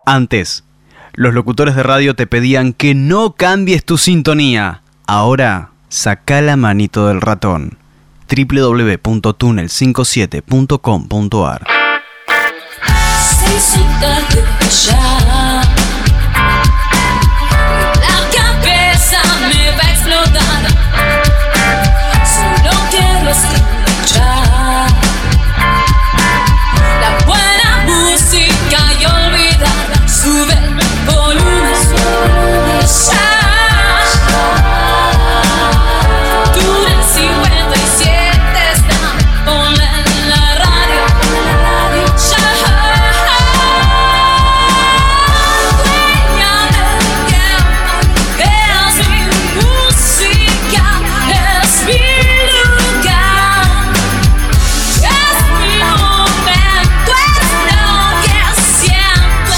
Antes, los locutores de radio te pedían que no cambies tu sintonía. Ahora, sacá la manito del ratón. www.tunnel57.com.ar. Se hizo tarde ya. La cabeza me va a explotar. Solo quiero escuchar la buena música y olvidar. Sube el volumen, ya. Tunnel 57 está, ponla en la radio, ya. Dueña del tiempo, es mi música, es mi lugar, es mi momento, es lo que siento.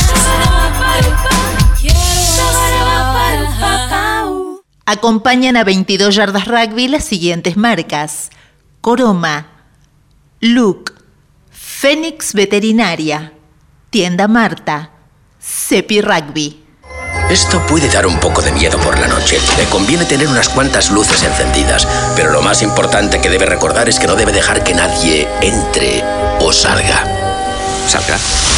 Acompañan a 22 Yardas Rugby las siguientes marcas: Coroma, Look, Fénix Veterinaria, Tienda Marta, Cepi Rugby. Esto puede dar un poco de miedo por la noche. Le conviene tener unas cuantas luces encendidas, pero lo más importante que debe recordar es que no debe dejar que nadie entre o salga. ¿Salga?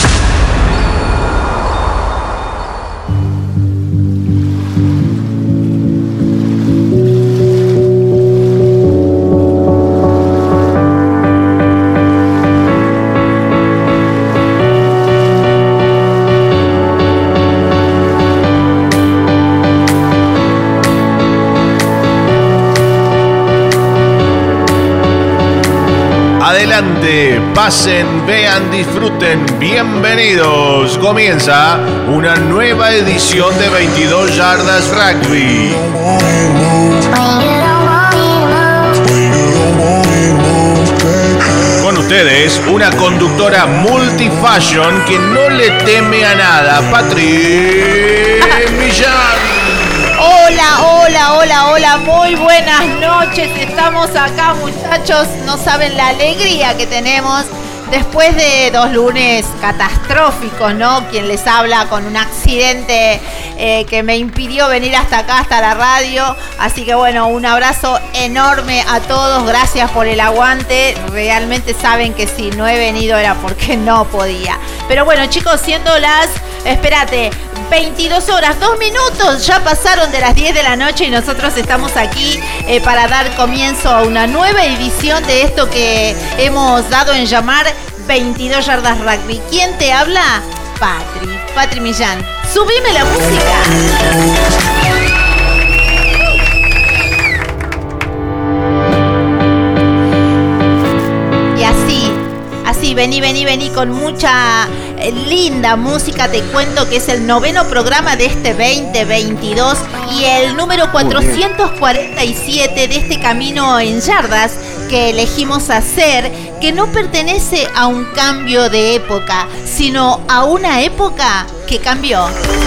Adelante, pasen, vean, disfruten, bienvenidos. Comienza una nueva edición de 22 Yardas Rugby. Con ustedes, una conductora multifashion que no le teme a nada, Patri Millán. Hola, muy buenas noches. Estamos acá, muchachos. No saben la alegría que tenemos después de 2 lunes catastróficos, ¿no? Quien les habla con un accidente que me impidió venir hasta acá, hasta la radio. Así que bueno, un abrazo enorme a todos. Gracias por el aguante. Realmente saben que si no he venido era porque no podía. Pero bueno, chicos, siendo las... Espérate, 22 horas, 2 minutos, ya pasaron de las 10 de la noche y nosotros estamos aquí para dar comienzo a una nueva edición de esto que hemos dado en llamar 22 Yardas Rugby. ¿Quién te habla? Patri Millán. ¡Subime la música! Y así, vení con mucha linda música. Te cuento que es el 9º programa de este 2022 y el número 447 de este camino en yardas que elegimos hacer, que no pertenece a un cambio de época, sino a una época que cambió.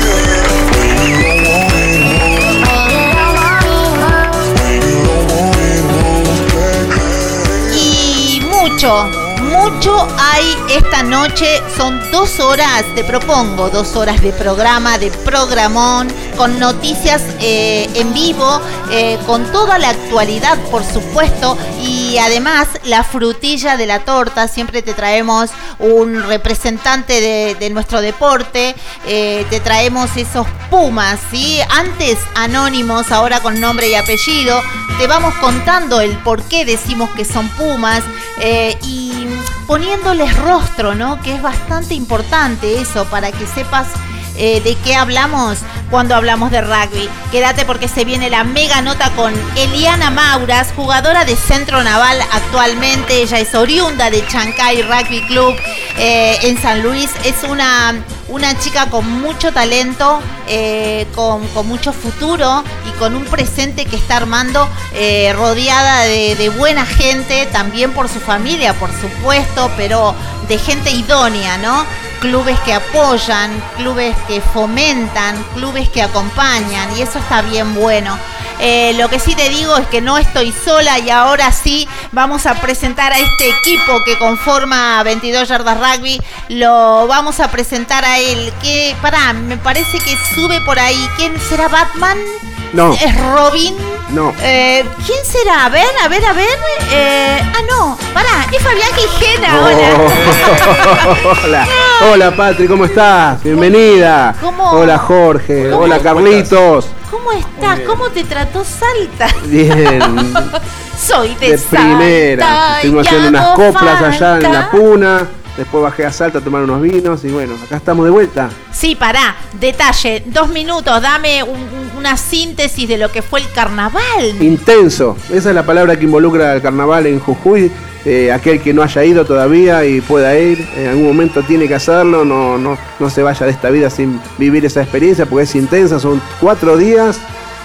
Y mucho hay esta noche. Son 2 horas, te propongo 2 horas de programa, de programón, con noticias en vivo, con toda la actualidad, por supuesto, y además la frutilla de la torta. Siempre te traemos un representante de nuestro deporte, te traemos esos Pumas, ¿sí? Antes anónimos, ahora con nombre y apellido. Te vamos contando el por qué decimos que son Pumas y poniéndoles rostro, ¿no? Que es bastante importante eso, para que sepas de qué hablamos cuando hablamos de rugby. Quédate porque se viene la mega nota con Eliana Mauras, jugadora de Centro Naval actualmente. Ella es oriunda de Chancay Rugby Club en San Luis. Es una chica con mucho talento, con mucho futuro y con un presente que está armando, rodeada de buena gente, también por su familia, por supuesto, pero de gente idónea, ¿no? Clubes que apoyan, clubes que fomentan, clubes que acompañan, y eso está bien bueno. Lo que sí te digo es que no estoy sola y ahora sí vamos a presentar a este equipo que conforma 22 Yardas Rugby. Lo vamos a presentar a él. Que, me parece que sube por ahí. ¿Quién será? ¿Batman? No. ¿Es Robin? No. ¿Quién será? A ver. No. Es Fabián Gijena. Hola. Hola, Patri, ¿cómo estás? Bienvenida. ¿Cómo? Hola, Jorge. Hola, Carlitos. ¿Cómo estás? ¿Cómo te trató Salta? Bien. Soy de Salta. Primera. Estuvimos haciendo unas hago coplas allá falta. en la Puna. Después bajé a Salta a tomar unos vinos y bueno, acá estamos de vuelta. Sí, detalle, 2 minutos, dame una síntesis de lo que fue el carnaval. Intenso, esa es la palabra que involucra el carnaval en Jujuy. Aquel que no haya ido todavía y pueda ir, en algún momento tiene que hacerlo, no se vaya de esta vida sin vivir esa experiencia porque es intensa, son 4 días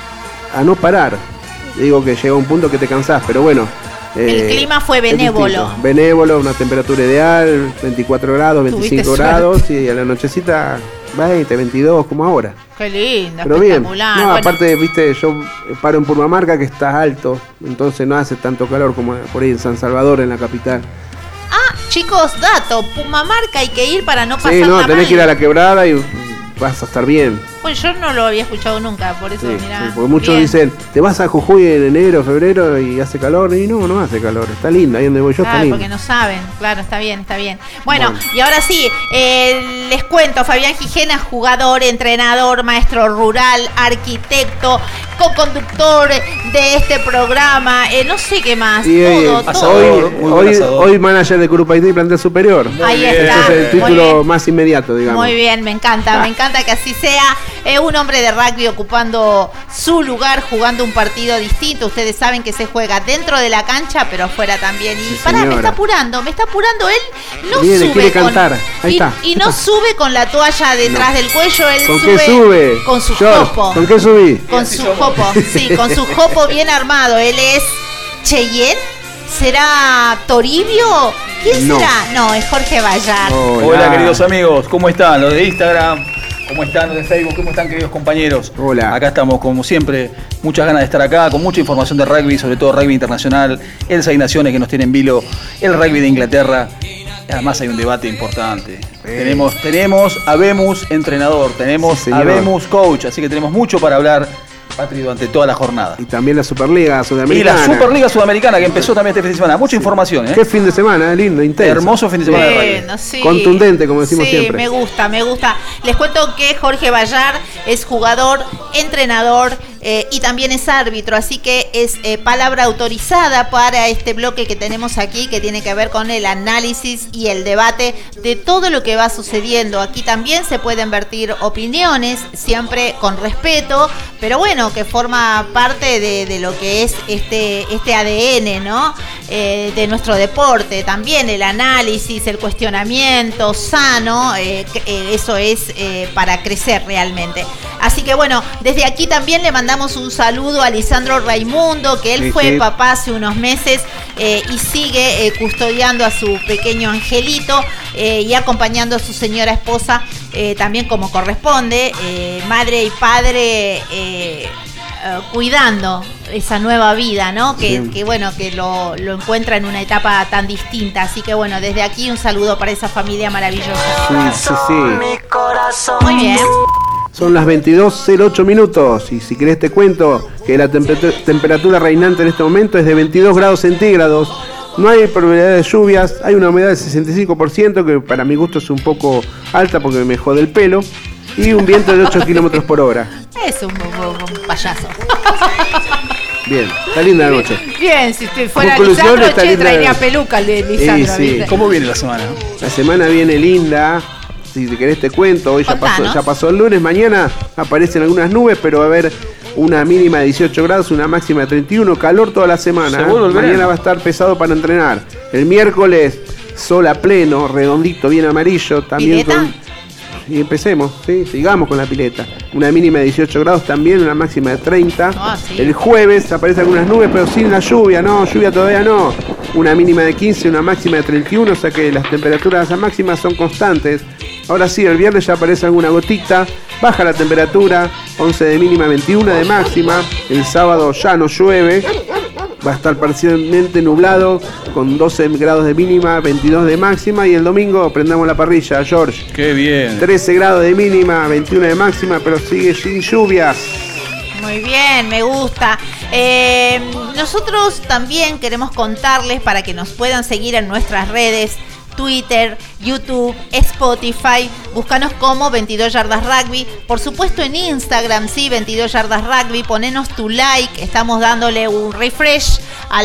a no parar. Digo que llega un punto que te cansás, pero bueno. El clima fue benévolo. Benévolo, una temperatura ideal, 24 grados, 25 grados y a la nochecita 20, 22 como ahora. Qué lindo, pero bien. Espectacular. No, aparte, viste, yo paro en Purmamarca que está alto, entonces no hace tanto calor como por ahí en San Salvador, en la capital. Chicos, dato, Purmamarca hay que ir para no pasar Sí, no, mal. tenés que ir a la quebrada y vas a estar bien. Pues yo no lo había escuchado nunca, por eso, mirá. Sí, porque muchos bien. dicen, te vas a Jujuy en enero, febrero y hace calor. Y no hace calor, está linda, ahí donde voy yo está lindo. Porque no saben, claro, está bien. Bueno, y ahora sí, les cuento, Fabián Gijena, jugador, entrenador, maestro rural, arquitecto, co-conductor de este programa, no sé qué más, Y todo. hoy manager de Curupaití y plantel superior. Ahí Ese está. es el título más inmediato, digamos. Muy bien, me encanta que así sea. Un hombre de rugby ocupando su lugar, jugando un partido distinto. Ustedes saben que se juega dentro de la cancha, pero afuera también. Y Sí, me señora. está apurando él. No Viene, sube quiere con, cantar. Ahí está. Y no sube con la toalla detrás del cuello, él ¿Con sube, qué sube? con su George, jopo. ¿Con qué subí? Con su jopo, sí, con su jopo bien armado. Él es Cheyenne. ¿Será Toribio? ¿Quién No. será? No, es Jorge Vallar. Hola, queridos amigos, ¿cómo están? Los de Instagram, ¿cómo están? Los de Facebook, ¿cómo están, queridos compañeros? Hola. Acá estamos, como siempre, muchas ganas de estar acá, con mucha información de rugby, sobre todo rugby internacional, el 6 Naciones que nos tiene en vilo, el rugby de Inglaterra. Además hay un debate importante. Tenemos habemos entrenador, tenemos Sí, señor. habemos coach, así que tenemos mucho para hablar, Patri, durante toda la jornada. Y también la Superliga Y Sudamericana. la Superliga Sudamericana que empezó también este fin de semana. Mucha información, ¿eh? Qué fin de semana, lindo, intenso. Hermoso fin de semana de rugby. Bueno, sí. Contundente, como decimos Sí, siempre. me gusta. Les cuento que Jorge Vallar es jugador, entrenador y también es árbitro, así que es palabra autorizada para este bloque que tenemos aquí, que tiene que ver con el análisis y el debate de todo lo que va sucediendo. Aquí también se pueden vertir opiniones, siempre con respeto, pero bueno, que forma parte de lo que es este ADN, ¿no? De nuestro deporte, también el análisis, el cuestionamiento sano, eso es para crecer realmente. Así que bueno, desde aquí también le mandamos un saludo a Lisandro Raimundo, que él fue papá hace unos meses y sigue custodiando a su pequeño angelito y acompañando a su señora esposa también como corresponde, madre y padre cuidando esa nueva vida, ¿no? Que bueno, que lo encuentra en una etapa tan distinta. Así que bueno, desde aquí un saludo para esa familia maravillosa. Sí. Muy bien. Son las 22:08 minutos y si querés te cuento que la temperatura reinante en este momento es de 22 grados centígrados. No hay probabilidad de lluvias, hay una humedad del 65% que para mi gusto es un poco alta porque me jode el pelo y un viento de 8 kilómetros por hora. Es un payaso. Bien, está linda la noche. Bien, si fuera Conclusión, Lisandro, está linda. traería peluca el de Lisandro. Sí. ¿viste? ¿Cómo viene la semana? La semana viene linda. Si querés te cuento, hoy Contanos. ya pasó el lunes, mañana aparecen algunas nubes, pero va a haber una mínima de 18 grados, una máxima de 31, calor toda la semana. Se vuelve el Mañana verano. va a estar pesado para entrenar. El miércoles, sol a pleno, redondito, bien amarillo, también ¿Pileta? y empecemos, ¿sí? Sigamos con la pileta. Una mínima de 18 grados también, una máxima de 30. Sí. El jueves aparecen algunas nubes, pero sin la lluvia, no, lluvia todavía no. Una mínima de 15, una máxima de 31, o sea que las temperaturas máximas son constantes. Ahora sí, el viernes ya aparece alguna gotita, baja la temperatura, 11 de mínima, 21 de máxima. El sábado ya no llueve, va a estar parcialmente nublado, con 12 grados de mínima, 22 de máxima. Y el domingo prendamos la parrilla, George. ¡Qué bien! 13 grados de mínima, 21 de máxima, pero sigue sin lluvias. Muy bien, me gusta. Nosotros también queremos contarles para que nos puedan seguir en nuestras redes, Twitter, YouTube, Spotify, búscanos como 22 Yardas Rugby, por supuesto en Instagram, sí, 22 Yardas Rugby, ponenos tu like, estamos dándole un refresh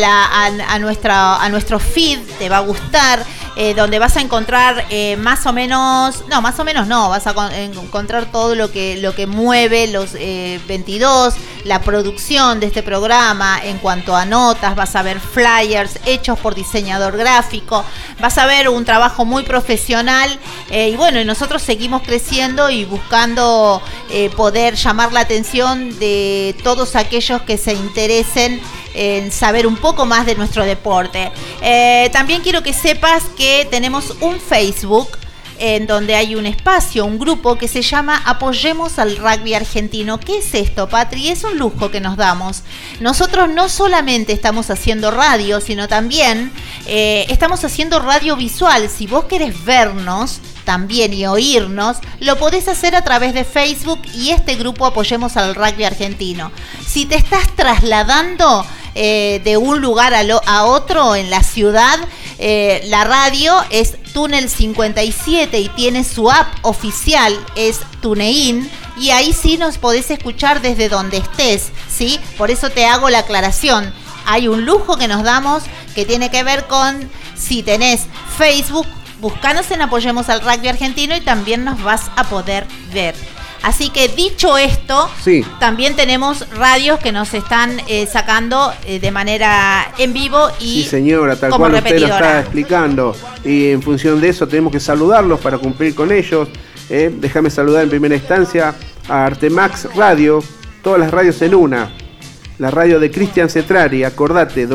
a nuestro feed, te va a gustar, donde vas a encontrar más o menos no, vas a encontrar todo lo que mueve los 22, la producción de este programa en cuanto a notas, vas a ver flyers hechos por diseñador gráfico, vas a ver un trabajo muy profesional y bueno, nosotros seguimos creciendo y buscando poder llamar la atención de todos aquellos que se interesen en saber un poco más de nuestro deporte. También quiero que sepas que tenemos un Facebook en donde hay un espacio, un grupo que se llama Apoyemos al Rugby Argentino. ¿Qué es esto, Patri? Es un lujo que nos damos. Nosotros no solamente estamos haciendo radio, sino también estamos haciendo radio visual. Si vos querés vernos también y oírnos, lo podés hacer a través de Facebook y este grupo Apoyemos al Rugby Argentino. Si te estás trasladando de un lugar a otro en la ciudad, la radio es Túnel 57 y tiene su app oficial, es TuneIn, y ahí sí nos podés escuchar desde donde estés, ¿sí? Por eso te hago la aclaración. Hay un lujo que nos damos que tiene que ver con si tenés Facebook, buscanos en Apoyemos al Rugby Argentino y también nos vas a poder ver. Así que dicho esto, sí, también tenemos radios que nos están sacando de manera en vivo y sí, señora, tal cual usted lo está explicando. Y en función de eso tenemos que saludarlos para cumplir con ellos. Déjame saludar en primera instancia a Artemax Radio, todas las radios en una. La radio de Cristian Cetrari, acordate,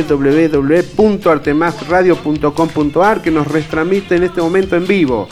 www.artemaxradio.com.ar, que nos retransmite en este momento en vivo.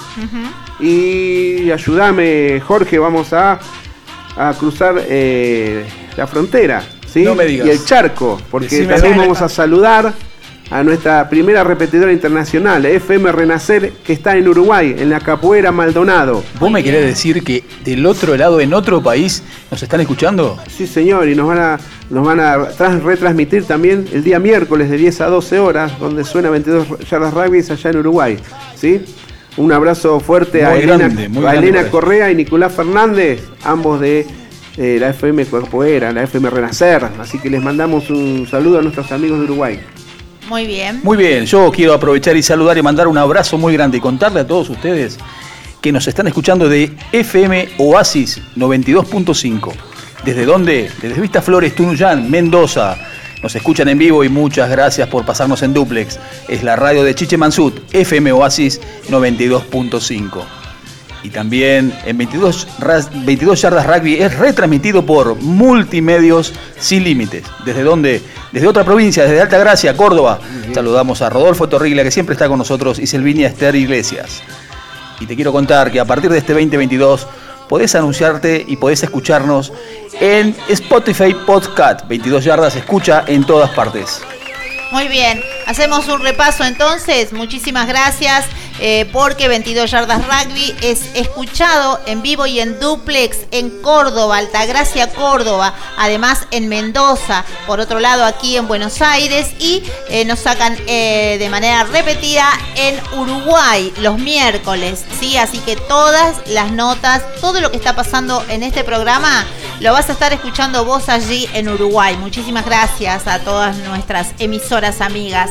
Y ayúdame, Jorge, vamos a cruzar la frontera, ¿sí? No me digas. Y el charco, porque también vamos a saludar a nuestra primera repetidora internacional, FM Renacer, que está en Uruguay, en la Capoeira Maldonado. ¿Vos me querés decir que del otro lado, en otro país, nos están escuchando? Sí, señor, y nos van a retransmitir también el día miércoles de 10 a 12 horas, donde suena 22 Yardas Rugby allá en Uruguay, ¿sí? Un abrazo fuerte a Elena Correa y Nicolás Fernández, ambos de la FM Capoeira, la FM Renacer, así que les mandamos un saludo a nuestros amigos de Uruguay. Muy bien. Muy bien, yo quiero aprovechar y saludar y mandar un abrazo muy grande y contarle a todos ustedes que nos están escuchando de FM Oasis 92.5. ¿Desde dónde? Desde Vista Flores, Tunuyán, Mendoza. Nos escuchan en vivo y muchas gracias por pasarnos en duplex. Es la radio de Chiche Mansut, FM Oasis 92.5. Y también en 22 Yardas Rugby es retransmitido por Multimedios Sin Límites. ¿Desde dónde? Desde otra provincia, desde Altagracia, Córdoba. Saludamos a Rodolfo Torriglia, que siempre está con nosotros, y Selvinia Esther Iglesias. Y te quiero contar que a partir de este 2022 podés anunciarte y podés escucharnos en Spotify Podcast. 22 Yardas escucha en todas partes. Muy bien, hacemos un repaso entonces. Muchísimas gracias porque 22 Yardas Rugby es escuchado en vivo y en duplex en Córdoba, Altagracia, Córdoba, además en Mendoza, por otro lado aquí en Buenos Aires, y nos sacan de manera repetida en Uruguay los miércoles, ¿sí? Así que todas las notas, todo lo que está pasando en este programa lo vas a estar escuchando vos allí en Uruguay. Muchísimas gracias a todas nuestras emisoras amigas.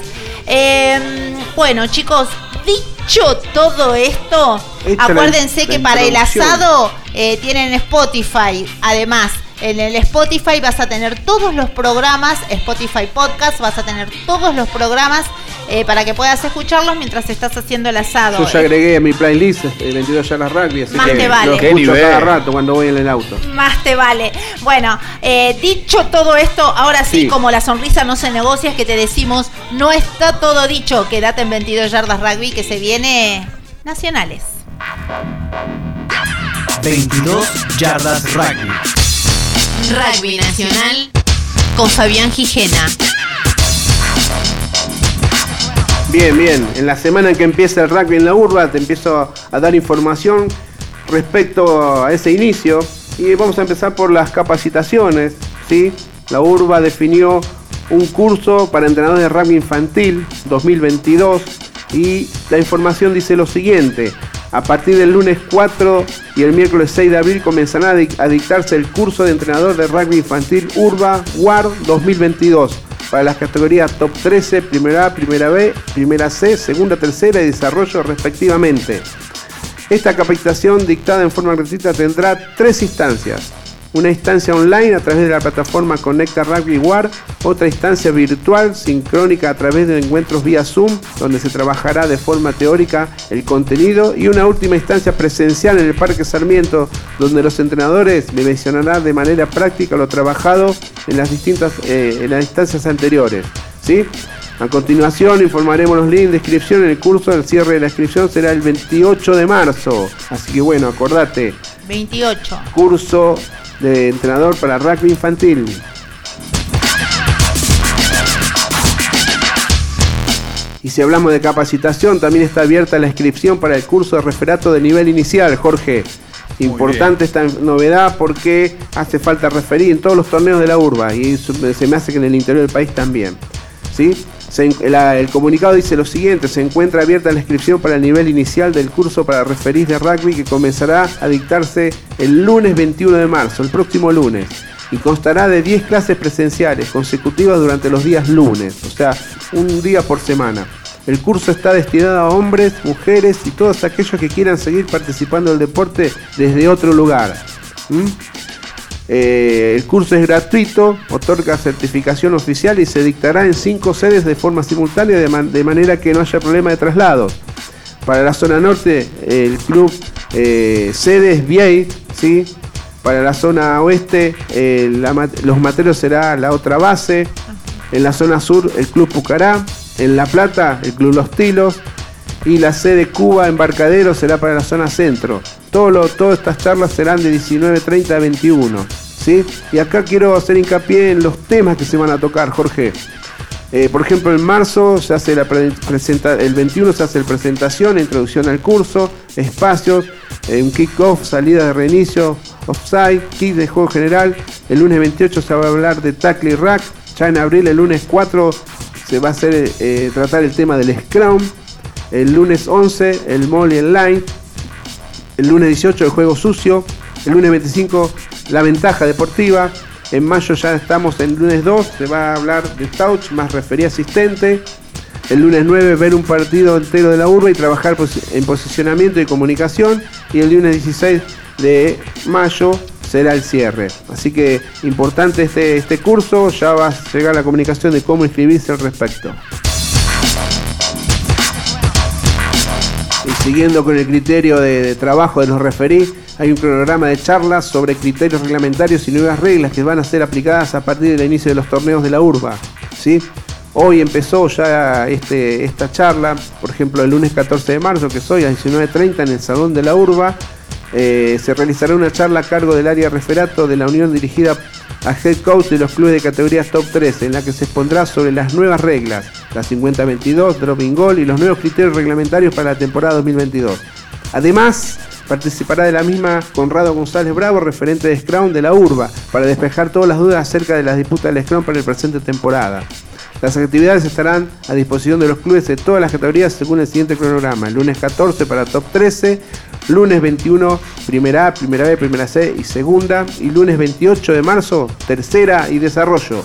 Bueno, chicos, dicho todo esto, acuérdense que para el asado tienen Spotify. Además, en el Spotify vas a tener todos los programas, Spotify Podcast, vas a tener todos los programas para que puedas escucharlos mientras estás haciendo el asado. Yo ya agregué a mi playlist el 22 yardas rugby, así Más que te vale. lo Qué escucho nivel. cada rato cuando voy en el auto. Más te vale. Bueno, dicho todo esto, ahora sí, Sí. como la sonrisa no se negocia, es que te decimos, no está todo dicho. Quédate en 22 yardas rugby, que se viene nacionales. 22 yardas rugby. Rugby Nacional con Fabián Gijena. Bien, bien. En la semana en que empieza el rugby en la urba, te empiezo a dar información respecto a ese inicio. Y vamos a empezar por las capacitaciones, ¿sí? La urba definió un curso para entrenadores de rugby infantil 2022 y la información dice lo siguiente. A partir del lunes 4 y el miércoles 6 de abril comenzará a dictarse el curso de entrenador de rugby infantil Urba WAR 2022 para las categorías Top 13, Primera A, Primera B, Primera C, Segunda, Tercera y Desarrollo respectivamente. Esta capacitación dictada en forma gratuita tendrá 3 instancias. Una instancia online a través de la plataforma Conecta Rugby WAR, otra instancia virtual sincrónica a través de encuentros vía Zoom, donde se trabajará de forma teórica el contenido, y una última instancia presencial en el Parque Sarmiento, donde los entrenadores le mencionarán de manera práctica lo trabajado en las distintas en las instancias anteriores, ¿sí? A continuación informaremos los links de inscripción en el curso. El cierre de la inscripción será el 28 de marzo, así que bueno, acordate, 28. curso de entrenador para rugby infantil. Y si hablamos de capacitación, también está abierta la inscripción para el curso de referato de nivel inicial, Jorge. Importante esta novedad porque hace falta referir en todos los torneos de la urba y se me hace que en el interior del país también, ¿sí? El comunicado dice lo siguiente: se encuentra abierta la inscripción para el nivel inicial del curso para referís de rugby que comenzará a dictarse el lunes 21 de marzo, el próximo lunes, y constará de 10 clases presenciales consecutivas durante los días lunes, o sea, un día por semana. El curso está destinado a hombres, mujeres y todos aquellos que quieran seguir participando del deporte desde otro lugar. El curso es gratuito, otorga certificación oficial y se dictará en 5 sedes de forma simultánea de manera que no haya problema de traslados. Para la zona norte, el club sede es Viey, ¿sí? Para la zona oeste, los materios será la otra base. En la zona sur, el club Pucará. En La Plata, el club Los Tilos. Y la sede Cuba Embarcadero será para la zona centro. Todas estas charlas serán de 19:30 a 21, ¿sí? Y acá quiero hacer hincapié en los temas que se van a tocar, Jorge. Por ejemplo, en marzo se hace el 21 se hace la presentación, introducción al curso, espacios, un kick-off, salida de reinicio, offside, kit de juego general. El lunes 28 se va a hablar de tackle y rack. Ya en abril, el lunes 4, se va a hacer tratar el tema del scrum. El lunes 11, el maul y el line. El lunes 18, el juego sucio. El lunes 25, la ventaja deportiva. En mayo ya estamos en el lunes 2, se va a hablar de touch más referí asistente. El lunes 9, ver un partido entero de la urba y trabajar en posicionamiento y comunicación. Y el lunes 16 de mayo será el cierre. Así que importante este curso, ya va a llegar la comunicación de cómo inscribirse al respecto. Y siguiendo con el criterio de trabajo de los referís, hay un programa de charlas sobre criterios reglamentarios y nuevas reglas que van a ser aplicadas a partir del inicio de los torneos de la urba, ¿sí? Hoy empezó ya esta charla, por ejemplo, el lunes 14 de marzo, que es hoy, a 19:30 en el Salón de la Urba, se realizará una charla a cargo del área referato de la Unión dirigida a head coach de los clubes de categorías Top 13, en la que se expondrá sobre las nuevas reglas, la 50-22, dropping goal y los nuevos criterios reglamentarios para la temporada 2022. Además, participará de la misma Conrado González Bravo, referente de Scrum de la Urba, para despejar todas las dudas acerca de las disputas del Scrum para el presente temporada. Las actividades estarán a disposición de los clubes de todas las categorías según el siguiente cronograma: el lunes 14 para Top 13, lunes 21 Primera A, Primera B, Primera C y Segunda, y lunes 28 de marzo Tercera y Desarrollo.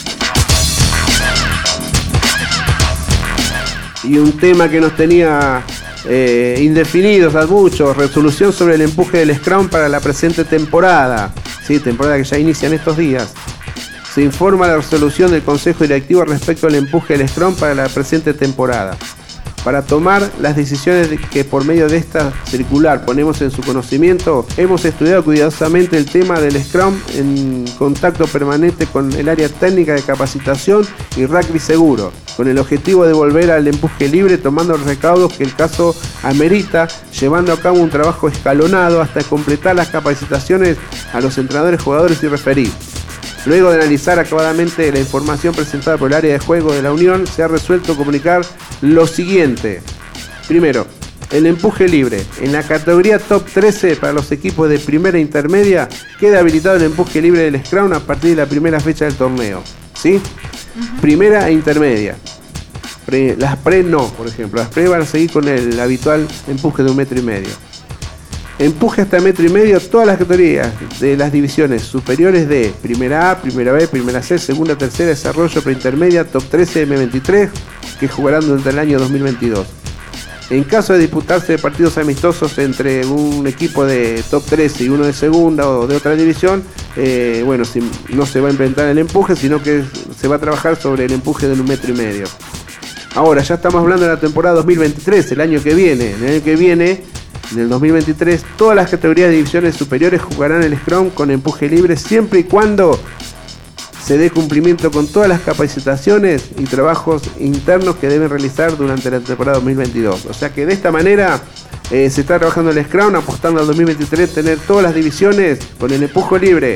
Y un tema que nos tenía indefinidos a muchos: resolución sobre el empuje del Scrum para la presente temporada, ¿sí? Temporada que ya inicia en estos días. Se informa la resolución del Consejo Directivo respecto al empuje del Scrum para la presente temporada. Para tomar las decisiones que por medio de esta circular ponemos en su conocimiento, hemos estudiado cuidadosamente el tema del Scrum en contacto permanente con el área técnica de capacitación y rugby seguro, con el objetivo de volver al empuje libre tomando los recaudos que el caso amerita, llevando a cabo un trabajo escalonado hasta completar las capacitaciones a los entrenadores, jugadores y referees. Luego de analizar acabadamente la información presentada por el área de juego de la Unión, se ha resuelto comunicar lo siguiente. Primero, el empuje libre. En la categoría top 13 para los equipos de primera e intermedia, queda habilitado el empuje libre del Scrum a partir de la primera fecha del torneo. ¿Sí? Primera e intermedia. Las pre no, por ejemplo. Las pre van a seguir con el habitual empuje de 1,5 metros. Empuje hasta 1,5 metros todas las categorías de las divisiones superiores de Primera A, Primera B, Primera C, Segunda, Tercera, Desarrollo, Preintermedia, Top 13, M23, que jugarán durante el año 2022. En caso de disputarse partidos amistosos entre un equipo de Top 13 y uno de Segunda o de otra división, no se va a implementar el empuje, sino que se va a trabajar sobre el empuje de 1,5 metros. Ahora, ya estamos hablando de la temporada 2023, el año que viene. En el año que viene, en el 2023, todas las categorías de divisiones superiores jugarán el Scrum con empuje libre siempre y cuando se dé cumplimiento con todas las capacitaciones y trabajos internos que deben realizar durante la temporada 2022. O sea que de esta manera se está trabajando el Scrum, apostando al 2023 tener todas las divisiones con el empuje libre.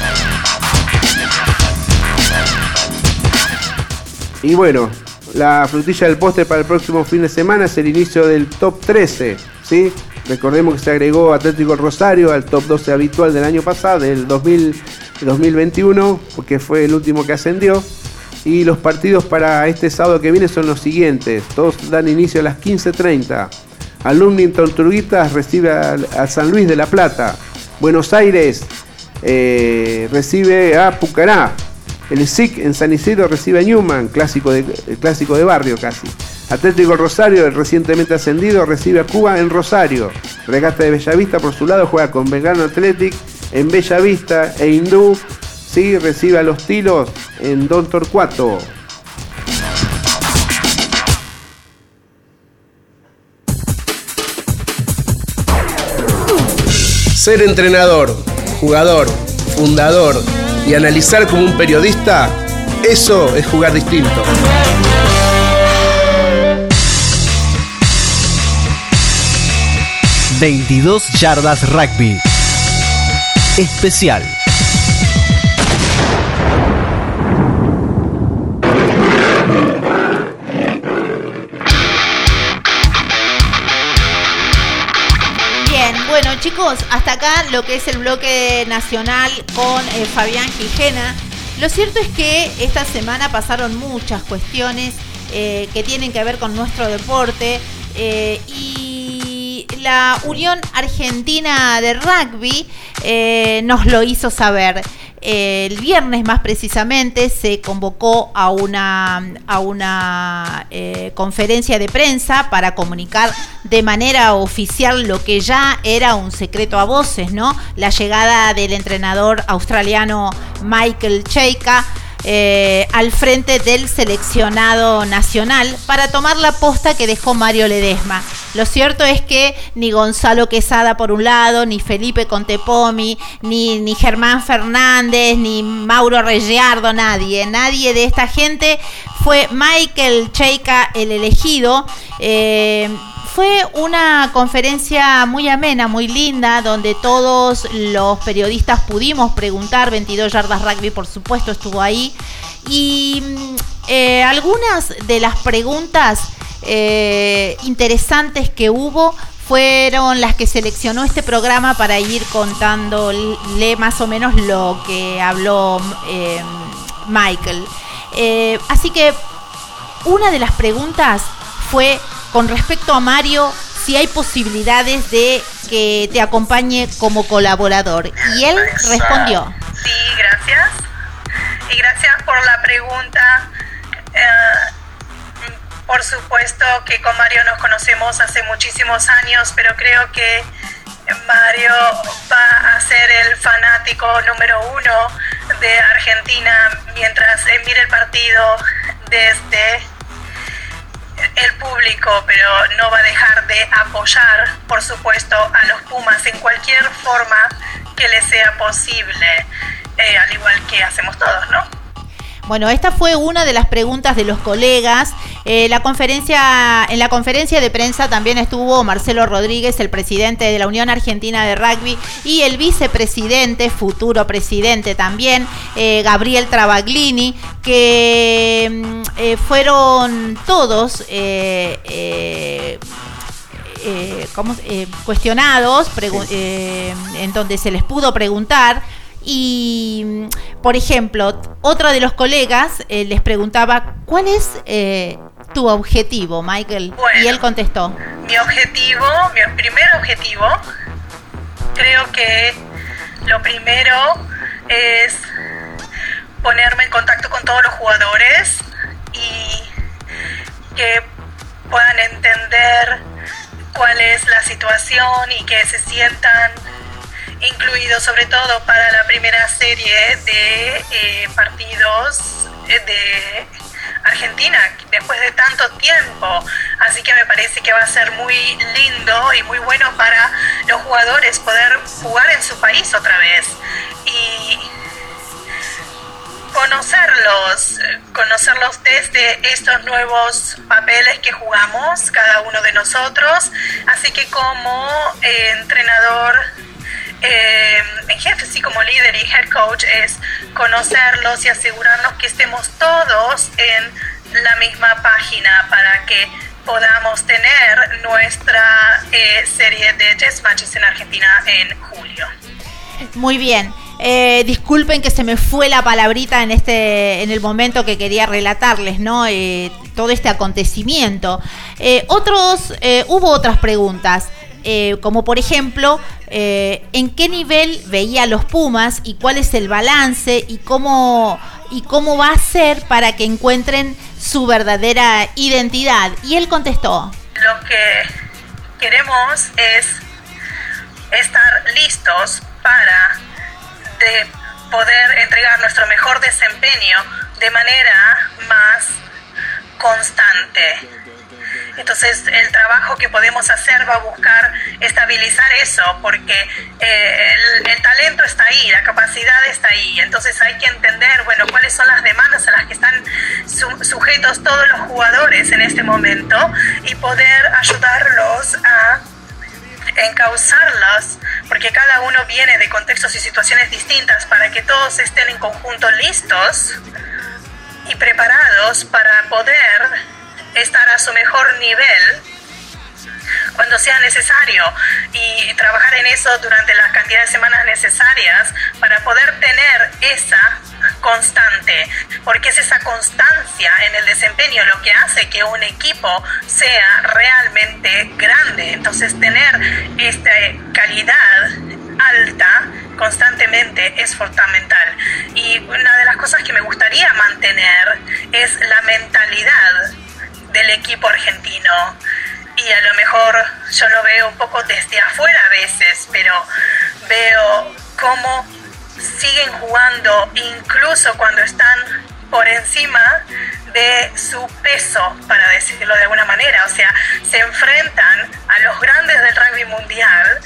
Y bueno, la frutilla del postre para el próximo fin de semana es el inicio del top 13, ¿sí? Recordemos que se agregó Atlético Rosario al top 12 habitual del año pasado, del 2021, porque fue el último que ascendió. Y los partidos para este sábado que viene son los siguientes. Todos dan inicio a las 15:30. Alumni Tortuguitas recibe a San Luis de la Plata. Buenos Aires recibe a Pucará. El SIC en San Isidro recibe a Newman, clásico de barrio casi. Atlético Rosario, el recientemente ascendido, recibe a Cuba en Rosario. Regata de Bellavista, por su lado, juega con Belgrano Athletic en Bellavista e Hindú, sí, recibe a los Tilos en Don Torcuato. Ser entrenador, jugador, fundador y analizar como un periodista, eso es jugar distinto. ...22 yardas rugby especial. Bien, bueno chicos, hasta acá lo que es el bloque nacional con Fabián Gijena. Lo cierto es que esta semana pasaron muchas cuestiones que tienen que ver con nuestro deporte y la Unión Argentina de Rugby nos lo hizo saber. El viernes más precisamente se convocó a una conferencia de prensa para comunicar de manera oficial lo que ya era un secreto a voces, ¿no? La llegada del entrenador australiano Michael Cheika al frente del seleccionado nacional para tomar la posta que dejó Mario Ledesma. Lo cierto es que ni Gonzalo Quesada por un lado, ni Felipe Contepomi, ni Germán Fernández, ni Mauro Regiardo, nadie de esta gente. Fue Michael Cheika el elegido. Fue una conferencia muy amena, muy linda, donde todos los periodistas pudimos preguntar. 22 yardas rugby, por supuesto, estuvo ahí. Y algunas de las preguntas interesantes que hubo fueron las que seleccionó este programa para ir contándole más o menos lo que habló Michael. Así que una de las preguntas fue con respecto a Mario, si hay posibilidades de que te acompañe como colaborador. Y él respondió. Sí, gracias. Y gracias por la pregunta. Por supuesto que con Mario nos conocemos hace muchísimos años, pero creo que Mario va a ser el fanático número 1 de Argentina mientras mire el partido desde el público, pero no va a dejar de apoyar, por supuesto, a los Pumas en cualquier forma que les sea posible, al igual que hacemos todos, ¿no? Bueno, esta fue una de las preguntas de los colegas. En la conferencia de prensa también estuvo Marcelo Rodríguez, el presidente de la Unión Argentina de Rugby, y el vicepresidente, futuro presidente también, Gabriel Travaglini, que fueron todos cuestionados, en donde se les pudo preguntar. Y, por ejemplo, otro de los colegas les preguntaba, ¿cuál es tu objetivo, Michael? Bueno, y él contestó. Mi primer objetivo, creo que lo primero es ponerme en contacto con todos los jugadores y que puedan entender cuál es la situación y que se sientan incluido sobre todo para la primera serie de partidos de Argentina después de tanto tiempo, así que me parece que va a ser muy lindo y muy bueno para los jugadores poder jugar en su país otra vez y conocerlos desde estos nuevos papeles que jugamos cada uno de nosotros, así que como entrenador en jefe, sí, como líder y head coach, es conocerlos y asegurarnos que estemos todos en la misma página para que podamos tener nuestra serie de test matches en Argentina en julio. Muy bien. Disculpen que se me fue la palabrita en el momento que quería relatarles, ¿no? Todo este acontecimiento. Hubo otras preguntas. Como por ejemplo, ¿en qué nivel veía a los Pumas y cuál es el balance y cómo va a ser para que encuentren su verdadera identidad? Y él contestó: lo que queremos es estar listos para poder entregar nuestro mejor desempeño de manera más constante. Entonces el trabajo que podemos hacer va a buscar estabilizar eso, porque el talento está ahí, la capacidad está ahí. Entonces hay que entender, bueno, cuáles son las demandas a las que están sujetos todos los jugadores en este momento y poder ayudarlos a encauzarlas, porque cada uno viene de contextos y situaciones distintas, para que todos estén en conjunto listos y preparados para poder estar a su mejor nivel cuando sea necesario y trabajar en eso durante la cantidad de semanas necesarias para poder tener esa constante, porque es esa constancia en el desempeño lo que hace que un equipo sea realmente grande. Entonces tener esta calidad alta constantemente es fundamental, y una de las cosas que me gustaría mantener es la mentalidad del equipo argentino, y a lo mejor yo lo veo un poco desde afuera a veces, pero veo cómo siguen jugando incluso cuando están por encima de su peso, para decirlo de alguna manera. O sea, se enfrentan a los grandes del rugby mundial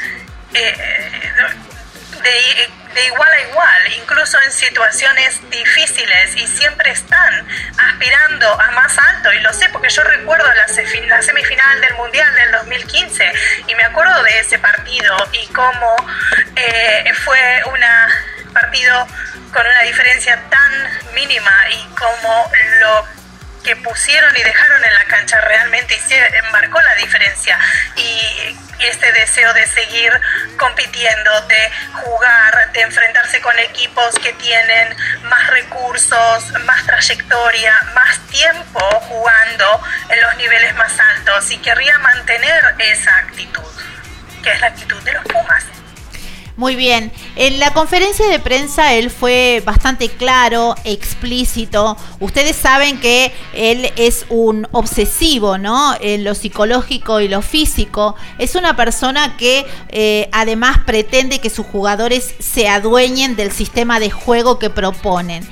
de igual a igual, incluso en situaciones difíciles, y siempre están aspirando a más alto. Y lo sé porque yo recuerdo la semifinal del Mundial del 2015 y me acuerdo de ese partido y cómo fue un partido con una diferencia tan mínima, y cómo lo que pusieron y dejaron en la cancha realmente marcó la diferencia, y este deseo de seguir compitiendo, de jugar, de enfrentarse con equipos que tienen más recursos, más trayectoria, más tiempo jugando en los niveles más altos, y querría mantener esa actitud, que es la actitud de los Pumas. Muy bien. En la conferencia de prensa él fue bastante claro, explícito. Ustedes saben que él es un obsesivo, ¿no? En lo psicológico y lo físico. Es una persona que además pretende que sus jugadores se adueñen del sistema de juego que proponen.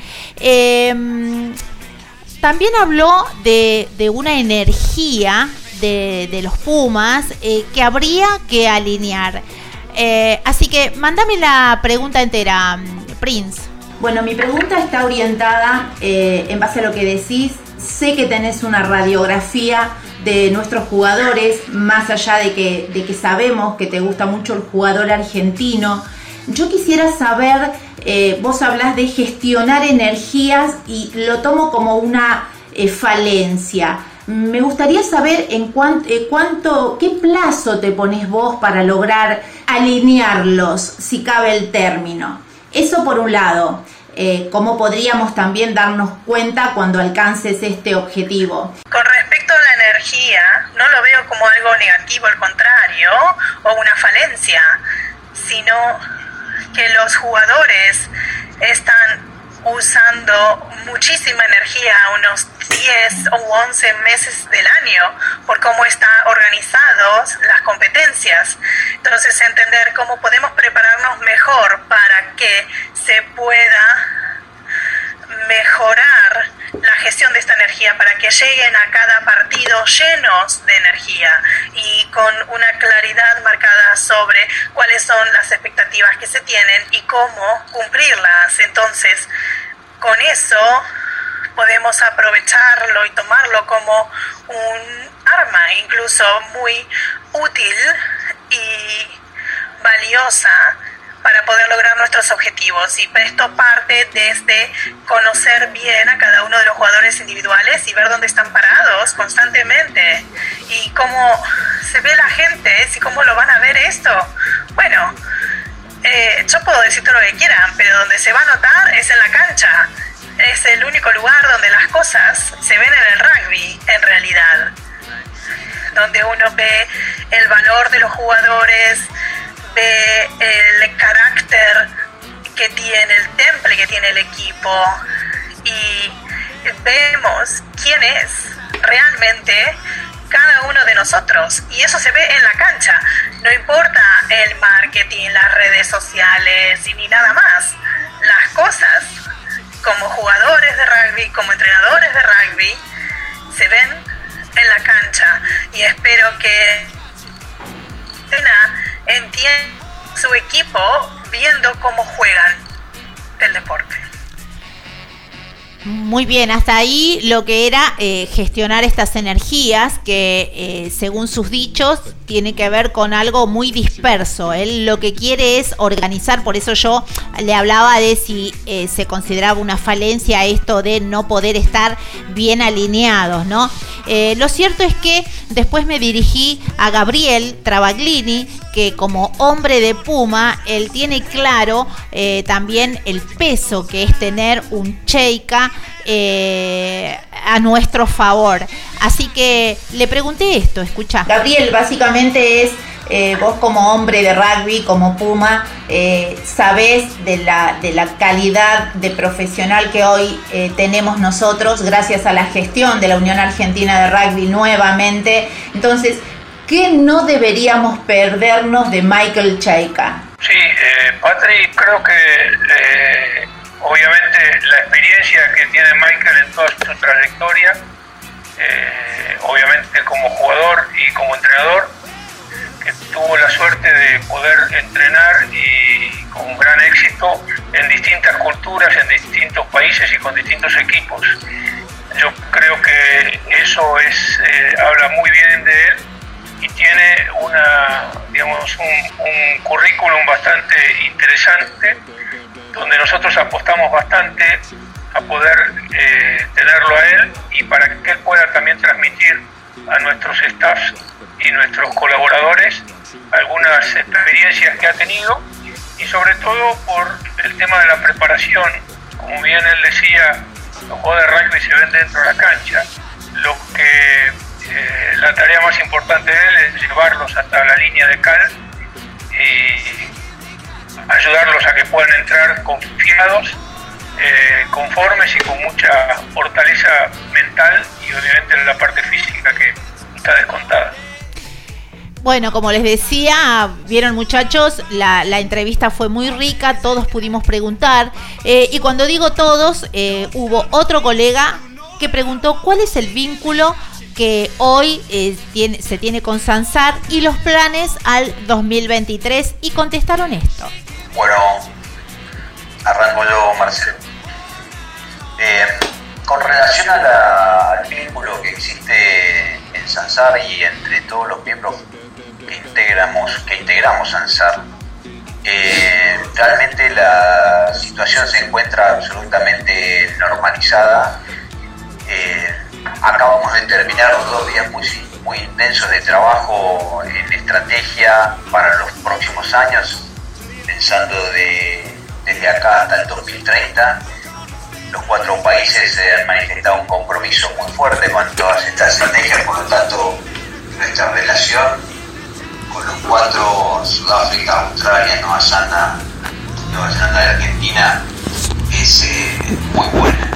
También habló de una energía de los Pumas que habría que alinear. Así que mándame la pregunta entera, Prince. Bueno, mi pregunta está orientada en base a lo que decís. Sé que tenés una radiografía de nuestros jugadores, más allá de que sabemos que te gusta mucho el jugador argentino. Yo quisiera saber, vos hablás de gestionar energías y lo tomo como una falencia. Me gustaría saber qué plazo te pones vos para lograr alinearlos, si cabe el término. Eso por un lado. ¿Cómo podríamos también darnos cuenta cuando alcances este objetivo? Con respecto a la energía, no lo veo como algo negativo, al contrario, o una falencia, sino que los jugadores están usando muchísima energía, unos 10 o 11 meses del año, por cómo están organizados las competencias. Entonces, entender cómo podemos prepararnos mejor para que se pueda mejorar la gestión de esta energía, para que lleguen a cada partido llenos de energía y con una claridad marcada sobre cuáles son las expectativas que se tienen y cómo cumplirlas. Entonces, con eso podemos aprovecharlo y tomarlo como un arma, incluso muy útil y valiosa para poder lograr nuestros objetivos. Y esto parte desde conocer bien a cada uno de los jugadores individuales y ver dónde están parados constantemente y cómo se ve la gente, y cómo lo van a ver esto. Bueno, yo puedo decir todo lo que quieran, pero donde se va a notar es en la cancha. Es el único lugar donde las cosas se ven en el rugby, en realidad. Donde uno ve el valor de los jugadores, ve el carácter que tiene, el temple que tiene el equipo, y vemos quién es realmente cada uno de nosotros, y eso se ve en la cancha. No importa el marketing, las redes sociales y ni nada más. Las cosas, como jugadores de rugby, como entrenadores de rugby, se ven en la cancha, y espero que entienda su equipo viendo cómo juegan el deporte. Muy bien, hasta ahí lo que era gestionar estas energías que según sus dichos tiene que ver con algo muy disperso. Él lo que quiere es organizar, por eso yo le hablaba de si se consideraba una falencia esto de no poder estar bien alineados, ¿no? Lo cierto es que después me dirigí a Gabriel Travaglini, que como hombre de Puma, él tiene claro también el peso que es tener un Cheika a nuestro favor. Así que le pregunté esto, escucha. Gabriel, básicamente es, vos como hombre de rugby, como Puma, sabés de la calidad de profesional que hoy tenemos nosotros gracias a la gestión de la Unión Argentina de Rugby nuevamente. Entonces, ¿qué no deberíamos perdernos de Michael Cheika? Sí, Patri, creo que obviamente la experiencia que tiene Michael en toda su trayectoria, obviamente como jugador y como entrenador, que tuvo la suerte de poder entrenar y con gran éxito en distintas culturas, en distintos países y con distintos equipos. Yo creo que eso habla muy bien de él y tiene un currículum bastante interesante, donde nosotros apostamos bastante a poder tenerlo a él y para que él pueda también transmitir a nuestros staffs y nuestros colaboradores algunas experiencias que ha tenido, y sobre todo por el tema de la preparación. Como bien él decía, los jugadores de rugby se ven dentro de la cancha. La tarea más importante de él es llevarlos hasta la línea de cal y ayudarlos a que puedan entrar confiados, conformes y con mucha fortaleza mental y obviamente la parte física que está descontada. Bueno, como les decía, vieron muchachos, la entrevista fue muy rica, todos pudimos preguntar, y cuando digo todos, hubo otro colega que preguntó cuál es el vínculo que hoy se tiene con Sansar y los planes al 2023, y contestaron esto. Bueno, arranco yo, Marcelo. Con relación al vínculo que existe en Sansar y entre todos los miembros que integramos Sansar, realmente la situación se encuentra absolutamente normalizada. Acabamos de terminar 2 días muy intensos de trabajo en estrategia para los próximos años, pensando desde acá hasta el 2030. Los 4 países han manifestado un compromiso muy fuerte con todas estas estrategias, por lo tanto nuestra relación con los 4, Sudáfrica, Australia, Nueva Zelanda y Argentina, es muy buena.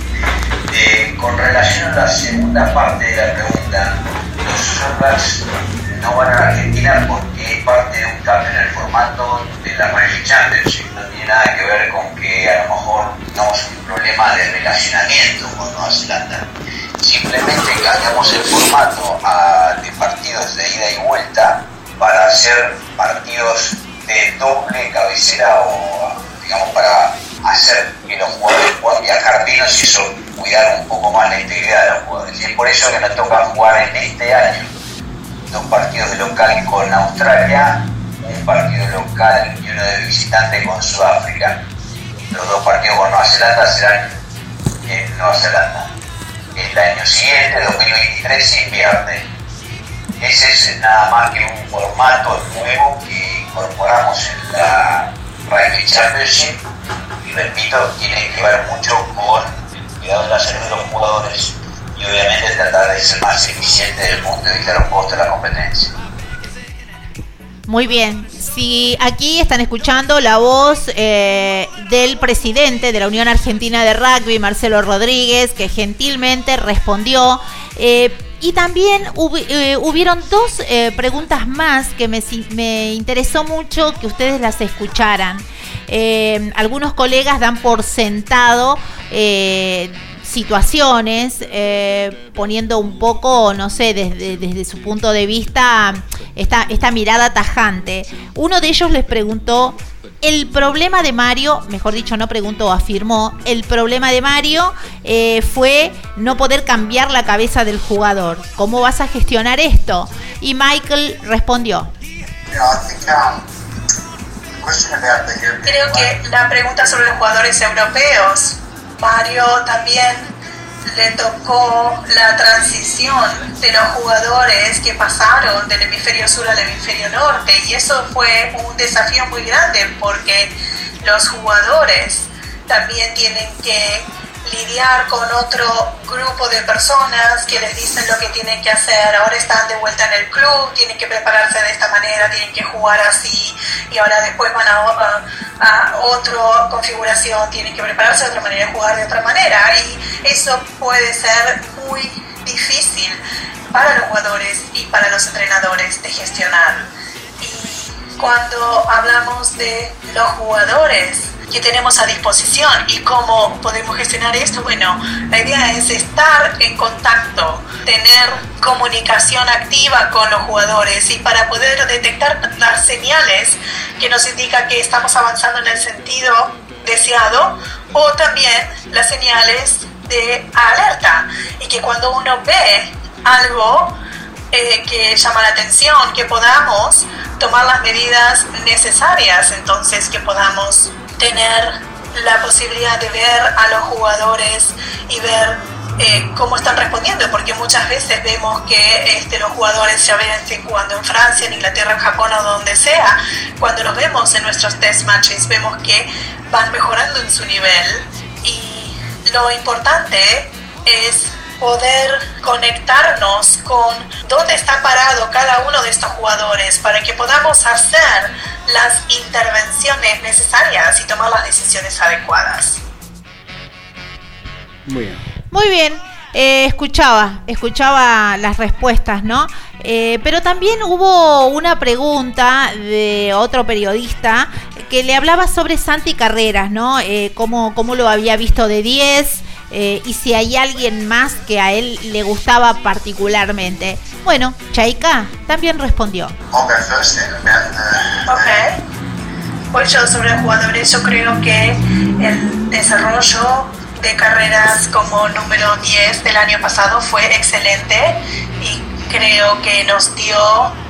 Con relación a la segunda parte de la pregunta, los All Blacks no van a Argentina porque es parte de un cambio en el formato de la Rugby Championship. No tiene nada que ver con que a lo mejor tengamos un problema de relacionamiento con Nueva Zelanda. Simplemente cambiamos el formato de partidos de ida y vuelta para hacer partidos de doble cabecera, o digamos para hacer que los jugadores puedan viajar menos y eso cuidar un poco más la integridad de los jugadores. Y es por eso que nos toca jugar en este año 2 partidos de local con Australia, un partido local y uno de visitante con Sudáfrica. Los 2 partidos con Nueva Zelanda serán en Nueva Zelanda. El año siguiente, 2023, se invierte. Ese es nada más que un formato nuevo que incorporamos en la Rugby Championship, y repito, tiene que ver mucho con el cuidado de la salud de los jugadores y obviamente tratar de ser más eficiente desde el punto de vista de los costos de la competencia. Muy bien, si aquí están escuchando la voz del presidente de la Unión Argentina de Rugby, Marcelo Rodríguez, que gentilmente respondió. Y también hubieron 2 preguntas más que me interesó mucho que ustedes las escucharan. Algunos colegas dan por sentado situaciones, poniendo un poco, no sé, desde su punto de vista, esta mirada tajante. Uno de ellos les preguntó, el problema de Mario, mejor dicho, no preguntó, afirmó, el problema de Mario fue no poder cambiar la cabeza del jugador. ¿Cómo vas a gestionar esto? Y Michael respondió. Creo que la pregunta sobre los jugadores europeos, Mario también le tocó la transición de los jugadores que pasaron del hemisferio sur al hemisferio norte, y eso fue un desafío muy grande porque los jugadores también tienen que lidiar con otro grupo de personas que les dicen lo que tienen que hacer. Ahora están de vuelta en el club, tienen que prepararse de esta manera, tienen que jugar así, y ahora después van a otra configuración, tienen que prepararse de otra manera y jugar de otra manera, y eso puede ser muy difícil para los jugadores y para los entrenadores de gestionar. Y cuando hablamos de los jugadores que tenemos a disposición y cómo podemos gestionar esto, bueno, la idea es estar en contacto, tener comunicación activa con los jugadores, y para poder detectar las señales que nos indican que estamos avanzando en el sentido deseado, o también las señales de alerta, y que cuando uno ve algo que llama la atención, que podamos tomar las medidas necesarias, entonces que podamos tener la posibilidad de ver a los jugadores y ver cómo están respondiendo, porque muchas veces vemos que los jugadores ya ven jugando en Francia, en Inglaterra, en Japón o donde sea, cuando los vemos en nuestros test matches vemos que van mejorando en su nivel, y lo importante es poder conectarnos con dónde está parado cada uno de estos jugadores para que podamos hacer las intervenciones necesarias y tomar las decisiones adecuadas. Muy bien. Muy bien. Escuchaba las respuestas, ¿no? Pero también hubo una pregunta de otro periodista que le hablaba sobre Santi Carreras, ¿no? Cómo lo había visto de 10 y si hay alguien más que a él le gustaba particularmente. Bueno, Chaika también respondió. Ok. Pues yo sobre los jugadores, yo creo que el desarrollo de Carreras como número 10 del año pasado fue excelente y creo que nos dio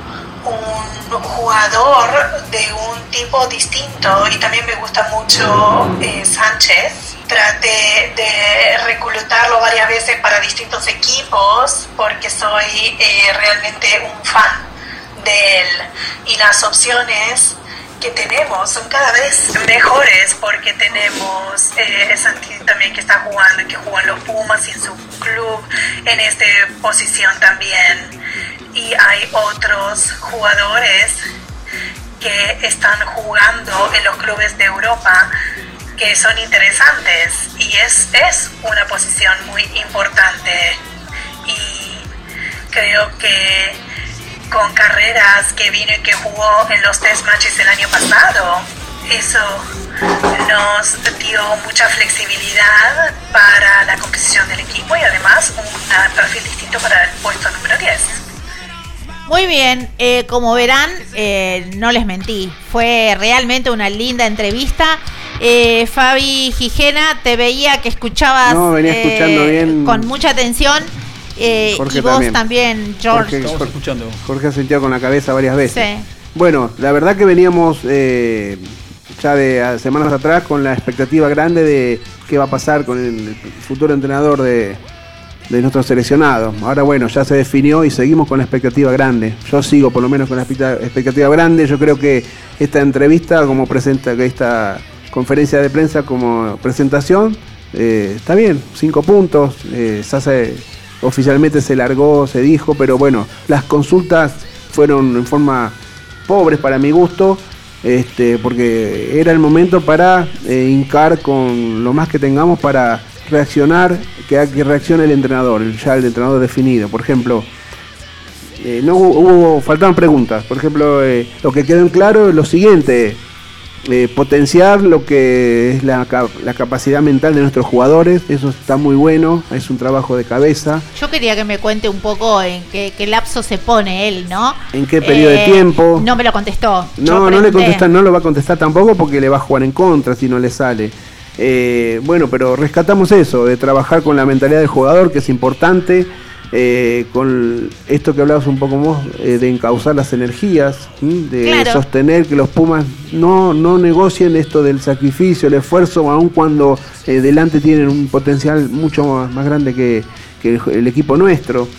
un jugador de un tipo distinto y también me gusta mucho Sánchez. Traté de reclutarlo varias veces para distintos equipos porque soy realmente un fan de él y las opciones que tenemos son cada vez mejores porque tenemos Santi también que está jugando y que juega en los Pumas y en su club en esta posición también y hay otros jugadores que están jugando en los clubes de Europa que son interesantes y es una posición muy importante y creo que con Carreras que vino y que jugó en los test matches del año pasado, eso nos dio mucha flexibilidad para la composición del equipo y además un perfil distinto para el puesto número 10. Muy bien, como verán, no les mentí, fue realmente una linda entrevista. Fabi Gijena, te veía que escuchabas venía escuchando bien. Con mucha atención. Jorge y vos también, George. Jorge ha sentido con la cabeza varias veces. Sí. Bueno, la verdad que veníamos ya de semanas atrás con la expectativa grande de qué va a pasar con el futuro entrenador de nuestro seleccionado. Ahora bueno, ya se definió y seguimos con la expectativa grande. Yo sigo por lo menos con la expectativa grande. Yo creo que esta entrevista, esta conferencia de prensa como presentación, está bien, 5 puntos. Oficialmente se largó, se dijo, pero bueno, las consultas fueron en forma pobres para mi gusto, porque era el momento para hincar con lo más que tengamos para reaccionar, que reaccione el entrenador, ya el entrenador definido. Por ejemplo, faltaban preguntas. Por ejemplo, lo que quedó en claro es lo siguiente: potenciar lo que es la capacidad mental de nuestros jugadores. Eso está muy bueno, es un trabajo de cabeza. Yo quería que me cuente un poco en qué lapso se pone él, ¿no? En qué periodo de tiempo. No me lo contestó. No le contesta, no lo va a contestar tampoco porque le va a jugar en contra si no le sale. Bueno, pero rescatamos eso, de trabajar con la mentalidad del jugador, que es importante. Con esto que hablabas un poco más, de encauzar las energías, de sostener que los Pumas no negocien esto del sacrificio, el esfuerzo, aun cuando delante tienen un potencial mucho más grande que el equipo nuestro.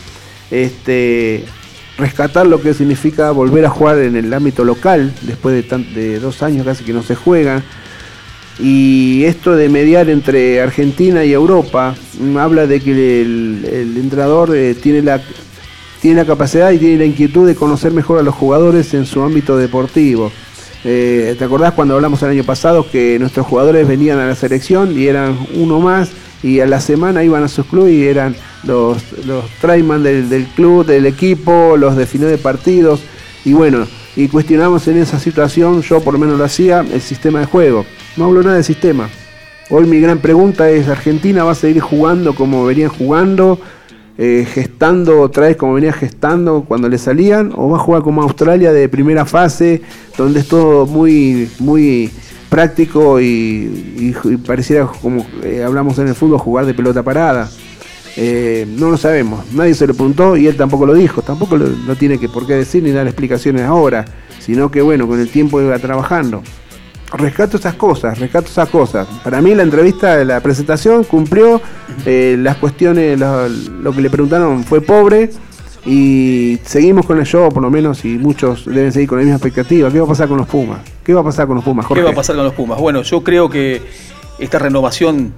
Rescatar lo que significa volver a jugar en el ámbito local después de 2 años casi que no se juegan. Y esto de mediar entre Argentina y Europa habla de que el entrenador tiene la capacidad y tiene la inquietud de conocer mejor a los jugadores en su ámbito deportivo. ¿Te acordás cuando hablamos el año pasado que nuestros jugadores venían a la selección y eran uno más y a la semana iban a sus clubes y eran los tryman del club, del equipo, los definidores de partidos? Y bueno, y cuestionamos en esa situación, yo por lo menos lo hacía, el sistema de juego. No hablo nada del sistema. Hoy mi gran pregunta es: ¿Argentina va a seguir jugando como venían jugando, gestando otra vez como venía gestando cuando le salían, o va a jugar como Australia de primera fase, donde es todo muy, muy práctico y pareciera, como hablamos en el fútbol, jugar de pelota parada? No lo sabemos, nadie se lo preguntó y él tampoco lo dijo, tampoco lo tiene por qué decir ni dar explicaciones ahora, sino que bueno, con el tiempo iba trabajando. Rescato esas cosas. Para mí la entrevista, la presentación cumplió, las cuestiones, lo que le preguntaron fue pobre, y seguimos con el show por lo menos, y muchos deben seguir con la misma expectativa. ¿Qué va a pasar con los Pumas? Jorge? ¿Qué va a pasar con los Pumas? Bueno, yo creo que esta renovación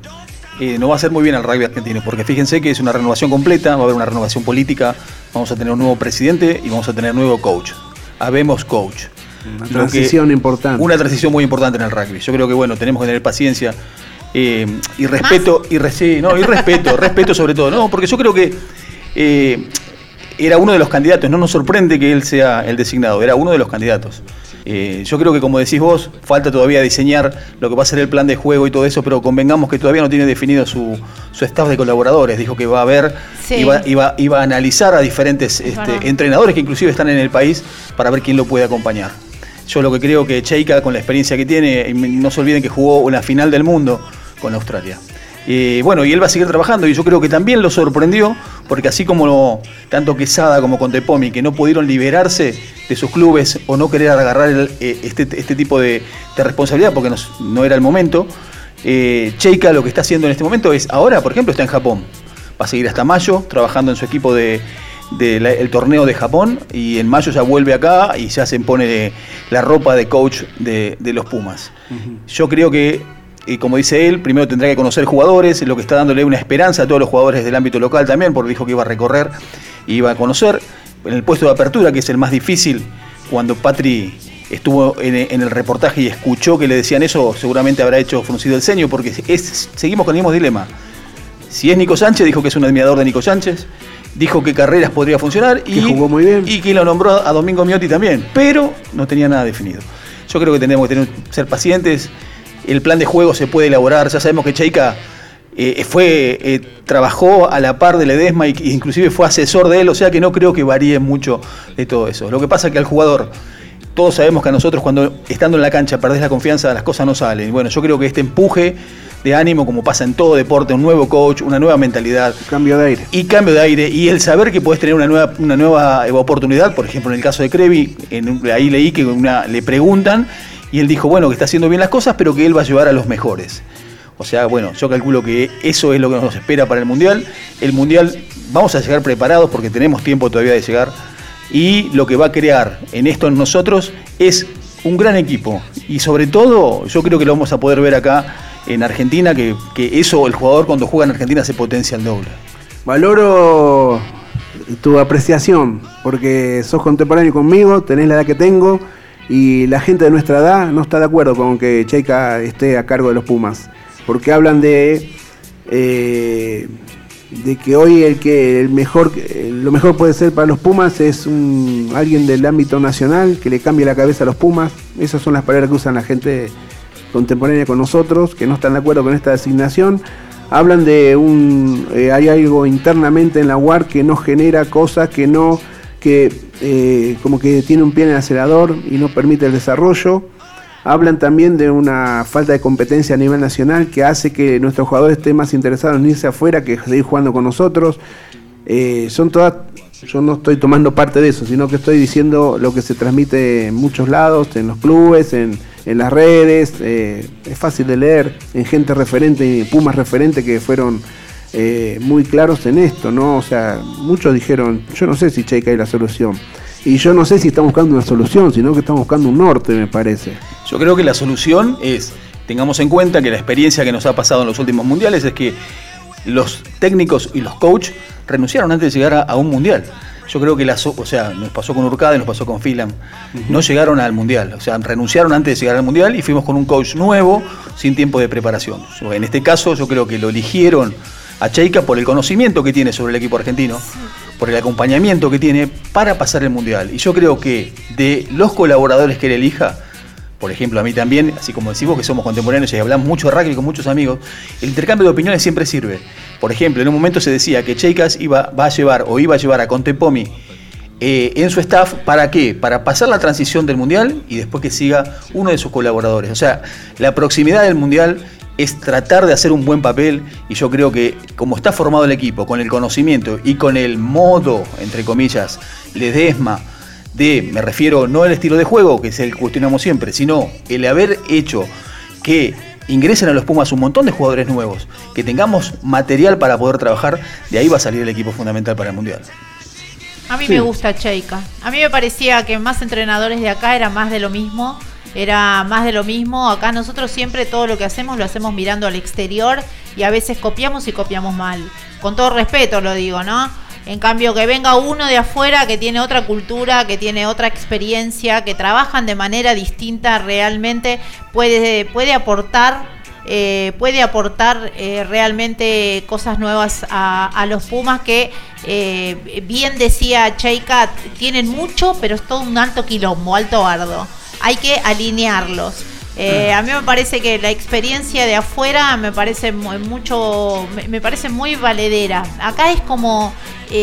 no va a hacer muy bien al rugby argentino, porque fíjense que es una renovación completa, va a haber una renovación política, vamos a tener un nuevo presidente y vamos a tener nuevo coach. Habemos coach. Una transición importante. Una transición muy importante en el rugby. Yo creo que bueno, tenemos que tener paciencia y respeto, respeto sobre todo, no, porque yo creo que era uno de los candidatos, no nos sorprende que él sea el designado, era uno de los candidatos. Yo creo que, como decís vos, falta todavía diseñar lo que va a ser el plan de juego y todo eso, pero convengamos que todavía no tiene definido su staff de colaboradores. Dijo que va a ver, iba a analizar a diferentes entrenadores que inclusive están en el país para ver quién lo puede acompañar. Yo lo que creo que Cheika, con la experiencia que tiene, y no se olviden que jugó una final del mundo con Australia. Bueno, y él va a seguir trabajando, y yo creo que también lo sorprendió, porque así como tanto Quesada como Contepomi, que no pudieron liberarse de sus clubes o no querer agarrar este tipo de responsabilidad porque no era el momento, Cheika lo que está haciendo en este momento es, ahora por ejemplo está en Japón, va a seguir hasta mayo trabajando en su equipo del torneo de Japón, y en mayo ya vuelve acá y ya se pone la ropa de coach de los Pumas. Yo creo que, como dice él, primero tendrá que conocer jugadores, lo que está dándole una esperanza a todos los jugadores del ámbito local también, porque dijo que iba a recorrer y iba a conocer. En el puesto de apertura, que es el más difícil, cuando Patri estuvo en el reportaje y escuchó que le decían eso, seguramente habrá hecho fruncido el ceño, porque seguimos con el mismo dilema. Si es Nico Sánchez, dijo que es un admirador de Nico Sánchez, dijo que Carreras podría funcionar y jugó muy bien, y que lo nombró a Domingo Miotti también, pero no tenía nada definido. Yo creo que tenemos que ser pacientes. El plan de juego se puede elaborar. Ya sabemos que Cheika trabajó a la par de Ledesma e inclusive fue asesor de él, o sea que no creo que varíe mucho de todo eso. Lo que pasa es que al jugador, todos sabemos que a nosotros cuando estando en la cancha perdés la confianza, las cosas no salen. Y bueno, yo creo que este empuje de ánimo, como pasa en todo deporte, un nuevo coach, una nueva mentalidad, cambio de aire, y el saber que podés tener una nueva oportunidad. Por ejemplo, en el caso de Crevi, ahí leí que le preguntan y él dijo, bueno, que está haciendo bien las cosas, pero que él va a llevar a los mejores. O sea, bueno, yo calculo que eso es lo que nos espera para el Mundial. El Mundial vamos a llegar preparados porque tenemos tiempo todavía de llegar, y lo que va a crear en esto en nosotros es un gran equipo, y sobre todo yo creo que lo vamos a poder ver acá en Argentina, que eso, el jugador cuando juega en Argentina se potencia al doble. Valoro tu apreciación, porque sos contemporáneo conmigo, tenés la edad que tengo, y la gente de nuestra edad no está de acuerdo con que Cheika esté a cargo de los Pumas, porque hablan de que hoy lo mejor puede ser para los Pumas es alguien del ámbito nacional que le cambie la cabeza a los Pumas. Esas son las palabras que usan la gente contemporánea con nosotros, que no están de acuerdo con esta designación. Hablan de hay algo internamente en la UAR que no genera cosas, como que tiene un pie en el acelerador y no permite el desarrollo. Hablan también de una falta de competencia a nivel nacional que hace que nuestros jugadores estén más interesados en irse afuera que seguir jugando con nosotros. Yo no estoy tomando parte de eso, sino que estoy diciendo lo que se transmite en muchos lados, en los clubes, en las redes. Es fácil de leer, en gente referente y Pumas referente que fueron muy claros en esto, ¿no? O sea, muchos dijeron, yo no sé si Cheika es la solución. Y yo no sé si estamos buscando una solución, sino que estamos buscando un norte, me parece. Yo creo que la solución es, tengamos en cuenta que la experiencia que nos ha pasado en los últimos mundiales es que los técnicos y los coaches renunciaron antes de llegar a un mundial. Yo creo que nos pasó con Urcade, nos pasó con Filam, no llegaron al mundial, o sea, renunciaron antes de llegar al mundial y fuimos con un coach nuevo, sin tiempo de preparación. En este caso yo creo que lo eligieron a Cheika por el conocimiento que tiene sobre el equipo argentino, por el acompañamiento que tiene para pasar el mundial. Y yo creo que de los colaboradores que él elija, por ejemplo, a mí también, así como decimos que somos contemporáneos y hablamos mucho de rugby con muchos amigos, el intercambio de opiniones siempre sirve. Por ejemplo, en un momento se decía que Cheika iba a llevar a Contepomi en su staff, ¿para qué? Para pasar la transición del mundial y después que siga uno de sus colaboradores. O sea, la proximidad del mundial es tratar de hacer un buen papel, y yo creo que como está formado el equipo, con el conocimiento y con el modo, entre comillas, Ledesma, me refiero no al estilo de juego, que es el que cuestionamos siempre, sino el haber hecho que ingresen a los Pumas un montón de jugadores nuevos, que tengamos material para poder trabajar, de ahí va a salir el equipo fundamental para el Mundial. A mí me gusta Cheika. A mí me parecía que más entrenadores de acá era más de lo mismo. era más de lo mismo. Acá nosotros siempre todo lo que hacemos lo hacemos mirando al exterior y a veces copiamos y copiamos mal. Con todo respeto lo digo, ¿no? En cambio, que venga uno de afuera que tiene otra cultura, que tiene otra experiencia, que trabajan de manera distinta, realmente puede aportar realmente cosas nuevas a los Pumas que, bien decía Cheika, tienen mucho, pero es todo un alto quilombo, alto bardo. Hay que alinearlos. A mí me parece que la experiencia de afuera me parece muy valedera. Acá es como,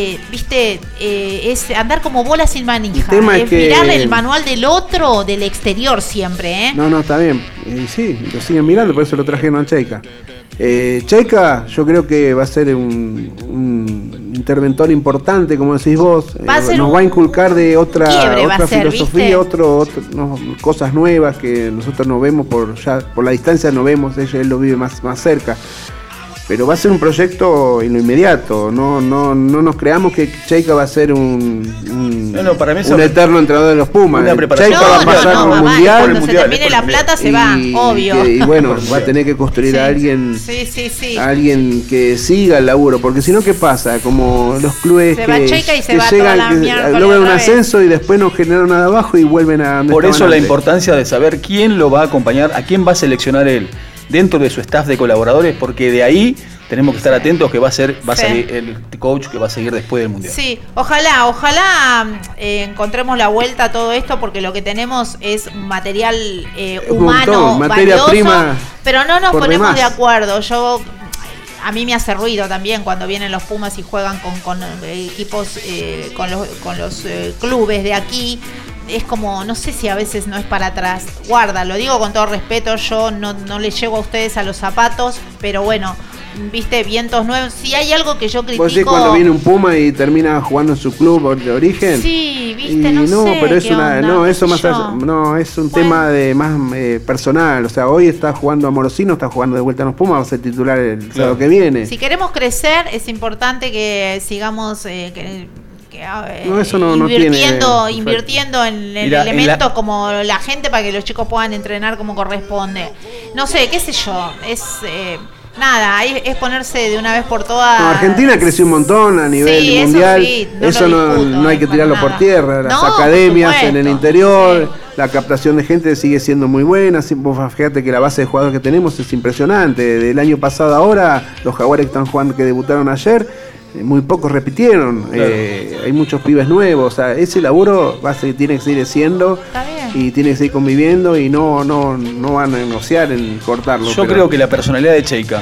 es andar como bola sin manija. Es mirar el manual del otro, del exterior siempre, ¿eh? No, está bien. Sí, lo siguen mirando, por eso lo trajeron a Cheika. Cheika, yo creo que va a ser un interventor importante, como decís vos. Nos va a inculcar de otra filosofía, cosas nuevas que nosotros no vemos por la distancia, no vemos, él lo vive más cerca. Pero va a ser un proyecto en lo inmediato. No nos creamos que Cheika va a ser un eterno entrenador de los Pumas. Cheika va a pasar por el Mundial. Cuando se termine la plata se va, obvio. Y bueno, va a tener que construir a alguien que siga el laburo. Porque si no, ¿qué pasa? Como los clubes que logran un ascenso y después no generan nada abajo y vuelven a... Por eso la importancia de saber quién lo va a acompañar, a quién va a seleccionar él dentro de su staff de colaboradores, porque de ahí tenemos que estar atentos que va a salir el coach que va a seguir después del Mundial. Sí, ojalá encontremos la vuelta a todo esto, porque lo que tenemos es material humano, materia valioso, prima, pero no nos ponemos de acuerdo. A mí me hace ruido también cuando vienen los Pumas y juegan con equipos, con los clubes de aquí. Es como, no sé si a veces no es para atrás. Guarda, lo digo con todo respeto, yo no les llego a ustedes a los zapatos, pero bueno, viste, vientos nuevos. Si hay algo que yo critico... ¿Vos decís cuando viene un Puma y termina jugando en su club de origen? Sí, viste, no sé pero es un tema de más personal. O sea, hoy está jugando a Morosino, está jugando de vuelta a los Pumas, va a ser titular el sábado que viene. Si queremos crecer, es importante que sigamos... invirtiendo en elementos como la gente para que los chicos puedan entrenar como corresponde. No sé, qué sé yo, es ponerse de una vez por todas. Argentina creció un montón a nivel mundial. Eso no hay que tirarlo por tierra. Las academias en el interior, la captación de gente sigue siendo muy buena. Vos fíjate que la base de jugadores que tenemos es impresionante. Del año pasado ahora, los Jaguares que están jugando, que debutaron ayer, muy pocos repitieron. Claro. Hay muchos pibes nuevos. O sea, ese laburo tiene que seguir siendo y tiene que seguir conviviendo y no van a negociar en cortarlo. Yo creo que la personalidad de Cheika,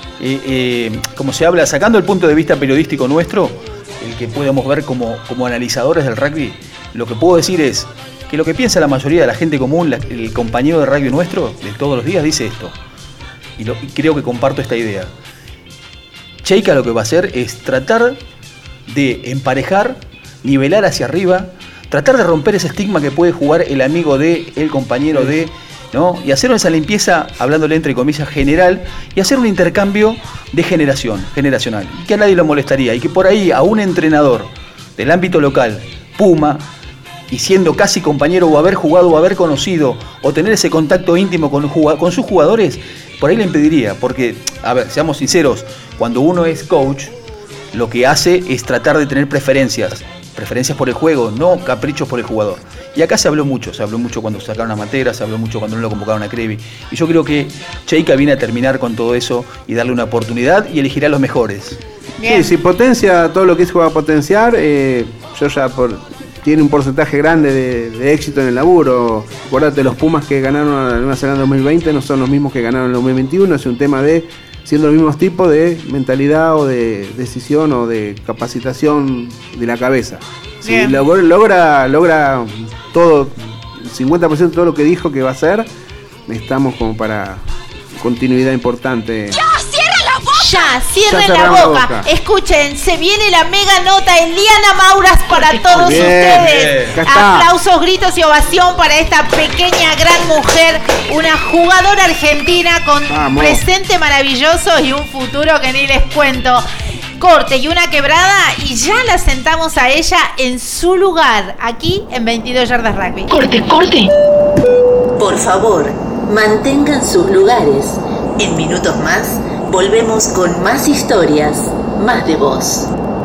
como se habla, sacando el punto de vista periodístico nuestro, el que podemos ver como analizadores del rugby, lo que puedo decir es que lo que piensa la mayoría de la gente común, el compañero de rugby nuestro de todos los días, dice esto. Y creo que comparto esta idea. Cheika lo que va a hacer es tratar de emparejar, nivelar hacia arriba, tratar de romper ese estigma que puede jugar el amigo de, el compañero de, ¿no? Y hacer esa limpieza, hablándole entre comillas, general, y hacer un intercambio de generacional, y que a nadie lo molestaría, y que por ahí a un entrenador del ámbito local, Puma, y siendo casi compañero o haber jugado o haber conocido o tener ese contacto íntimo con sus jugadores, por ahí le impediría, porque, a ver, seamos sinceros, cuando uno es coach, lo que hace es tratar de tener preferencias por el juego, no caprichos por el jugador. Y acá se habló mucho cuando sacaron a Matera, se habló mucho cuando no lo convocaron a Crevi. Y yo creo que Cheika viene a terminar con todo eso y darle una oportunidad y elegirá a los mejores. Sí, si potencia todo lo que se va a potenciar, tiene un porcentaje grande de éxito en el laburo. Acuérdate, los Pumas que ganaron a Nueva Zelanda en 2020 no son los mismos que ganaron en 2021, es un tema de siendo los mismos tipos de mentalidad o de decisión o de capacitación de la cabeza. Si logra todo, el 50% de todo lo que dijo que va a hacer, estamos como para continuidad importante. Cierren la boca. Escuchen, se viene la mega nota en Liana Mauras para todos ustedes. Aplausos, gritos y ovación para esta pequeña gran mujer, una jugadora argentina con presente maravilloso y un futuro que ni les cuento. Corte y una quebrada y ya la sentamos a ella en su lugar, aquí en 22 Yardas Rugby. Corte. Por favor, mantengan sus lugares. En minutos más, volvemos con más historias, más de voz.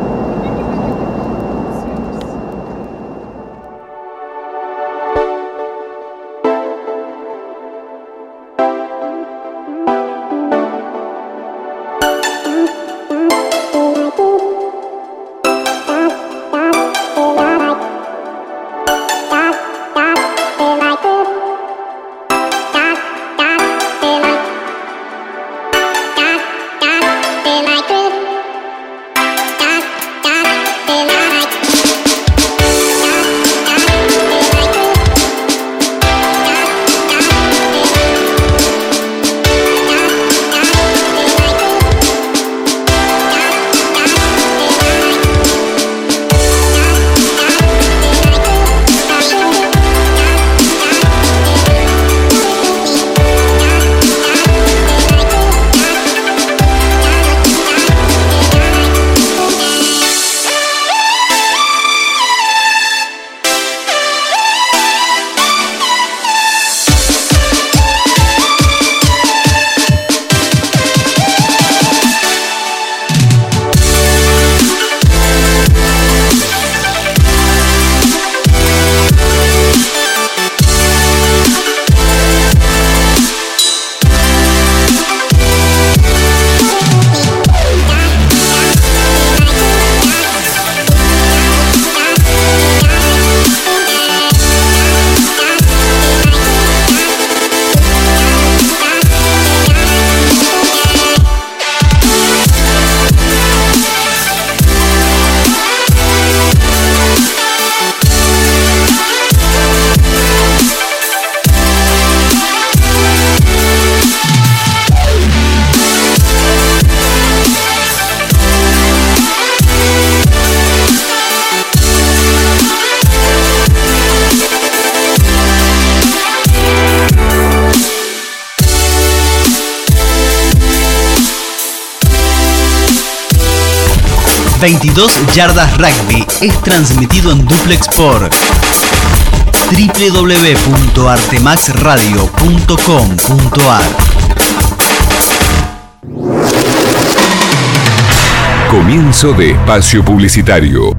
...22 Yardas Rugby es transmitido en duplex por www.artemaxradio.com.ar. Comienzo de espacio publicitario.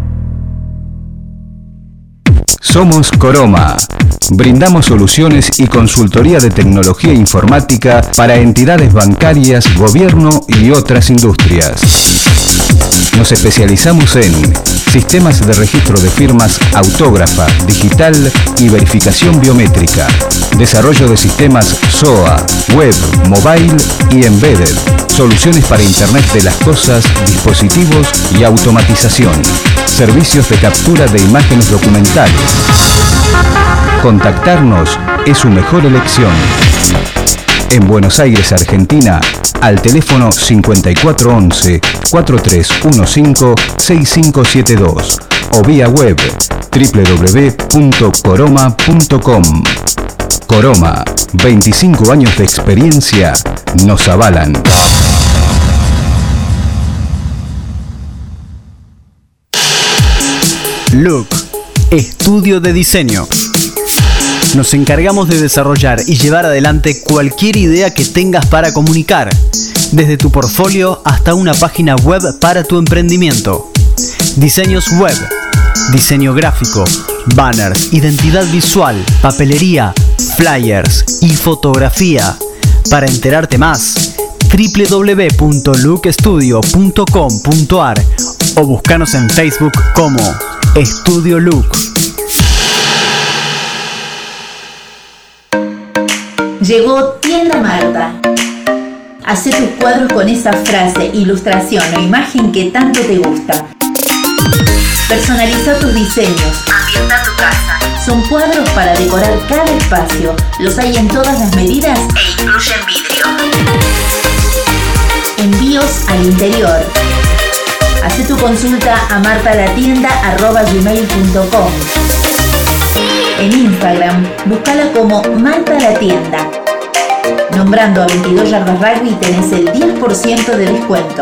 Somos Coroma. Brindamos soluciones y consultoría de tecnología informática para entidades bancarias, gobierno y otras industrias. Nos especializamos en sistemas de registro de firmas autógrafa, digital y verificación biométrica, desarrollo de sistemas SOA, web, mobile y embedded, soluciones para Internet de las cosas, dispositivos y automatización, servicios de captura de imágenes documentales. Contactarnos es su mejor elección. En Buenos Aires, Argentina, al teléfono 5411-4315-6572 o vía web www.coroma.com. Coroma, 25 años de experiencia nos avalan. Look, estudio de diseño. Nos encargamos de desarrollar y llevar adelante cualquier idea que tengas para comunicar, desde tu portfolio hasta una página web para tu emprendimiento. Diseños web, diseño gráfico, banners, identidad visual, papelería, flyers y fotografía. Para enterarte más, www.lookstudio.com.ar o búscanos en Facebook como Estudio Look. Llegó Tienda Marta. Hacé tus cuadros con esa frase, ilustración o imagen que tanto te gusta. Personaliza tus diseños. Ambienta tu casa. Son cuadros para decorar cada espacio. Los hay en todas las medidas e incluyen vidrio. Envíos al interior. Hacé tu consulta a martalatienda@gmail.com. En Instagram, búscala como Marta la Tienda. Nombrando a 22 Yardas Rugby tenés el 10% de descuento.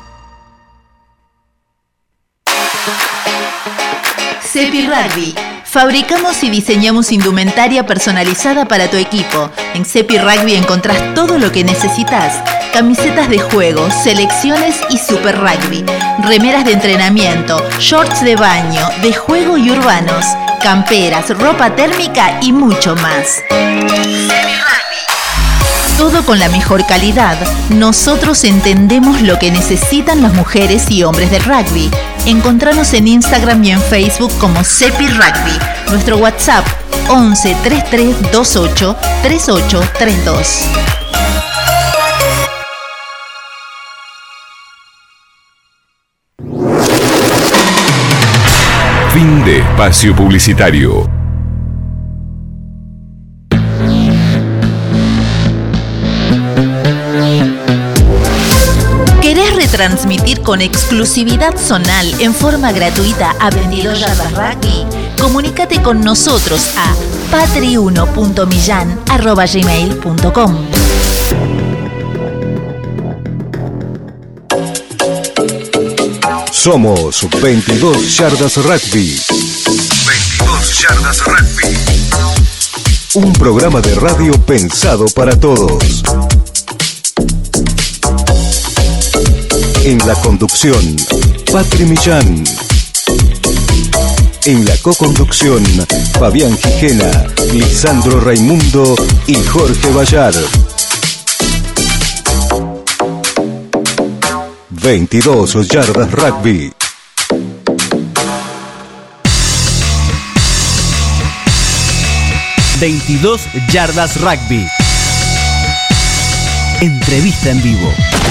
Cepi Rugby, Fabricamos y diseñamos indumentaria personalizada para tu equipo. En Cepi Rugby encontrás todo lo que necesitas. Camisetas de juego, selecciones y Super Rugby. Remeras de entrenamiento, shorts de baño, de juego y urbanos. Camperas, ropa térmica y mucho más. Todo con la mejor calidad. Nosotros entendemos lo que necesitan las mujeres y hombres del rugby. Encontranos en Instagram y en Facebook como Cepi Rugby. Nuestro WhatsApp 11 33 28 38 32. Fin de espacio publicitario. ¿Querés retransmitir con exclusividad zonal en forma gratuita a 22 yardas rugby? Comunícate con nosotros a patri1.millan@gmail.com. Somos 22 Yardas Rugby. 22 Yardas Rugby. Un programa de radio pensado para todos. En la conducción, Patri Millán. En la coconducción, Fabián Gijena, Lisandro Raimundo y Jorge Bayar. 22 Yardas Rugby. ...22 Yardas Rugby. Entrevista en vivo.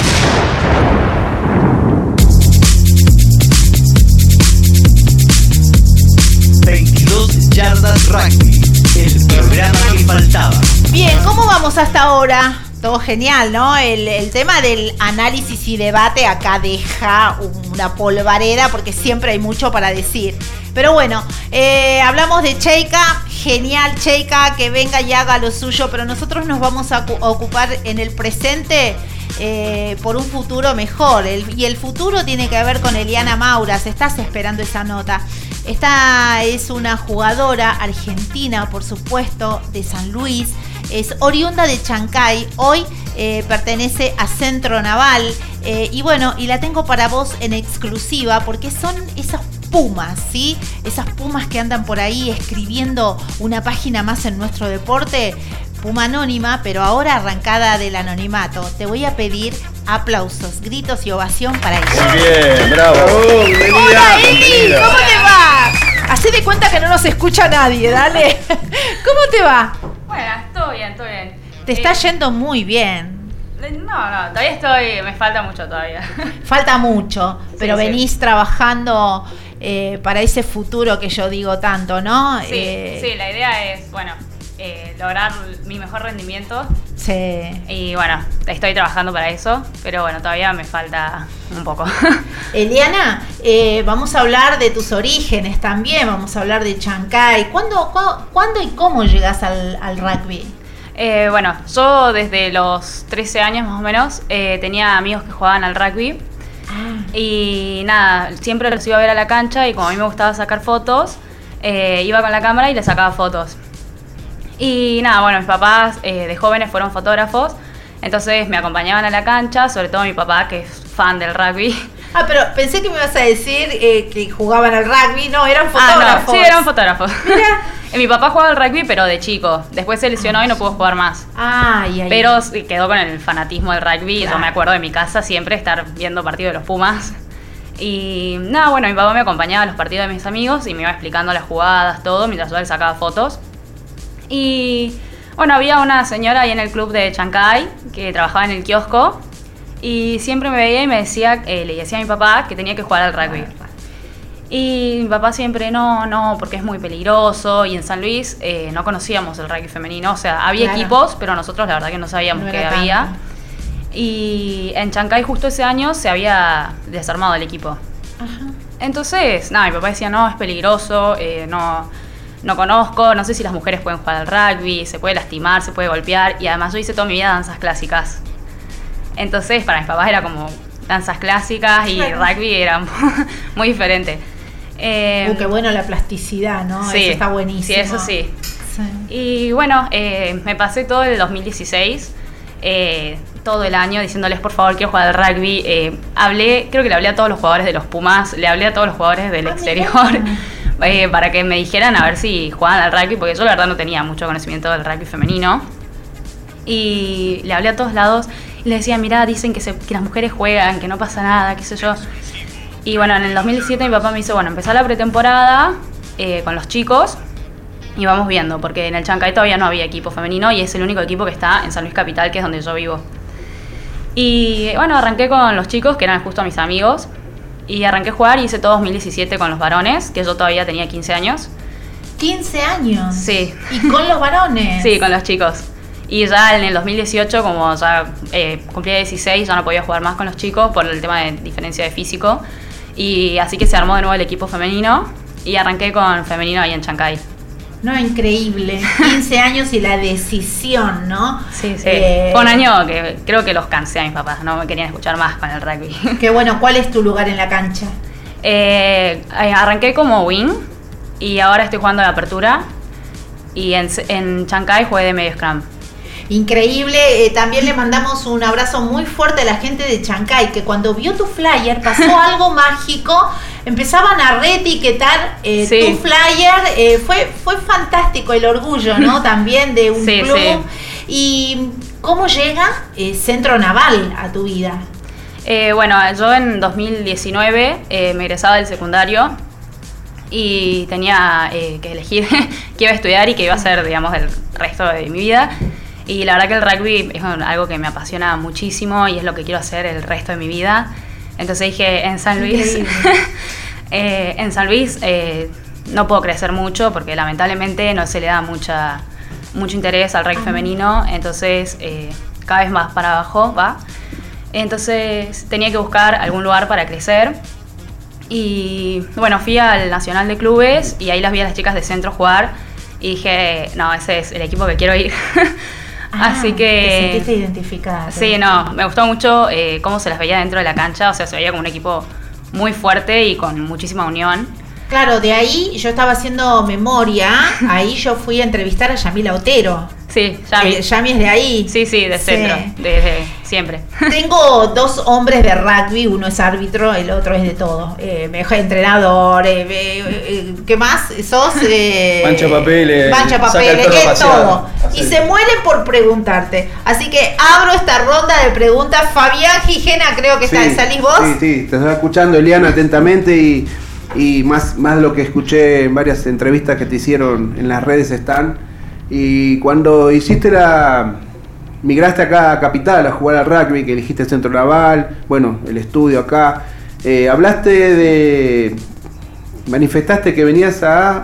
Yardas Rugby, el programa que faltaba. Bien, ¿cómo vamos hasta ahora? Todo genial, ¿no? El tema del análisis y debate acá deja una polvareda porque siempre hay mucho para decir. Pero bueno, hablamos de Cheika, genial Cheika, que venga y haga lo suyo, pero nosotros nos vamos a ocupar en el presente por un futuro mejor. Y el futuro tiene que ver con Eliana Mauras. Estás esperando esa nota. Esta es una jugadora argentina, por supuesto, de San Luis. Es oriunda de Chancay. Hoy pertenece a Centro Naval. Y bueno, y la tengo para vos en exclusiva porque son esas pumas, ¿sí? Esas pumas que andan por ahí escribiendo una página más en nuestro deporte. Puma anónima, pero ahora arrancada del anonimato. Te voy a pedir aplausos, gritos y ovación para ella. Muy bien, bravo. Hola Eli, ¿cómo te va? Hacé de cuenta que no nos escucha nadie, dale. ¿Cómo te va? Bueno, todo bien, todo bien. Te está yendo muy bien. No, todavía estoy, me falta mucho todavía. Falta mucho, pero Sí, sí. venís trabajando para ese futuro que yo digo tanto, ¿no? Sí, la idea es, bueno, lograr mi mejor rendimiento. Sí. Y bueno, estoy trabajando para eso, pero bueno, todavía me falta un poco. Eliana, vamos a hablar de tus orígenes también, vamos a hablar de Chancay. ¿Cuándo y cómo llegas al rugby? Bueno, yo desde los 13 años más o menos tenía amigos que jugaban al rugby. Y nada, siempre los iba a ver a la cancha y como a mí me gustaba sacar fotos, iba con la cámara y les sacaba fotos. Y nada, bueno, mis papás de jóvenes fueron fotógrafos, entonces me acompañaban a la cancha, sobre todo mi papá que es fan del rugby. Ah, pero pensé que me ibas a decir que jugaban al rugby, no, eran fotógrafos. No, sí, eran fotógrafos. Mira. Mi papá jugaba al rugby, pero de chico. Después se lesionó y no pudo jugar más. Pero quedó con el fanatismo del rugby. Claro. Yo me acuerdo de mi casa siempre estar viendo partidos de los Pumas. Y nada, bueno, mi papá me acompañaba a los partidos de mis amigos y me iba explicando las jugadas, todo, mientras yo le sacaba fotos. Y bueno, había una señora ahí en el club de Chancay que trabajaba en el kiosco y siempre me veía y me decía, le decía a mi papá que tenía que jugar al rugby. Y mi papá siempre, no, porque es muy peligroso. Y en San Luis no conocíamos el rugby femenino. O sea, había equipos, pero nosotros la verdad que no sabíamos que había. Y en Chancay justo ese año se había desarmado el equipo. Ajá. Entonces, nada, mi papá decía, no, es peligroso, no conozco, no sé si las mujeres pueden jugar al rugby, se puede lastimar, se puede golpear. Y además yo hice toda mi vida danzas clásicas. Entonces, para mis papás era como danzas clásicas y rugby era muy diferente. Qué bueno la plasticidad, ¿no? Sí, eso está buenísimo. Sí, eso sí. Y bueno, me pasé todo el 2016, todo el año diciéndoles por favor quiero jugar al rugby. Creo que le hablé a todos los jugadores de los Pumas, le hablé a todos los jugadores del exterior para que me dijeran a ver si jugaban al rugby, porque yo la verdad no tenía mucho conocimiento del rugby femenino. Y le hablé a todos lados y le decía, mirá, dicen que las mujeres juegan, que no pasa nada, qué sé yo. Y bueno, en el 2017 mi papá me hizo, empezar la pretemporada con los chicos y vamos viendo, porque en el Chancay todavía no había equipo femenino y es el único equipo que está en San Luis Capital, que es donde yo vivo. Y bueno, arranqué con los chicos, que eran justo mis amigos, y arranqué a jugar y hice todo 2017 con los varones, que yo todavía tenía 15 años. ¿15 años? Sí. ¿Y con los varones? Sí, con los chicos. Y ya en el 2018, como ya cumplía 16, ya no podía jugar más con los chicos por el tema de diferencia de físico. Y así que se armó de nuevo el equipo femenino y arranqué con femenino ahí en Chancay. No, increíble. 15 años y la decisión, ¿no? Sí, sí. Fue un año que creo que los cansé a mis papás, no me querían escuchar más con el rugby. Qué bueno, ¿cuál es tu lugar en la cancha? Arranqué como wing y ahora estoy jugando de apertura. Y en Chancay jugué de medio scrum. Increíble, también le mandamos un abrazo muy fuerte a la gente de Chancay, que cuando vio tu flyer pasó algo mágico, empezaban a reetiquetar tu flyer, fue fantástico el orgullo, ¿no? También de un club. Sí. ¿Y cómo llega Centro Naval a tu vida? Bueno, yo en 2019 me egresaba del secundario y tenía que elegir qué iba a estudiar y qué iba a hacer, digamos, el resto de mi vida. Y la verdad que el rugby es algo que me apasiona muchísimo y es lo que quiero hacer el resto de mi vida. Entonces dije, en San Luis, no puedo crecer mucho porque lamentablemente no se le da mucho interés al rugby femenino. Entonces cada vez más para abajo va. Entonces tenía que buscar algún lugar para crecer. Y bueno, fui al Nacional de Clubes y ahí las vi a las chicas de centro jugar. Y dije, no, ese es el equipo que quiero ir. Así que... ¿Te sentiste identificada? Sí, no, me gustó mucho cómo se las veía dentro de la cancha. O sea, se veía como un equipo muy fuerte y con muchísima unión. Claro, de ahí yo estaba haciendo memoria. Ahí yo fui a entrevistar a Yamila Otero. Sí, Yami. Yami es de ahí. Sí, de centro, desde siempre. Tengo dos hombres de rugby, uno es árbitro, el otro es de todo. Mejor entrenador, ¿qué más? Sos mancha papeles, todo. Y se mueren por preguntarte. Así que abro esta ronda de preguntas. Fabián Gijena, creo que salís vos. Sí, te estaba escuchando, Eliana, atentamente y más lo que escuché en varias entrevistas que te hicieron en las redes están. Y cuando migraste acá a Capital a jugar al rugby, que elegiste el Centro Naval, bueno, el estudio acá, manifestaste que venías a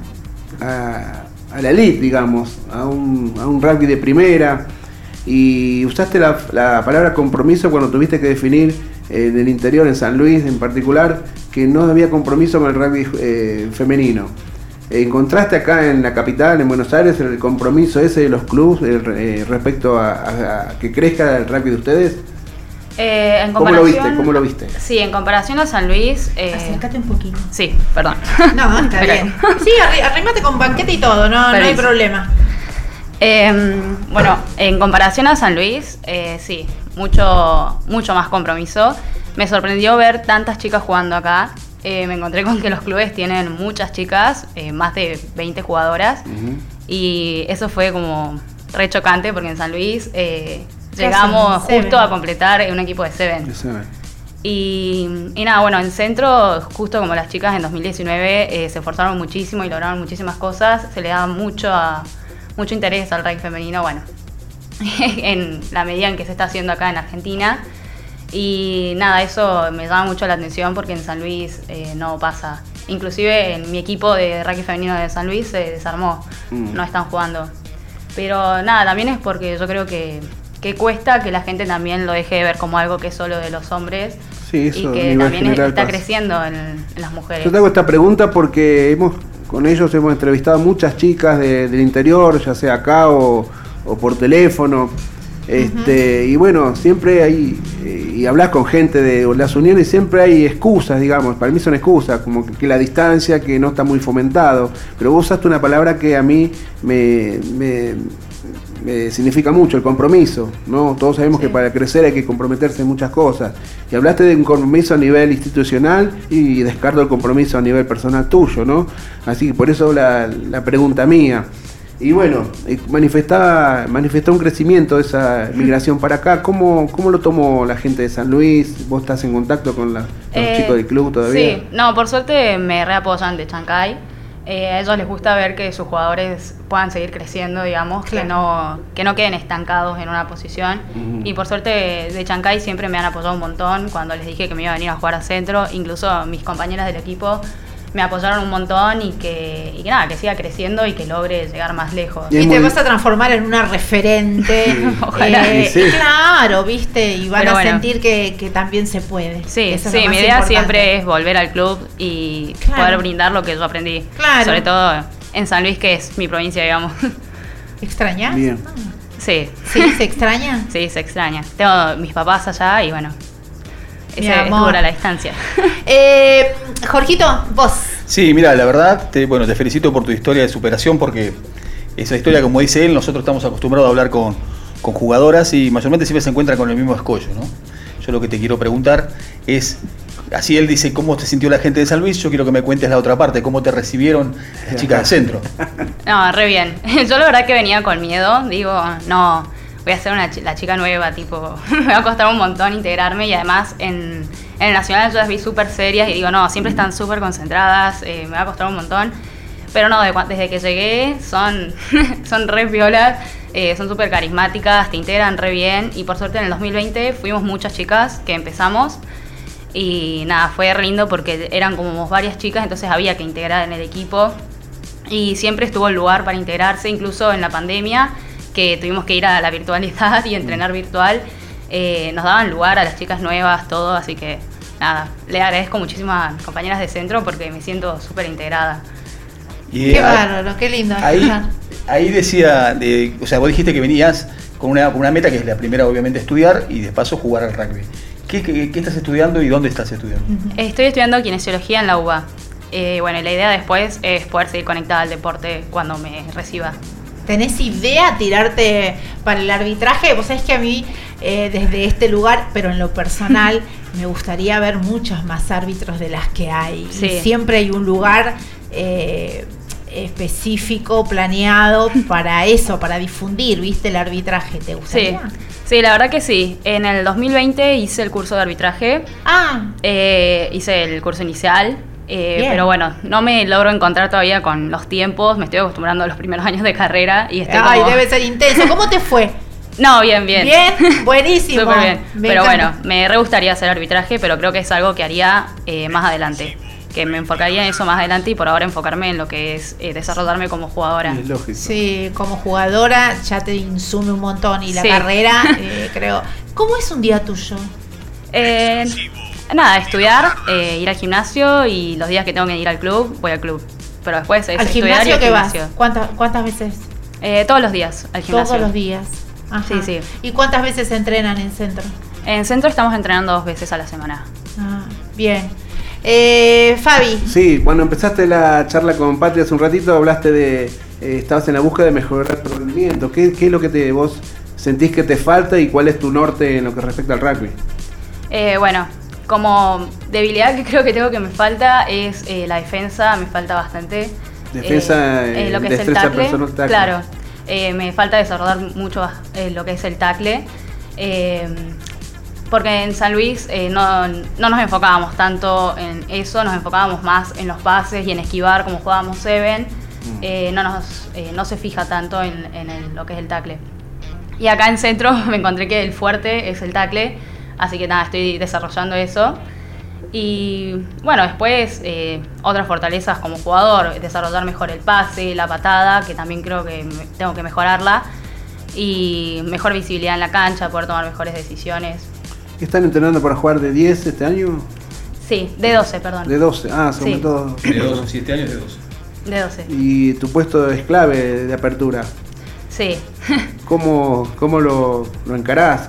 la elite, digamos, a un rugby de primera, y usaste la palabra compromiso cuando tuviste que definir en el interior, en San Luis en particular, que no había compromiso con el rugby femenino. ¿Encontraste acá en la capital, en Buenos Aires, el compromiso ese de los clubes respecto a que crezca el rugby de ustedes? ¿Cómo lo viste? Sí, en comparación a San Luis... Acércate un poquito. Sí, perdón. No, está bien. Sí, arrímate con banquete y todo, no hay problema. Bueno, en comparación a San Luis, sí, mucho más compromiso. Me sorprendió ver tantas chicas jugando acá. Me encontré con que los clubes tienen muchas chicas, más de 20 jugadoras. Uh-huh. Y eso fue como re chocante porque en San Luis llegamos justo a completar un equipo de Seven. Y nada, bueno, en centro, justo como las chicas en 2019 se esforzaron muchísimo y lograron muchísimas cosas, se le daba mucho interés al rugby femenino, bueno, en la medida en que se está haciendo acá en Argentina. Y nada, eso me llama mucho la atención porque en San Luis no pasa. Inclusive en mi equipo de rugby femenino de San Luis se desarmó, no están jugando. Pero nada, también es porque yo creo que cuesta que la gente también lo deje de ver como algo que es solo de los hombres. Sí, eso, y que también está creciendo en las mujeres. Yo te hago esta pregunta porque con ellos hemos entrevistado muchas chicas del interior, ya sea acá o por teléfono. Y bueno, siempre hay, y hablas con gente de las uniones, siempre hay excusas, digamos, para mí son excusas, como que la distancia, que no está muy fomentado, pero vos usaste una palabra que a mí me significa mucho, el compromiso, ¿no? Todos sabemos que para crecer hay que comprometerse en muchas cosas, y hablaste de un compromiso a nivel institucional y descarto el compromiso a nivel personal tuyo, ¿no? Así que por eso la pregunta mía. Y bueno, manifestó un crecimiento de esa migración para acá. ¿Cómo lo tomó la gente de San Luis? ¿Vos estás en contacto con los chicos del club todavía? Sí, no, por suerte me reapoyan de Chancay. A ellos les gusta ver que sus jugadores puedan seguir creciendo, digamos, claro. que no queden estancados en una posición. Y por suerte de Chancay siempre me han apoyado un montón cuando les dije que me iba a venir a jugar a centro. Incluso mis compañeras del equipo me apoyaron un montón y que siga creciendo y que logre llegar más lejos. Y te vas a transformar en una referente. Ojalá. Claro, viste, y van a sentir que también se puede. Sí, mi idea siempre es volver al club y poder brindar lo que yo aprendí. Claro. Sobre todo en San Luis, que es mi provincia, digamos. ¿Extrañas? Bien. Sí. ¿Sí? ¿Se extraña? Sí, se extraña. Tengo mis papás allá y bueno, es dura la distancia. Jorgito, vos. Sí, mira, la verdad, te felicito por tu historia de superación, porque esa historia, como dice él, nosotros estamos acostumbrados a hablar con jugadoras y mayormente siempre se encuentran con el mismo escollo, ¿no? Yo lo que te quiero preguntar es, así él dice, ¿cómo te sintió la gente de San Luis? Yo quiero que me cuentes la otra parte, ¿cómo te recibieron las chicas del centro? No, re bien. Yo la verdad que venía con miedo, digo, no, voy a ser la chica nueva, tipo, me va a costar un montón integrarme, y además en el Nacional yo las vi súper serias y digo, no, siempre están súper concentradas, me va a costar un montón. Pero no, desde que llegué son re violas, son súper carismáticas, te integran re bien, y por suerte en el 2020 fuimos muchas chicas que empezamos y nada, fue re lindo porque eran como varias chicas, entonces había que integrar en el equipo y siempre estuvo el lugar para integrarse, incluso en la pandemia, que tuvimos que ir a la virtualidad y entrenar virtual, nos daban lugar a las chicas nuevas, todo, así que nada, le agradezco muchísimo a mis compañeras de centro porque me siento súper integrada. Qué bárbaro, qué lindo. Ahí decía, o sea, vos dijiste que venías con una meta que es la primera, obviamente, estudiar y de paso jugar al rugby. ¿Qué estás estudiando y dónde estás estudiando? Estoy estudiando kinesiología en la UBA. Bueno, y la idea después es poder seguir conectada al deporte cuando me reciba. ¿Tenés idea tirarte para el arbitraje? Vos sabés que a mí, desde este lugar, pero en lo personal, me gustaría ver muchos más árbitros de las que hay. Sí. Y siempre hay un lugar específico, planeado para eso, para difundir, ¿viste? El arbitraje, ¿te gustaría? Sí, la verdad que sí. En el 2020 hice el curso de arbitraje. Hice el curso inicial. Pero bueno, no me logro encontrar todavía con los tiempos. Me estoy acostumbrando a los primeros años de carrera y debe ser intenso. ¿Cómo te fue? No, bien. Bien, buenísimo. Súper bien. Pero encanta. bueno, me re gustaría hacer arbitraje, pero creo que es algo que haría más adelante. Que me enfocaría en eso más adelante y por ahora enfocarme en lo que es desarrollarme como jugadora. Es lógico. Sí, como jugadora ya te insume un montón y la carrera, creo. ¿Cómo es un día tuyo? Nada, estudiar, ir al gimnasio y los días que tengo que ir al club, voy al club. Pero después es ¿al estudiar gimnasio y al gimnasio? ¿Cuántas veces? Todos los días al gimnasio. Todos los días. Ajá. Sí. ¿Y cuántas veces entrenan en centro? En centro estamos entrenando 2 veces a la semana. Bien. Fabi. Sí, cuando empezaste la charla con Patri hace un ratito hablaste de estabas en la búsqueda de mejorar tu rendimiento. ¿Qué es lo que vos sentís que te falta y cuál es tu norte en lo que respecta al rugby? Bueno, como debilidad que creo que tengo que me falta es la defensa, me falta bastante. Defensa, lo que es el tackle. Claro, me falta desarrollar mucho lo que es el tackle. Porque en San Luis no nos enfocábamos tanto en eso, nos enfocábamos más en los pases y en esquivar como jugábamos Seven. No se fija tanto en lo que es el tackle. Y acá en centro me encontré que el fuerte es el tackle, así que nada, estoy desarrollando eso. Y bueno, después otras fortalezas como jugador, desarrollar mejor el pase, la patada, que también creo que tengo que mejorarla. Y mejor visibilidad en la cancha, poder tomar mejores decisiones. ¿Están entrenando para jugar de 10 este año? Sí, de 12, perdón. De 12, sobre todo. De 12, 7 años de 12. De 12. Y tu puesto es clave de apertura. Sí, Sí. ¿Cómo lo encarás?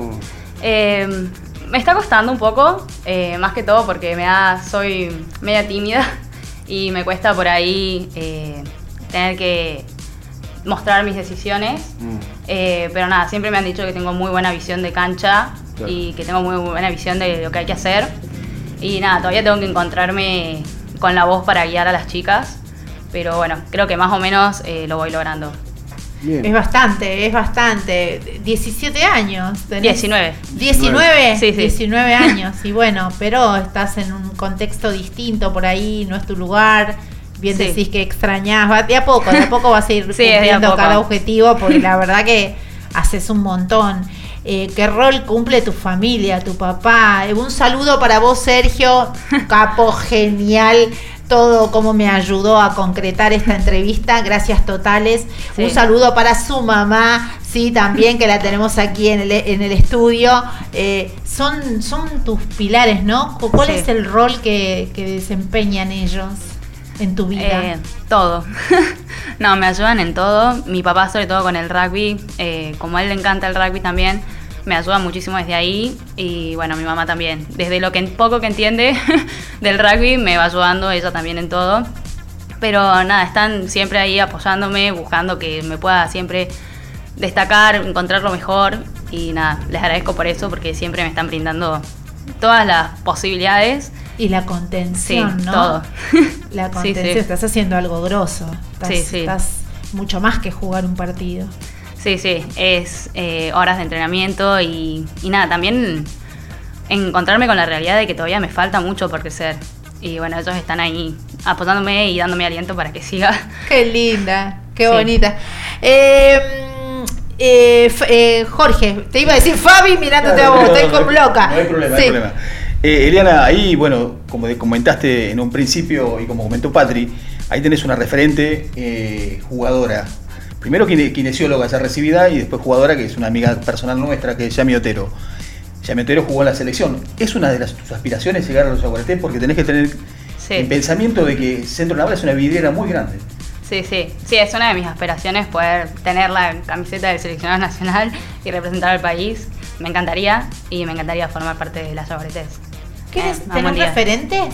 Me está costando un poco, más que todo porque soy media tímida y me cuesta por ahí tener que mostrar mis decisiones. Pero nada, siempre me han dicho que tengo muy buena visión de cancha, claro, y que tengo muy buena visión de lo que hay que hacer. Y nada, todavía tengo que encontrarme con la voz para guiar a las chicas, pero bueno, creo que más o menos lo voy logrando. Bien. Es bastante. 17 años. ¿Tenés? 19. ¿19? Sí. 19 años. Y bueno, pero estás en un contexto distinto por ahí, no es tu lugar. Bien, sí, decís que extrañás. De a poco vas a ir cumpliendo cada objetivo, porque la verdad que haces un montón. ¿Qué rol cumple tu familia, tu papá? Un saludo para vos, Sergio, capo, genial. Todo cómo me ayudó a concretar esta entrevista, gracias totales. Sí. Un saludo para su mamá, sí, también, que la tenemos aquí en el estudio. Son tus pilares, ¿no? ¿Cuál es el rol que desempeñan ellos en tu vida? Todo. No, me ayudan en todo. Mi papá sobre todo con el rugby, como a él le encanta el rugby también, me ayuda muchísimo desde ahí. Y bueno, mi mamá también. Desde lo que poco que entiende del rugby me va ayudando ella también en todo. Pero nada, están siempre ahí apoyándome, buscando que me pueda siempre destacar, encontrar lo mejor. Y nada, les agradezco por eso, porque siempre me están brindando todas las posibilidades. Y la contención, sí, ¿no? Todo. La contención, sí. Estás haciendo algo grosso. Estás mucho más que jugar un partido. Sí, es horas de entrenamiento y nada, también encontrarme con la realidad de que todavía me falta mucho por crecer. Y bueno, ellos están ahí apoyándome y dándome aliento para que siga. Qué linda, qué bonita. Jorge, te iba a decir Fabi mirándote a vos, estoy como loca. No hay problema, no hay problema. Eliana, ahí, bueno, como comentaste en un principio y como comentó Patri, ahí tenés una referente jugadora. Primero kinesióloga ya recibida y después jugadora, que es una amiga personal nuestra, que es Yami Otero. Yami Otero jugó en la selección. ¿Es una de tus aspiraciones llegar a los Yaguareté? Porque tenés que tener el pensamiento de que Centro Naval es una vidriera muy grande. Sí, es una de mis aspiraciones poder tener la camiseta del seleccionado nacional y representar al país. Me encantaría formar parte de las Yaguaretés. ¿Tenés referentes?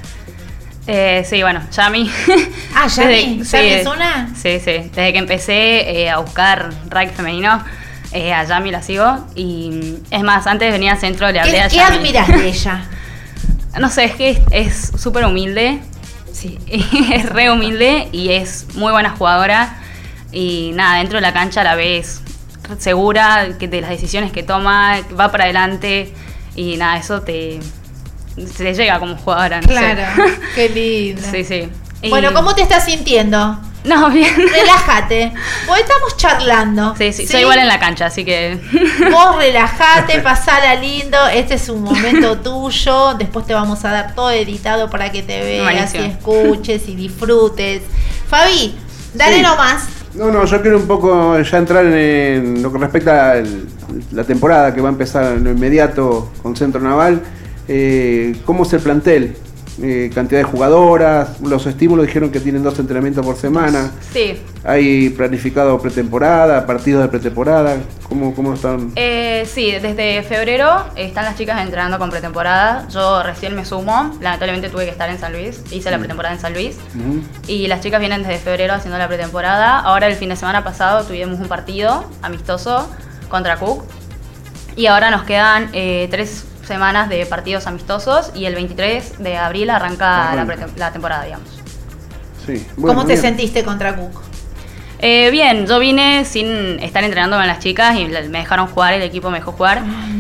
Sí, bueno, Yami. ¿Yami? ¿Yami es una? Sí. Desde que empecé a buscar rugby femenino, a Yami la sigo. Y es más, antes venía al centro, le hablé a Yami. ¿Qué admiras de ella? No sé, es que es súper humilde. Sí. Es re humilde y es muy buena jugadora. Y nada, dentro de la cancha la ves segura de las decisiones que toma, va para adelante. Y nada, eso se le llega como jugadora, no claro, sé. Qué lindo. Sí. Bueno, ¿cómo te estás sintiendo? No, bien. Relájate. Vos estamos charlando. Sí, soy igual en la cancha, así que... Vos relájate, pasala lindo. Este es un momento tuyo. Después te vamos a dar todo editado para que te veas y escuches y disfrutes. Fabi, dale nomás. No, yo quiero un poco ya entrar en lo que respecta a la temporada que va a empezar en lo inmediato con Centro Naval. ¿Cómo es el plantel? Cantidad de jugadoras, los estímulos dijeron que tienen 2 entrenamientos por semana. Sí. ¿Hay planificado pretemporada, partidos de pretemporada? ¿Cómo están? Sí, desde febrero están las chicas entrenando con pretemporada. Yo recién me sumo, lamentablemente tuve que estar en San Luis, hice la pretemporada en San Luis. Y las chicas vienen desde febrero haciendo la pretemporada. Ahora el fin de semana pasado tuvimos un partido amistoso contra Cook. Y ahora nos quedan 3 semanas de partidos amistosos y el 23 de abril arranca la temporada, digamos. Sí. Bueno, ¿Cómo te sentiste contra Cook? Bien, yo vine sin estar entrenándome con las chicas y me dejaron jugar, el equipo me dejó jugar.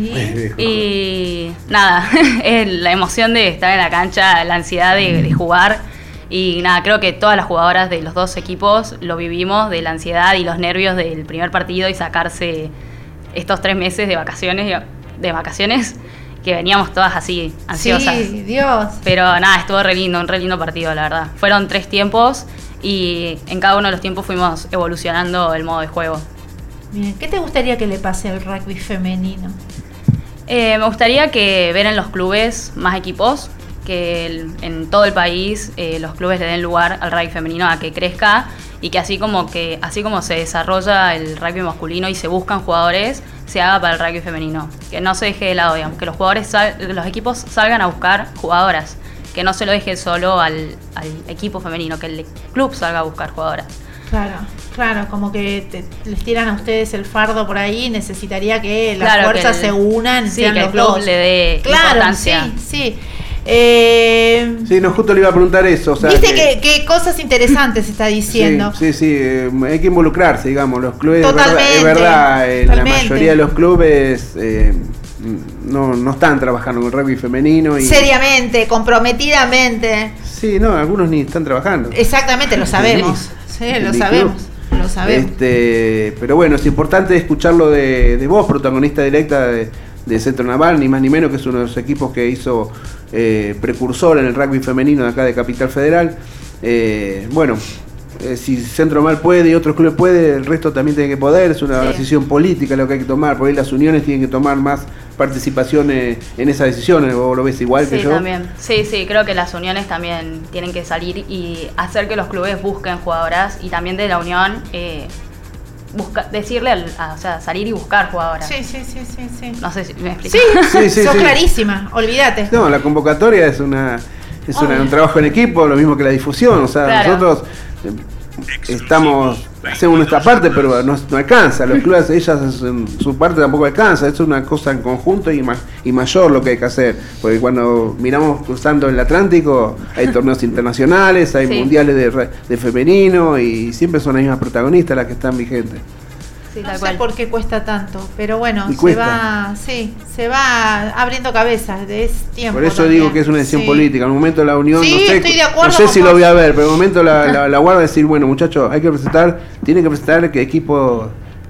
Y nada, la emoción de estar en la cancha, la ansiedad de jugar. Y nada, creo que todas las jugadoras de los 2 equipos lo vivimos, de la ansiedad y los nervios del primer partido y sacarse estos 3 meses de vacaciones que veníamos todas así, ansiosas. Sí, Dios. Pero nada, estuvo un re lindo partido, la verdad. Fueron 3 tiempos y en cada uno de los tiempos fuimos evolucionando el modo de juego. Bien, ¿qué te gustaría que le pase al rugby femenino? Me gustaría que ver en los clubes más equipos, que en todo el país los clubes le den lugar al rugby femenino a que crezca y que así como se desarrolla el rugby masculino y se buscan jugadores, se haga para el rugby femenino, que no se deje de lado, digamos, que los los equipos salgan a buscar jugadoras, que no se lo deje solo al equipo femenino, que el club salga a buscar jugadoras. Claro, como que les tiran a ustedes el fardo por ahí, necesitaría que las fuerzas se unan, sí, que el club le dé importancia. Sí. Sí, no, justo le iba a preguntar eso. O sea, viste que cosas interesantes está diciendo. Sí, hay que involucrarse, digamos, los clubes. Totalmente, es verdad, la mayoría de los clubes no están trabajando con el rugby femenino. Seriamente, comprometidamente. Sí, no, algunos ni están trabajando. Exactamente, lo sabemos. Sí, lo sabemos. Pero bueno, es importante escucharlo de vos, protagonista directa de Centro Naval, ni más ni menos, que es uno de los equipos que hizo precursor en el rugby femenino de acá de Capital Federal. Si Centro Naval puede y otros clubes pueden, el resto también tiene que poder. Es una decisión política lo que hay que tomar. Por ahí las uniones tienen que tomar más participación en esas decisiones. ¿Vos lo ves igual que yo? También. Sí, creo que las uniones también tienen que salir y hacer que los clubes busquen jugadoras, y también de la unión decirle, salir y buscar jugadoras. Sí. No sé si me explico. Sí, sos clarísima, olvídate. No, la convocatoria es un trabajo en equipo, lo mismo que la difusión. O sea, nosotros hacemos nuestra parte, pero no alcanza. Los clubes, ellas en su parte tampoco alcanza. Es una cosa en conjunto y mayor lo que hay que hacer. Porque cuando miramos cruzando el Atlántico, hay torneos internacionales, hay mundiales de femenino, y siempre son las mismas protagonistas las que están vigentes. No sé por qué cuesta tanto, pero bueno, se va abriendo cabezas, es tiempo. Por eso también. digo que es una decisión política. En un momento la unión, estoy de acuerdo, no sé si lo voy a ver, pero en un momento la guarda decir, bueno, muchachos, tiene que presentar que equipo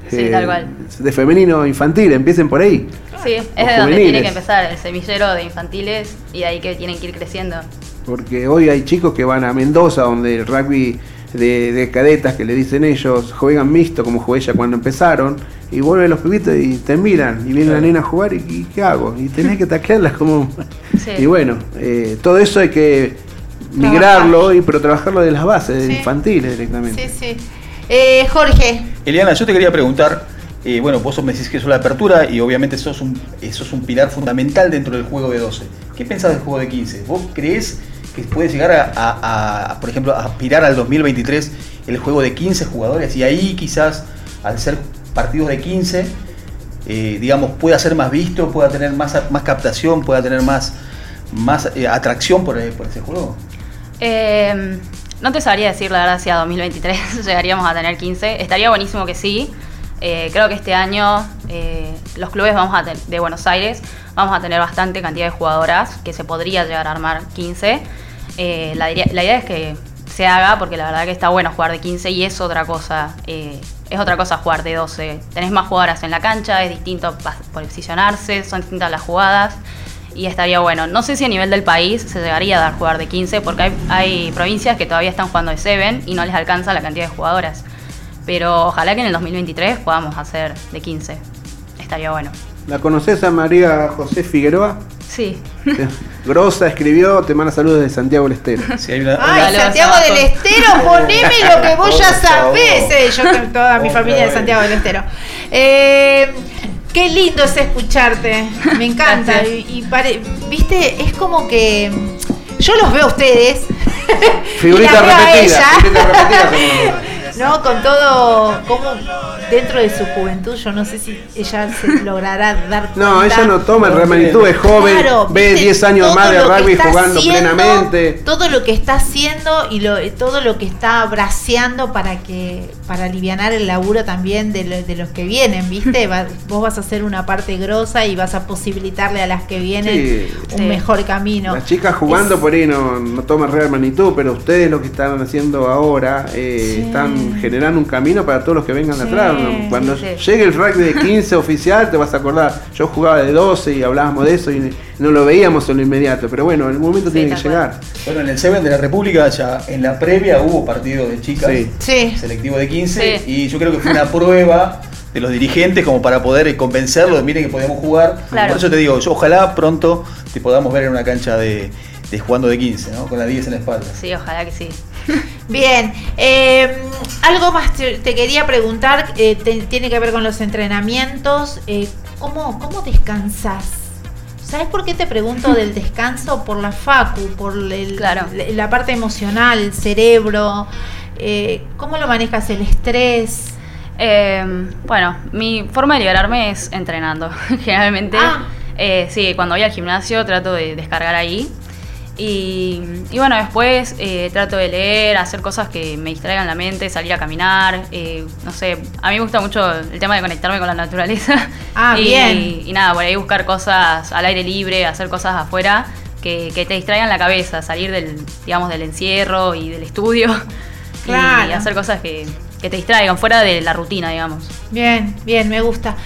de femenino infantil, empiecen por ahí. Sí, es de donde tiene que empezar, el semillero de infantiles, y de ahí que tienen que ir creciendo. Porque hoy hay chicos que van a Mendoza, donde el rugby de cadetas, que le dicen ellos, juegan mixto como jugué ella cuando empezaron, y vuelven los pibitos y te miran, y viene la nena a jugar, y ¿qué hago? Y tenés que taclearlas como... Y bueno, todo eso hay que migrarlo, pero trabajarlo de las bases, de infantiles directamente. Jorge. Eliana, yo te quería preguntar, vos me decís que sos la apertura, y obviamente sos un pilar fundamental dentro del juego de 12. ¿Qué pensás del juego de 15? ¿Vos creés que puede llegar por ejemplo, a aspirar al 2023 el juego de 15 jugadores, y ahí quizás, al ser partidos de 15, digamos, pueda ser más visto, pueda tener más captación, pueda tener más atracción por ese juego? No te sabría decir la verdad si a 2023 llegaríamos a tener 15. Estaría buenísimo que sí. Creo que este año los clubes de Buenos Aires vamos a tener bastante cantidad de jugadoras, que se podría llegar a armar 15. La idea es que se haga, porque la verdad que está bueno jugar de 15, y es otra cosa jugar de 12. Tenés más jugadoras en la cancha, es distinto posicionarse, son distintas las jugadas, y estaría bueno. No sé si a nivel del país se llegaría a dar jugar de 15, porque hay provincias que todavía están jugando de 7 y no les alcanza la cantidad de jugadoras. Pero ojalá que en el 2023 podamos hacer de 15. Estaría bueno. ¿La conocés a María José Figueroa? Sí. Grosa escribió, te manda saludos de Santiago del Estero. Santiago del Estero, poneme lo que vos ya sabés. Yo con toda mi familia de Santiago del Estero. Qué lindo es escucharte, me encanta. Viste, es como que yo los veo a ustedes. Figurita repetida. ¿No? Con todo, como dentro de su juventud, yo no sé si ella se logrará dar cuenta. No, ella no toma el magnitud, es joven, ve 10 años más de rugby jugando plenamente. Todo lo que está haciendo y todo lo que está braceando para alivianar el laburo también de los que vienen, ¿viste? Vos vas a hacer una parte grosa y vas a posibilitarle a las que vienen un mejor camino. Las chicas jugando por ahí no toman real magnitud, pero ustedes lo que están haciendo ahora están generando un camino para todos los que vengan de atrás. Cuando llegue el rugby de 15 oficial, te vas a acordar. Yo jugaba de 12 y hablábamos de eso y no lo veíamos en lo inmediato, pero bueno, el momento tiene que llegar. Bueno, en el 7 de la República, ya en la previa hubo partido de chicas, selectivo de 15, y yo creo que fue una prueba de los dirigentes como para poder convencerlos de miren que podemos jugar. Claro. Por eso te digo, ojalá pronto te podamos ver en una cancha de jugando de 15, ¿no? Con la 10 en la espalda. Sí, ojalá que sí. Bien, algo más te quería preguntar, tiene que ver con los entrenamientos. ¿Cómo descansás? ¿Sabes por qué te pregunto del descanso? Por la facu, por la parte emocional, el cerebro. ¿Cómo lo manejas el estrés? Bueno, mi forma de liberarme es entrenando, generalmente. Sí, cuando voy al gimnasio trato de descargar ahí. Y bueno, después trato de leer, hacer cosas que me distraigan la mente, salir a caminar. No sé, a mí me gusta mucho el tema de conectarme con la naturaleza. Bien. Y nada, por ahí buscar cosas al aire libre, hacer cosas afuera que te distraigan la cabeza, salir del encierro y del estudio. Claro. Y hacer cosas que te distraigan, fuera de la rutina, digamos. Bien, me gusta.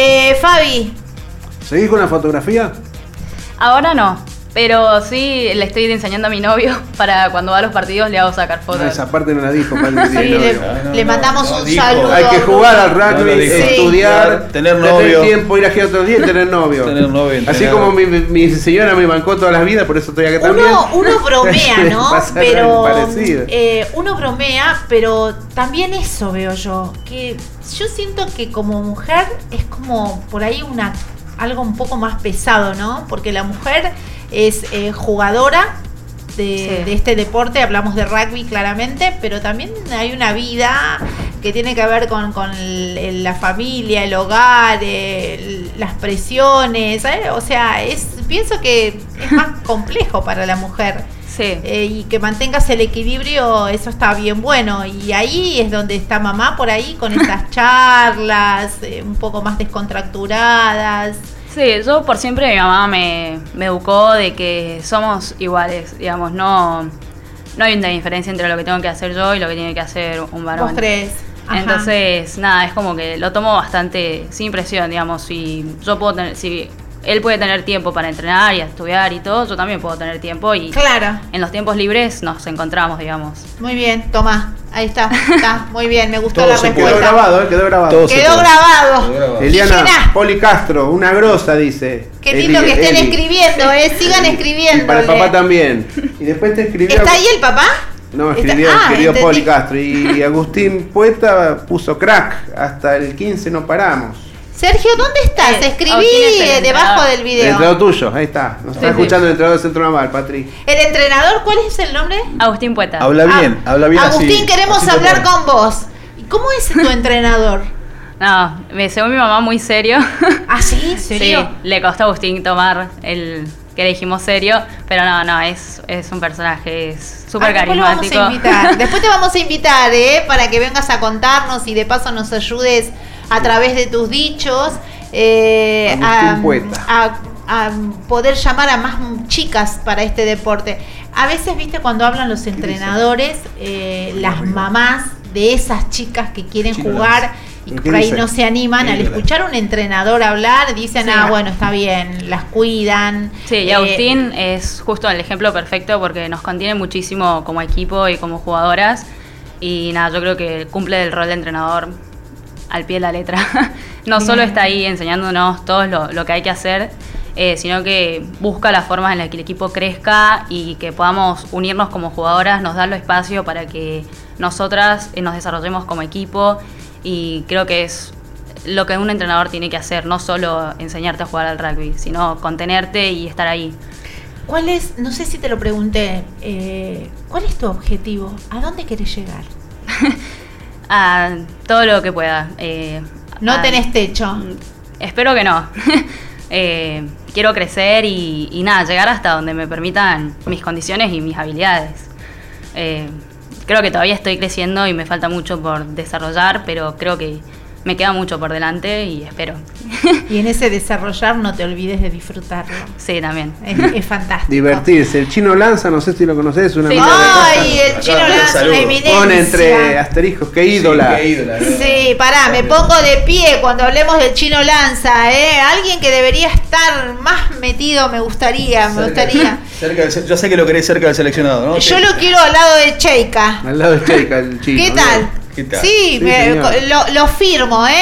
Fabi. ¿Seguís con la fotografía? Ahora no. Pero sí, le estoy enseñando a mi novio para cuando va a los partidos le hago sacar fotos. Esa parte no la dijo, Padre. Le mandamos un saludo. Hay que jugar al rugby, estudiar, tener novio. Tiempo, ir a girar otro día y tener novio. Así como mi señora me bancó toda la vida, por eso estoy acá también. Uno bromea, ¿no? Pero uno bromea, pero también eso veo yo. Que yo siento que como mujer es como por ahí algo un poco más pesado, ¿no? Porque la mujer es jugadora de este deporte, hablamos de rugby claramente, pero también hay una vida que tiene que ver con la familia, el hogar, las presiones, ¿sabes? O sea, pienso que es más complejo para la mujer. Sí. Y que mantengas el equilibrio, eso está bien bueno. Y ahí es donde está mamá, por ahí, con esas charlas un poco más descontracturadas. Sí, yo por siempre mi mamá me educó de que somos iguales, digamos, no hay una diferencia entre lo que tengo que hacer yo y lo que tiene que hacer un varón. ¿Vos crees? Ajá. Entonces, nada, es como que lo tomo bastante sin presión, digamos, si él puede tener tiempo para entrenar y estudiar y todo, yo también puedo tener tiempo y claro, en los tiempos libres nos encontramos, digamos. Muy bien, Tomás, ahí está, muy bien, me gustó la respuesta. Quedó grabado, quedó grabado. Quedó grabado. Eliana Poli Castro, una grosa, dice. Qué lindo que estén escribiendo, sigan escribiendo. Y para el papá también. Y después te escribió. ¿Está ahí el papá? No, escribió Poli Castro. Y Agustín Poeta puso crack, hasta el 15 no paramos. Sergio, ¿dónde estás? Escribí debajo del video. El entrenador tuyo, ahí está. Nos está escuchando el entrenador del Centro Naval, Patri. ¿El entrenador cuál es el nombre? Agustín Poeta. Habla bien Agustín, así. queremos hablar con vos. ¿Cómo es tu entrenador? No, según mi mamá, muy serio. ¿Ah, sí? ¿Serio? Sí, le costó a Agustín tomar el que le dijimos serio, pero no, es un personaje, es súper carismático. Después te vamos a invitar, para que vengas a contarnos y de paso nos ayudes a través de tus dichos a poder llamar a más chicas para este deporte. A veces, viste, cuando hablan los entrenadores, las mamás de esas chicas que quieren jugar y por ahí no se animan, al escuchar a un entrenador hablar, dicen, bueno, está bien, las cuidan. Sí, y Agustín es justo el ejemplo perfecto porque nos contiene muchísimo como equipo y como jugadoras. Y nada, yo creo que cumple el rol de entrenador al pie de la letra. No solo está ahí enseñándonos todo lo que hay que hacer, sino que busca las formas en las que el equipo crezca y que podamos unirnos como jugadoras, nos da el espacio para que nosotras nos desarrollemos como equipo, y creo que es lo que un entrenador tiene que hacer, no solo enseñarte a jugar al rugby, sino contenerte y estar ahí. ¿Cuál es, no sé si te lo pregunté, cuál es tu objetivo? ¿A dónde querés llegar? A todo lo que pueda. ¿No tenés techo? Espero que no. Quiero crecer y nada, llegar hasta donde me permitan mis condiciones y mis habilidades. Creo que todavía estoy creciendo y me falta mucho por desarrollar, pero creo que me queda mucho por delante y espero. Y en ese desarrollar no te olvides de disfrutarlo. Sí, también. Es fantástico. Divertirse. El Chino Lanza, no sé si lo conoces, una ¡ay! El Chino Lanza, una eminencia. Pone entre asteriscos, qué ídola. Sí, qué ídola, ¿no? Sí, pará, me pongo de pie cuando hablemos del Chino Lanza, Alguien que debería estar más metido, me gustaría. Yo sé que lo querés cerca del seleccionado, ¿no? Yo lo quiero al lado de Cheika. Al lado de Cheika, el Chino. ¿Qué tal? ¿Qué tal? Sí, lo firmo,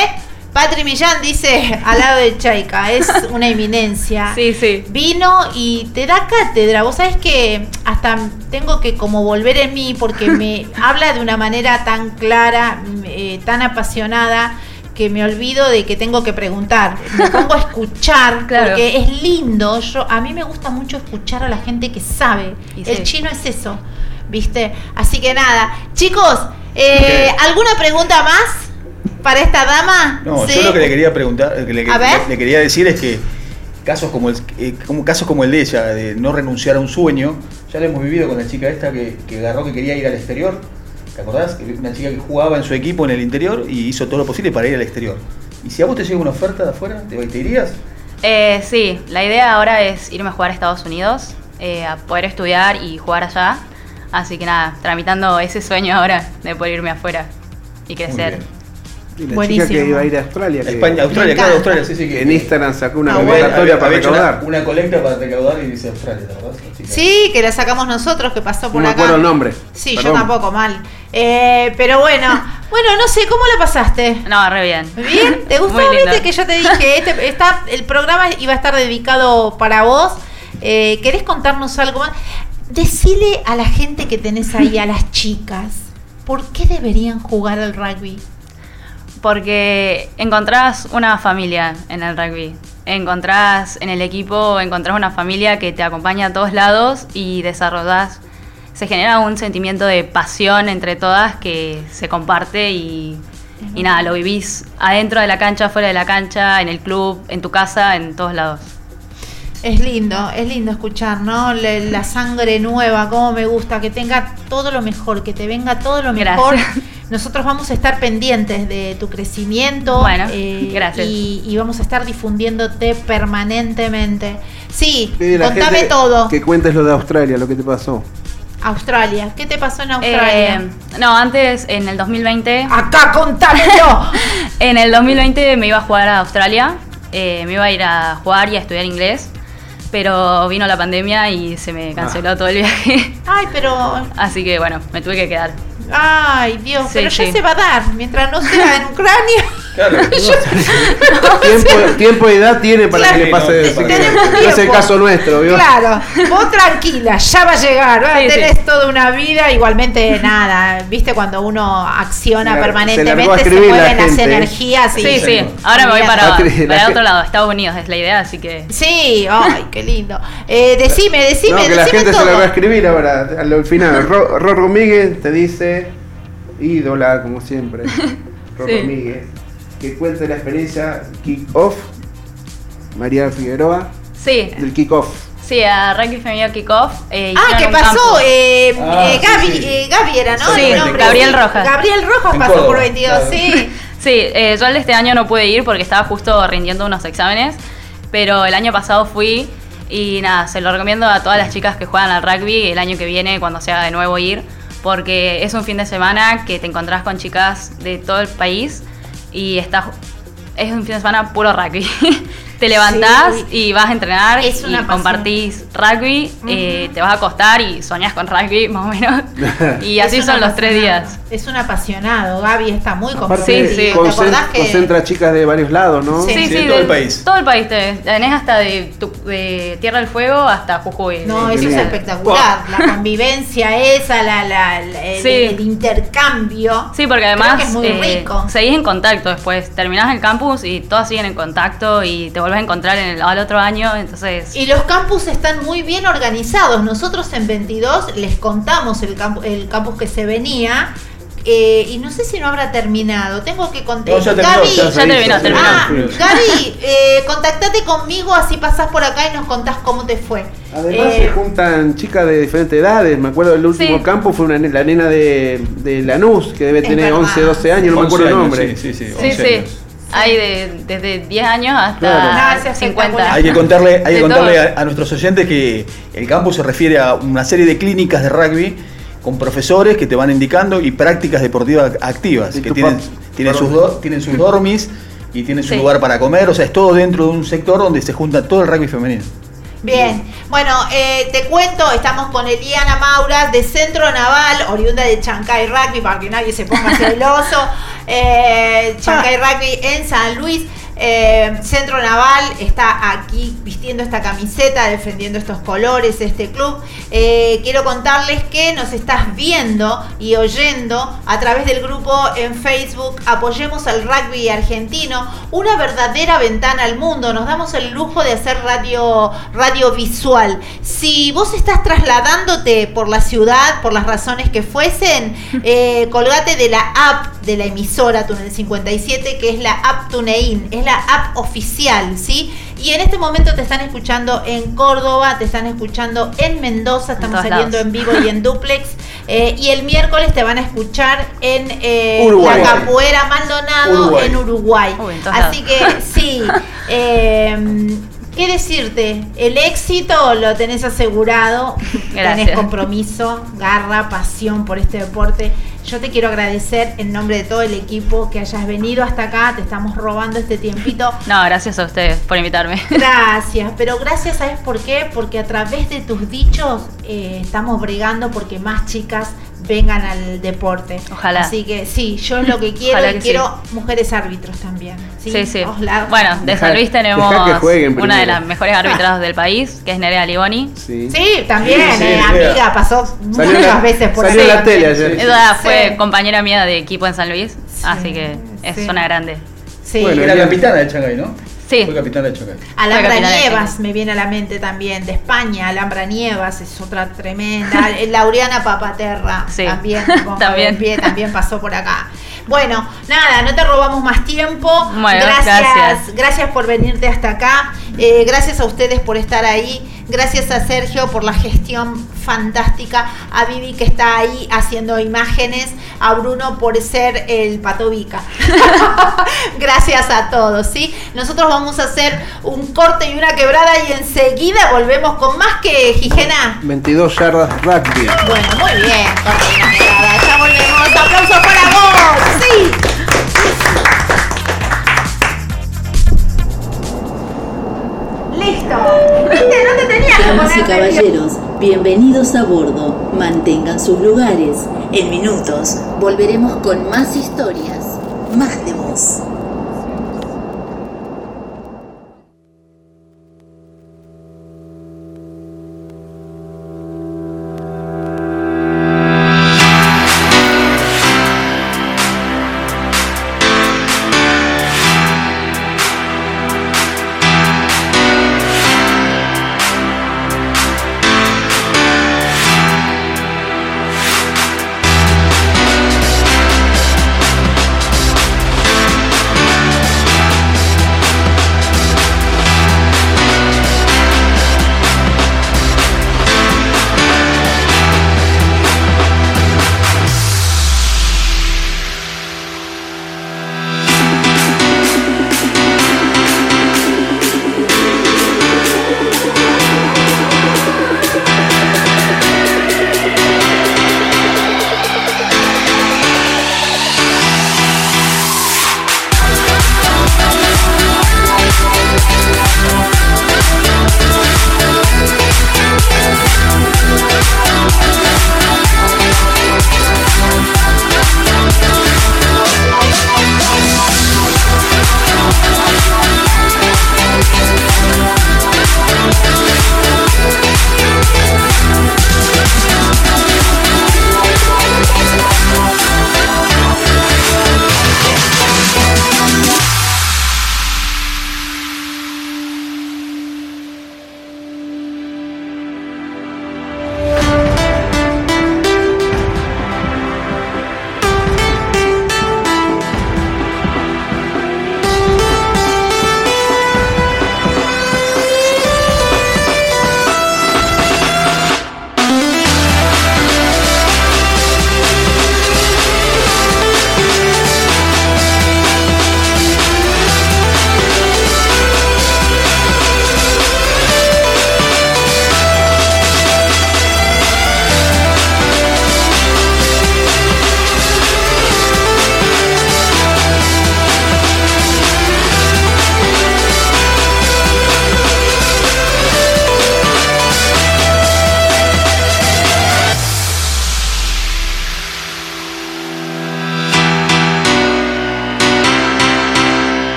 Patri Millán dice, al lado de Chaika, es una eminencia. Sí. Vino y te da cátedra. Vos sabés que hasta tengo que como volver en mí porque me habla de una manera tan clara, tan apasionada, que me olvido de que tengo que preguntar. Me pongo a escuchar, porque es lindo. A mí me gusta mucho escuchar a la gente que sabe. El chino es eso, ¿viste? Así que nada. Chicos, ¿alguna pregunta más para esta dama? No, ¿Sí? yo lo que le quería preguntar, le quería decir es que casos como el de ella, de no renunciar a un sueño, ya lo hemos vivido con la chica esta que agarró que quería ir al exterior. ¿Te acordás? Una chica que jugaba en su equipo en el interior y hizo todo lo posible para ir al exterior. ¿Y si a vos te llega una oferta de afuera, te irías? Sí, la idea ahora es irme a jugar a Estados Unidos, a poder estudiar y jugar allá. Así que nada, tramitando ese sueño ahora de poder irme afuera y crecer. Y la chica que iba a ir a Australia. Australia, sí. Que en Instagram sacó una convocatoria para recaudar. Una colecta para recaudar y dice Australia, ¿la verdad? Sí, que la sacamos nosotros, que pasó por acá. No me acuerdo el nombre. Sí, perdón. Yo tampoco, mal. Pero bueno, no sé, ¿cómo la pasaste? No, re bien. ¿Bien? ¿Te gustó? ¿Viste que yo te dije? El programa iba a estar dedicado para vos. ¿Querés contarnos algo más? Decile a la gente que tenés ahí, a las chicas, ¿por qué deberían jugar al rugby? Porque encontrás una familia en el rugby. Encontrás en el equipo, encontrás una familia que te acompaña a todos lados y desarrollás. Se genera un sentimiento de pasión entre todas que se comparte y nada, lo vivís adentro de la cancha, fuera de la cancha, en el club, en tu casa, en todos lados. Es lindo escuchar, ¿no? La sangre nueva, cómo me gusta, que tenga todo lo mejor, que te venga todo lo mejor. Gracias. Nosotros vamos a estar pendientes de tu crecimiento. Bueno, gracias. Y vamos a estar difundiéndote permanentemente. Sí, contame todo. Que cuentes lo de Australia, lo que te pasó. Australia, ¿qué te pasó en Australia? No, antes, en el 2020... ¡Acá, contámelo! En el 2020 me iba a jugar a Australia. Me iba a ir a jugar y a estudiar inglés. Pero vino la pandemia y se me canceló todo el viaje. Ay, pero... Así que bueno, me tuve que quedar. Ay, Dios, sí, pero ya se va a dar. Mientras no sea en Ucrania. Claro. Tiempo y edad tiene para que le pase eso. No es el caso nuestro, ¿vio? Claro, vos tranquila, ya va a llegar. Tenés toda una vida. Igualmente, nada, viste, cuando uno acciona permanentemente se mueven las energías. Sí. Ahora me voy para otro lado, Estados Unidos es la idea, así que... Sí, ay, qué lindo. Decime que la gente todo. Se lo va a escribir ahora, al final. Rorro Miguel te dice, ídola, como siempre. Rorro Miguel. Que cuente la experiencia kick-off, María Figueroa. Sí. Del kick-off. Sí, a Rugby Femenino Kick-Off. ¿Qué pasó? Gaby era, ¿no? Sí, Gabriel Rojas. Gabriel Rojas pasó por 22, claro. Sí. Sí, yo el de este año no pude ir porque estaba justo rindiendo unos exámenes, pero el año pasado fui y nada, se lo recomiendo a todas las chicas que juegan al rugby el año que viene, cuando sea de nuevo ir, porque es un fin de semana que te encontrás con chicas de todo el país. Y es un fin de semana puro rugby. Te levantás y vas a entrenar y compartís rugby, te vas a acostar y soñás con rugby, más o menos. Y así son los 3 días. Es un apasionado, Gaby está muy comprometido. Sí. Concentra chicas de varios lados, ¿no? Sí, de todo el país. Todo el país tenés hasta de Tierra del Fuego hasta Jujuy. No, eso es espectacular. La convivencia esa, el intercambio. Sí, porque además es muy rico. Seguís en contacto después. Terminás el campus y todas siguen en contacto y te volvés a encontrar al otro año, entonces... Y los campus están muy bien organizados. Nosotros en 22 les contamos el campus que se venía y no sé si no habrá terminado. Tengo que contestar. No, ya terminó. Gaby, contactate conmigo, así pasás por acá y nos contás cómo te fue. Además se juntan chicas de diferentes edades. Me acuerdo del último campo fue la nena de Lanús, que debe tener 11, 12 años, no me acuerdo el nombre. Sí. Hay desde 10 años hasta 50. Hay que contarle a nuestros oyentes que el campus se refiere a una serie de clínicas de rugby con profesores que te van indicando y prácticas deportivas activas, que tienen sus dormis y tienen su lugar para comer, o sea, es todo dentro de un sector donde se junta todo el rugby femenino. Bien, bueno, te cuento, estamos con Eliana Maura de Centro Naval, oriunda de Chancay Rugby, para que nadie se ponga celoso. Chancay Rugby en San Luis. Centro Naval está aquí vistiendo esta camiseta, defendiendo estos colores, este club. Quiero contarles que nos estás viendo y oyendo a través del grupo en Facebook Apoyemos al Rugby Argentino, una verdadera ventana al mundo. Nos damos el lujo de hacer radio visual. Si vos estás trasladándote por la ciudad, por las razones que fuesen, colgate de la app de la emisora Túnel 57, que es la app TuneIn, es la app oficial, ¿sí? Y en este momento te están escuchando en Córdoba, te están escuchando en Mendoza, estamos saliendo en vivo y en duplex, y el miércoles te van a escuchar en la Capoeira Maldonado, en Uruguay. Así que sí, ¿qué decirte? El éxito lo tenés asegurado. Gracias. Tenés compromiso, garra, pasión por este deporte. Yo te quiero agradecer en nombre de todo el equipo que hayas venido hasta acá. Te estamos robando este tiempito. No, gracias a ustedes por invitarme. Gracias, pero gracias, ¿sabes por qué? Porque a través de tus dichos estamos bregando porque más chicas vengan al deporte. Ojalá. Así que sí, yo es lo que quiero. Ojalá que quiero mujeres árbitros también. Sí, sí. Bueno, de San Luis tenemos una de las mejores árbitras del país, que es Nerea Liboni. Sí, también, amiga, pasó muchas veces por ahí. Salió en la tele ayer. Ella fue compañera mía de equipo en San Luis, así que es una grande. Sí. Bueno, era capitana de Chancay, ¿no? Sí. Fue capitana de Chancay. Alhambra Nievas me viene a la mente también, de España. Alhambra Nievas es otra tremenda. Laureana Papaterra también, también pasó por acá. Bueno, nada, no te robamos más tiempo. Bueno, gracias por venirte hasta acá. Gracias a ustedes por estar ahí. Gracias a Sergio por la gestión fantástica. A Vivi que está ahí haciendo imágenes. A Bruno por ser el patobica. Gracias a todos, ¿sí? Nosotros vamos a hacer un corte y una quebrada y enseguida volvemos con más que Gijena. 22 yardas rugby. Bueno, muy bien. Corte y una quebrada. Ya volvemos. ¡Aplausos para vos! ¡Sí! ¡Listo! ¿Viste? No te tenías que poner. Damas y caballeros, bienvenidos a bordo. Mantengan sus lugares. En minutos volveremos con más historias, más de vos.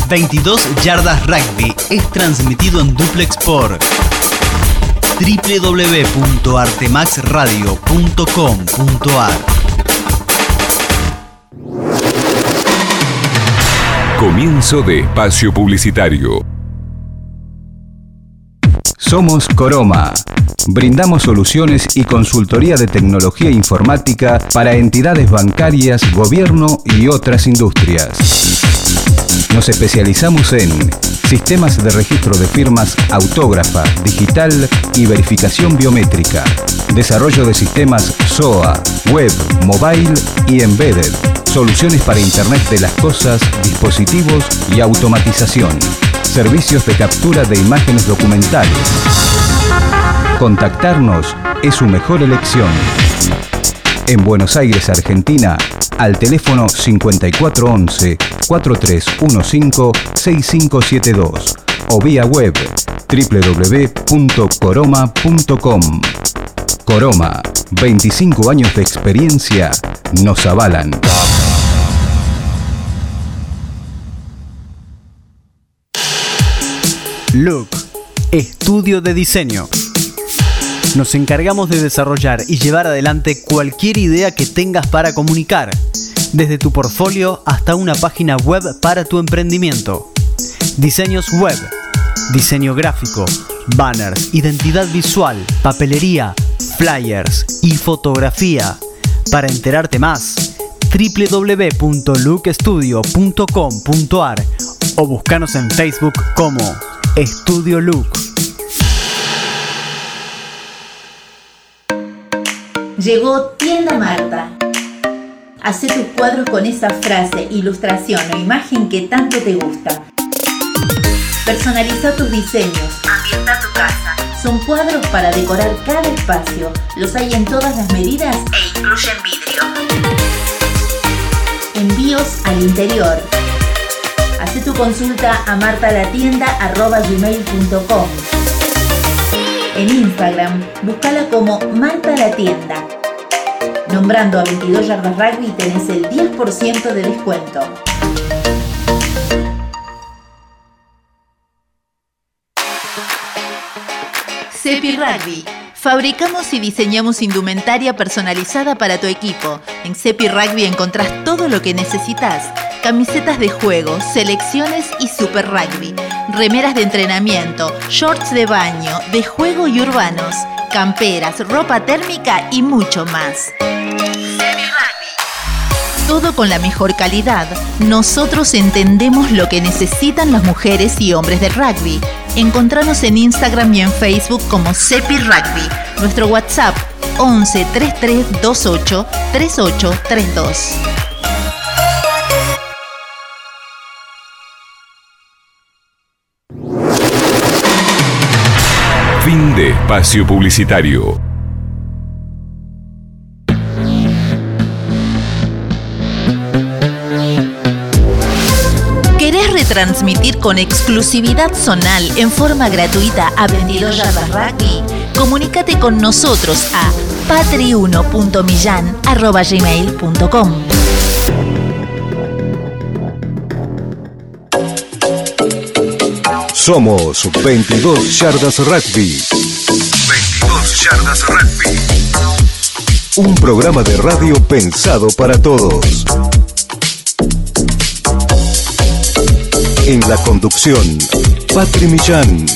22 Yardas Rugby es transmitido en duplex por www.artemaxradio.com.ar. Comienzo de espacio publicitario. Somos Coroma. Brindamos soluciones y consultoría de tecnología informática para entidades bancarias, gobierno y otras industrias. Nos especializamos en sistemas de registro de firmas autógrafa, digital y verificación biométrica, desarrollo de sistemas SOA, web, mobile y embedded, soluciones para Internet de las cosas, dispositivos y automatización, servicios de captura de imágenes documentales. Contactarnos es su mejor elección. En Buenos Aires, Argentina, al teléfono 5411-4315-6572 o vía web www.coroma.com. Coroma, 25 años de experiencia nos avalan. Look, estudio de diseño. Nos encargamos de desarrollar y llevar adelante cualquier idea que tengas para comunicar, desde tu portfolio hasta una página web para tu emprendimiento. Diseños web, diseño gráfico, banners, identidad visual, papelería, flyers y fotografía. Para enterarte más, www.lookestudio.com.ar o búscanos en Facebook como Estudio Look. Llegó Tienda Marta. Hacé tus cuadros con esa frase, ilustración o imagen que tanto te gusta. Personaliza tus diseños. Ambienta tu casa. Son cuadros para decorar cada espacio. Los hay en todas las medidas e incluyen vidrio. Envíos al interior. Hacé tu consulta a martalatienda@gmail.com. En Instagram, búscala como Marta la Tienda. Nombrando a 22 Yardas Rugby tenés el 10% de descuento. Cepi Rugby. Fabricamos y diseñamos indumentaria personalizada para tu equipo. En Cepi Rugby encontrás todo lo que necesitas. Camisetas de juego, selecciones y super rugby. Remeras de entrenamiento, shorts de baño, de juego y urbanos. Camperas, ropa térmica y mucho más. Cepi Rugby. Todo con la mejor calidad. Nosotros entendemos lo que necesitan las mujeres y hombres del rugby. Encontranos en Instagram y en Facebook como Cepi Rugby. Nuestro WhatsApp 11 33 28 3832. Fin de espacio publicitario. ¿Querés retransmitir con exclusividad zonal en forma gratuita a 22 Yardas Rugby? Comunícate con nosotros a patri1.millan@gmail.com. Somos 22 Yardas Rugby. 22 Yardas Rugby. Un programa de radio pensado para todos. En la conducción, Patri Millán.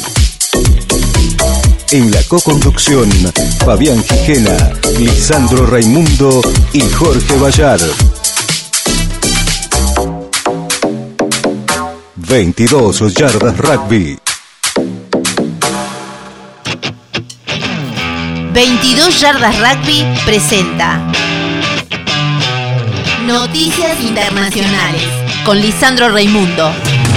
En la coconducción, Fabián Gijena, Lisandro Raimundo y Jorge Bayar. 22 Yardas Rugby. 22 Yardas Rugby presenta Noticias Internacionales con Lisandro Raimundo.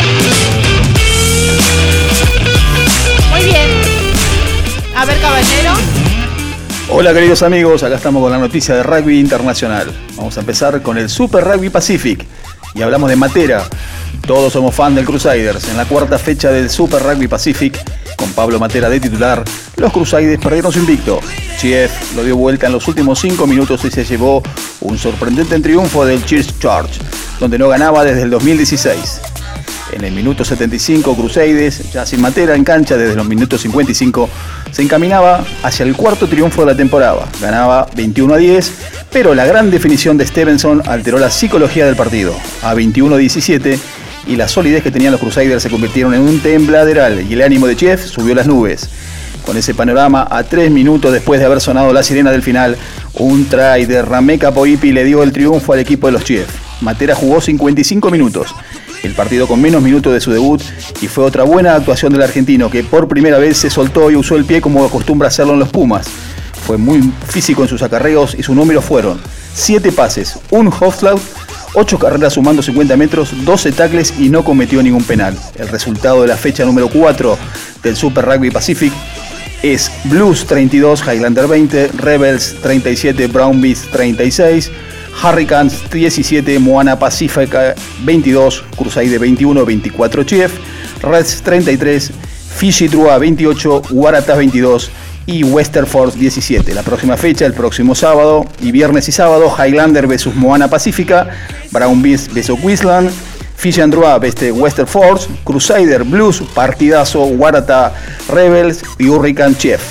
Muy bien. A ver, caballero. Hola queridos amigos, acá estamos con la noticia de rugby internacional. Vamos a empezar con el Super Rugby Pacific y hablamos de Matera. Todos somos fan del Crusaders. En la cuarta fecha del Super Rugby Pacific, con Pablo Matera de titular, los Crusaders perdieron su invicto. Chief lo dio vuelta en los últimos 5 minutos y se llevó un sorprendente triunfo del Christchurch, donde no ganaba desde el 2016. En el minuto 75, Crusaders, ya sin Matera en cancha desde los minutos 55, se encaminaba hacia el cuarto triunfo de la temporada. Ganaba 21-10, pero la gran definición de Stevenson alteró la psicología del partido. A 21-17, y la solidez que tenían los Crusaders se convirtieron en un tembladeral y el ánimo de Chief subió a las nubes. Con ese panorama, a 3 minutos después de haber sonado la sirena del final, un try de Rame Capoipi le dio el triunfo al equipo de los Chief. Matera jugó 55 minutos, el partido con menos minutos de su debut, y fue otra buena actuación del argentino que por primera vez se soltó y usó el pie como acostumbra hacerlo en los Pumas. Fue muy físico en sus acarreos y sus números fueron 7 pases, un Hofslaut, 8 carreras sumando 50 metros, 12 tackles y no cometió ningún penal. El resultado de la fecha número 4 del Super Rugby Pacific es Blues 32, Highlander 20, Rebels 37, Brown Beast 36, Hurricanes 17, Moana Pacifica 22, Crusader 21, 24 Chief, Reds 33, Fiji Drua 28, Waratahs 22 y Western Force 17. La próxima fecha, el próximo sábado y viernes y sábado, Highlander vs Moana Pacifica, Brown Beast vs Queensland, Fiji Drua vs Western Force, Crusader Blues, partidazo, Waratahs Rebels y Hurricane Chief.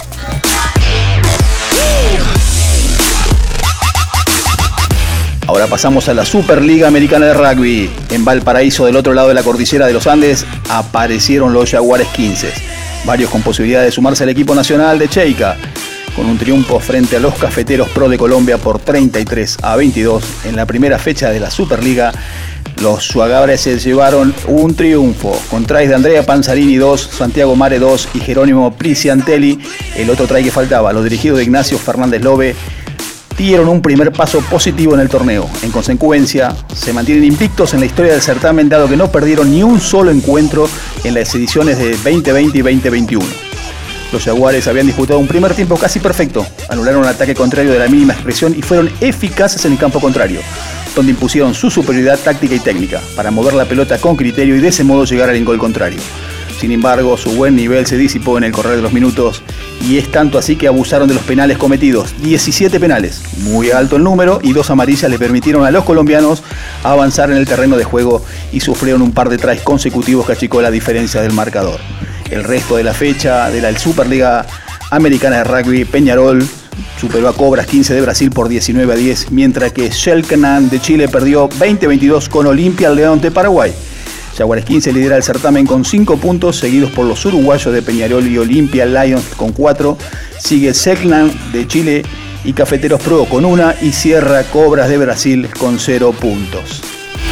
Ahora pasamos a la Superliga Americana de Rugby. En Valparaíso, del otro lado de la cordillera de los Andes, aparecieron los Jaguares 15, varios con posibilidad de sumarse al equipo nacional de Cheica, con un triunfo frente a los Cafeteros Pro de Colombia por 33-22. En la primera fecha de la Superliga, los Jaguares se llevaron un triunfo con tries de Andrea Panzarini 2, Santiago Mare 2 y Jerónimo Priciantelli. El otro try que faltaba, los dirigidos de Ignacio Fernández Lobe, dieron un primer paso positivo en el torneo. En consecuencia, se mantienen invictos en la historia del certamen, dado que no perdieron ni un solo encuentro en las ediciones de 2020 y 2021. Los Jaguares habían disputado un primer tiempo casi perfecto, anularon un ataque contrario de la mínima expresión y fueron eficaces en el campo contrario, donde impusieron su superioridad táctica y técnica para mover la pelota con criterio y de ese modo llegar al gol contrario. Sin embargo, su buen nivel se disipó en el correr de los minutos, y es tanto así que abusaron de los penales cometidos. 17 penales, muy alto el número, y 2 amarillas le permitieron a los colombianos avanzar en el terreno de juego y sufrieron un par de tries consecutivos que achicó la diferencia del marcador. El resto de la fecha de la Superliga Americana de Rugby, Peñarol superó a Cobras 15 de Brasil por 19-10, mientras que Shelkenan de Chile perdió 20-22 con Olimpia León de Paraguay. Jaguares 15 lidera el certamen con 5 puntos, seguidos por los uruguayos de Peñarol y Olimpia Lions con 4. Sigue Shelkenan de Chile y Cafeteros Pro con 1 y cierra Cobras de Brasil con 0 puntos.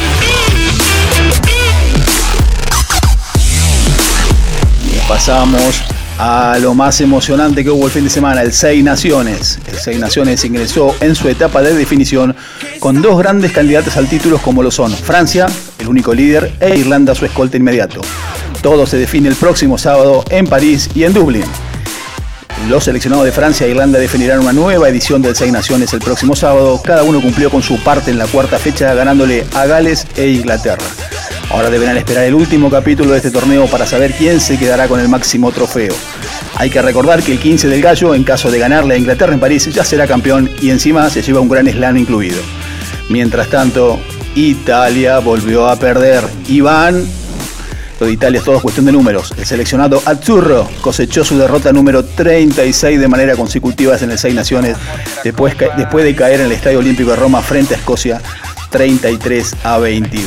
Pasamos a lo más emocionante que hubo el fin de semana, el Seis Naciones. El Seis Naciones ingresó en su etapa de definición con 2 grandes candidatos al título como lo son Francia, el único líder, e Irlanda, su escolta inmediato. Todo se define el próximo sábado en París y en Dublín. Los seleccionados de Francia e Irlanda definirán una nueva edición del Seis Naciones el próximo sábado. Cada uno cumplió con su parte en la cuarta fecha, ganándole a Gales e Inglaterra. Ahora deberán esperar el último capítulo de este torneo para saber quién se quedará con el máximo trofeo. Hay que recordar que el 15 del Gallo, en caso de ganarle a Inglaterra en París, ya será campeón y encima se lleva un gran slam incluido. Mientras tanto, Italia volvió a perder. Lo de Italia es todo cuestión de números. El seleccionado Azzurro cosechó su derrota número 36 de manera consecutiva en el Seis Naciones, después de caer en el Estadio Olímpico de Roma frente a Escocia 33-22.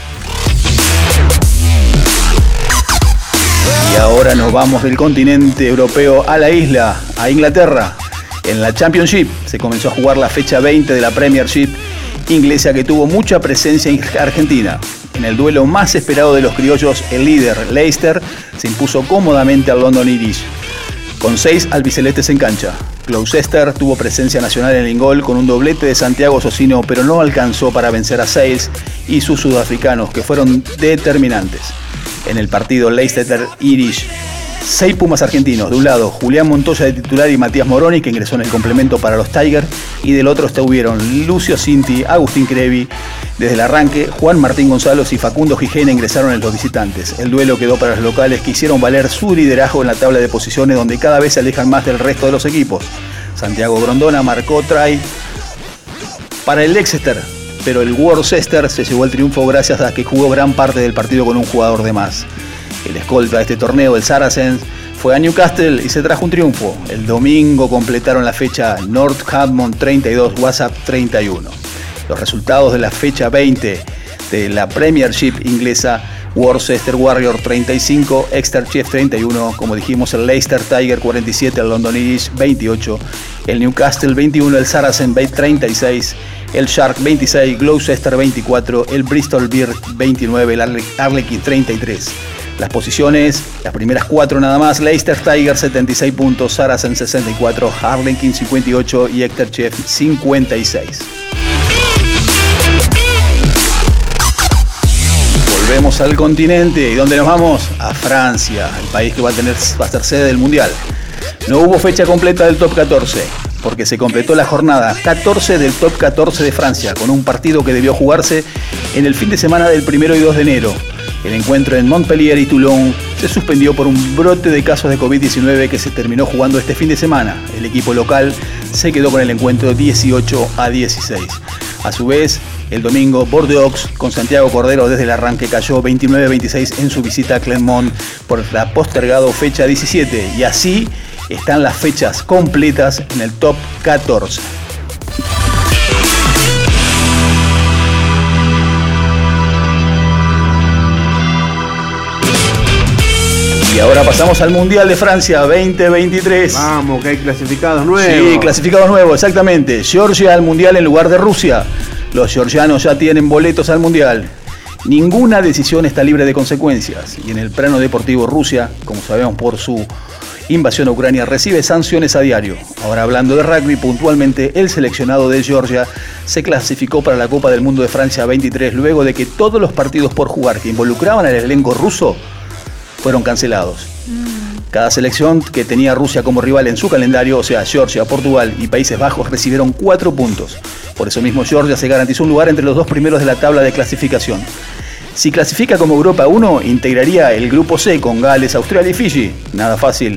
Y ahora nos vamos del continente europeo a la isla, a Inglaterra. En la Championship se comenzó a jugar la fecha 20 de la Premiership inglesa, que tuvo mucha presencia en Argentina. En el duelo más esperado de los criollos, el líder Leicester se impuso cómodamente al London Irish, con 6 albicelestes en cancha. Gloucester tuvo presencia nacional en el gol con un doblete de Santiago Socino, pero no alcanzó para vencer a Sales y sus sudafricanos, que fueron determinantes. En el partido Leicester Irish, 6 Pumas argentinos. De un lado, Julián Montoya de titular y Matías Moroni, que ingresó en el complemento para los Tigers. Y del otro estuvieron Lucio Cinti, Agustín Crevi desde el arranque, Juan Martín González y Facundo Gijena ingresaron en los visitantes. El duelo quedó para los locales, que hicieron valer su liderazgo en la tabla de posiciones, donde cada vez se alejan más del resto de los equipos. Santiago Grondona marcó try para el Leicester pero el Worcester se llevó el triunfo gracias a que jugó gran parte del partido con un jugador de más. El escolta de este torneo, el Saracens, fue a Newcastle y se trajo un triunfo. El domingo completaron la fecha Northampton 32, Wasps 31. Los resultados de la fecha 20 de la Premiership inglesa: Worcester Warrior 35, Exeter Chiefs 31, como dijimos el Leicester Tiger 47, el London Irish 28, el Newcastle 21, el Saracen 36, el Shark 26, Gloucester 24, el Bristol Bears 29, el Harlequin 33. Las posiciones, las primeras 4 nada más: Leicester Tiger 76 puntos, Saracen 64, Harlequin 58 y Exeter Chiefs 56. Volvemos al continente. ¿Y dónde nos vamos? A Francia, el país que va a ser sede del Mundial. No hubo fecha completa del Top 14, porque se completó la jornada 14 del Top 14 de Francia, con un partido que debió jugarse en el fin de semana del 1 y 2 de enero. El encuentro en Montpellier y Toulon se suspendió por un brote de casos de COVID-19 que se terminó jugando este fin de semana. El equipo local se quedó con el encuentro 18-16. A su vez, el domingo, Bordeaux, con Santiago Cordero desde el arranque, cayó 29-26 en su visita a Clermont por la postergado fecha 17. Y así están las fechas completas en el Top 14. Y ahora pasamos al Mundial de Francia 2023. Vamos, que hay clasificados nuevos. Sí, clasificados nuevos, exactamente. Georgia al Mundial en lugar de Rusia. Los georgianos ya tienen boletos al Mundial. Ninguna decisión está libre de consecuencias. Y en el plano deportivo, Rusia, como sabemos por su invasión a Ucrania, recibe sanciones a diario. Ahora, hablando de rugby, puntualmente, el seleccionado de Georgia se clasificó para la Copa del Mundo de Francia 23 luego de que todos los partidos por jugar que involucraban al elenco ruso fueron cancelados. Cada selección que tenía Rusia como rival en su calendario, o sea, Georgia, Portugal y Países Bajos, recibieron 4 puntos. Por eso mismo Georgia se garantizó un lugar entre los 2 primeros de la tabla de clasificación. Si clasifica como Europa 1, integraría el grupo C con Gales, Australia y Fiji. Nada fácil.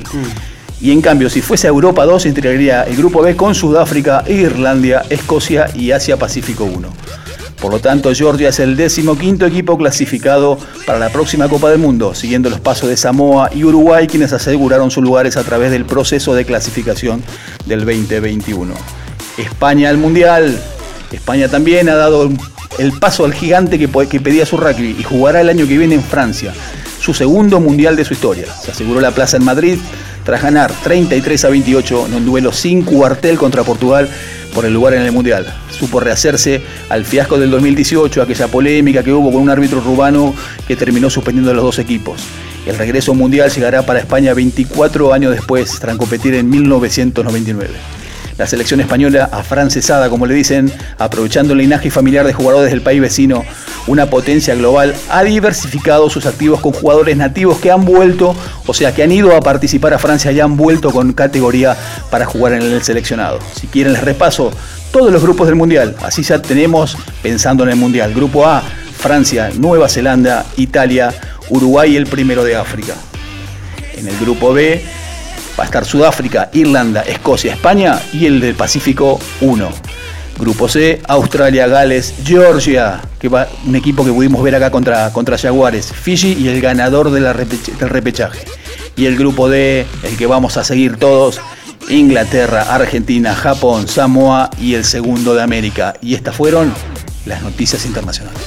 Y en cambio, si fuese a Europa 2, integraría el grupo B con Sudáfrica, Irlanda, Escocia y Asia-Pacífico 1. Por lo tanto, Georgia es el 15º equipo clasificado para la próxima Copa del Mundo, siguiendo los pasos de Samoa y Uruguay, quienes aseguraron sus lugares a través del proceso de clasificación del 2021. España al Mundial. España también ha dado el paso al gigante que pedía su rugby y jugará el año que viene en Francia, su segundo Mundial de su historia. Se aseguró la plaza en Madrid tras ganar 33-28 en un duelo sin cuartel contra Portugal por el lugar en el Mundial. Supo rehacerse al fiasco del 2018, aquella polémica que hubo con un árbitro rumano que terminó suspendiendo a los 2 equipos. El regreso mundial llegará para España 24 años después, tras competir en 1999. La selección española, afrancesada como le dicen, aprovechando el linaje familiar de jugadores del país vecino, una potencia global, ha diversificado sus activos con jugadores nativos que han vuelto, o sea, que han ido a participar a Francia y han vuelto con categoría para jugar en el seleccionado. Si quieren les repaso todos los grupos del Mundial, así ya tenemos pensando en el Mundial. Grupo A, Francia, Nueva Zelanda, Italia, Uruguay y el primero de África. En el grupo B va a estar Sudáfrica, Irlanda, Escocia, España y el del Pacífico 1. Grupo C, Australia, Gales, Georgia, que va un equipo que pudimos ver acá contra Jaguares, Fiji y el ganador del repechaje. Y el grupo D, el que vamos a seguir todos, Inglaterra, Argentina, Japón, Samoa y el segundo de América. Y estas fueron las noticias internacionales.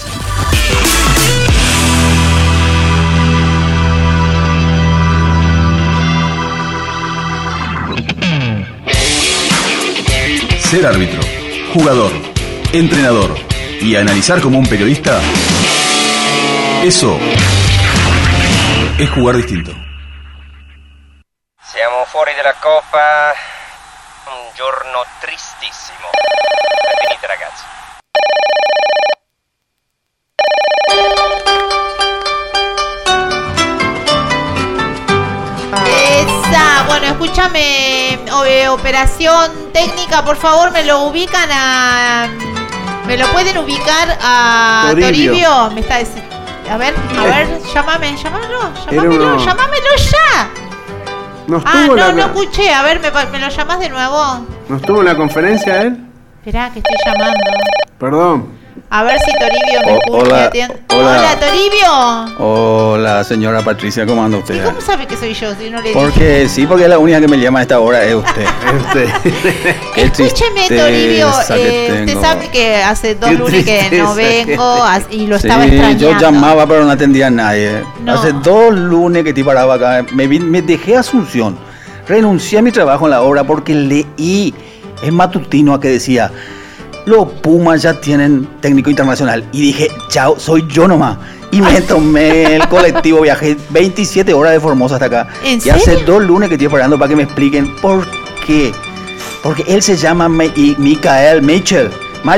Ser árbitro, jugador, entrenador y analizar como un periodista, eso es jugar distinto. Siamo fuori dalla Coppa, un giorno tristissimo. È finita, ragazzi. Bueno, escúchame, operación técnica, por favor, me lo pueden ubicar a Toribio. Me está diciendo, a ver, llámamelo ya. No escuché, a ver, me lo llamas de nuevo. ¿No estuvo en la conferencia él? Esperá, que estoy llamando. Perdón. A ver si Toribio me escucha. Hola, Toribio. Hola, señora Patricia, ¿cómo anda usted? ¿Y cómo sabe que soy yo si no le Porque dije? sí, porque es la única que me llama a esta hora, es usted. Escúcheme, Toribio, usted sabe que hace 2 lunes que no vengo y lo estaba extrañando. Yo llamaba pero no atendía a nadie. No. Hace 2 lunes que estoy parado acá. Me dejé Asunción. Renuncié a mi trabajo en la obra porque leí el matutino a que decía: los Pumas ya tienen técnico internacional. Y dije, chao, soy yo nomás. Y me tomé el colectivo, viajé 27 horas de Formosa hasta acá. ¿En serio? Y hace 2 lunes que estoy esperando para que me expliquen por qué. Porque él se llama Michael.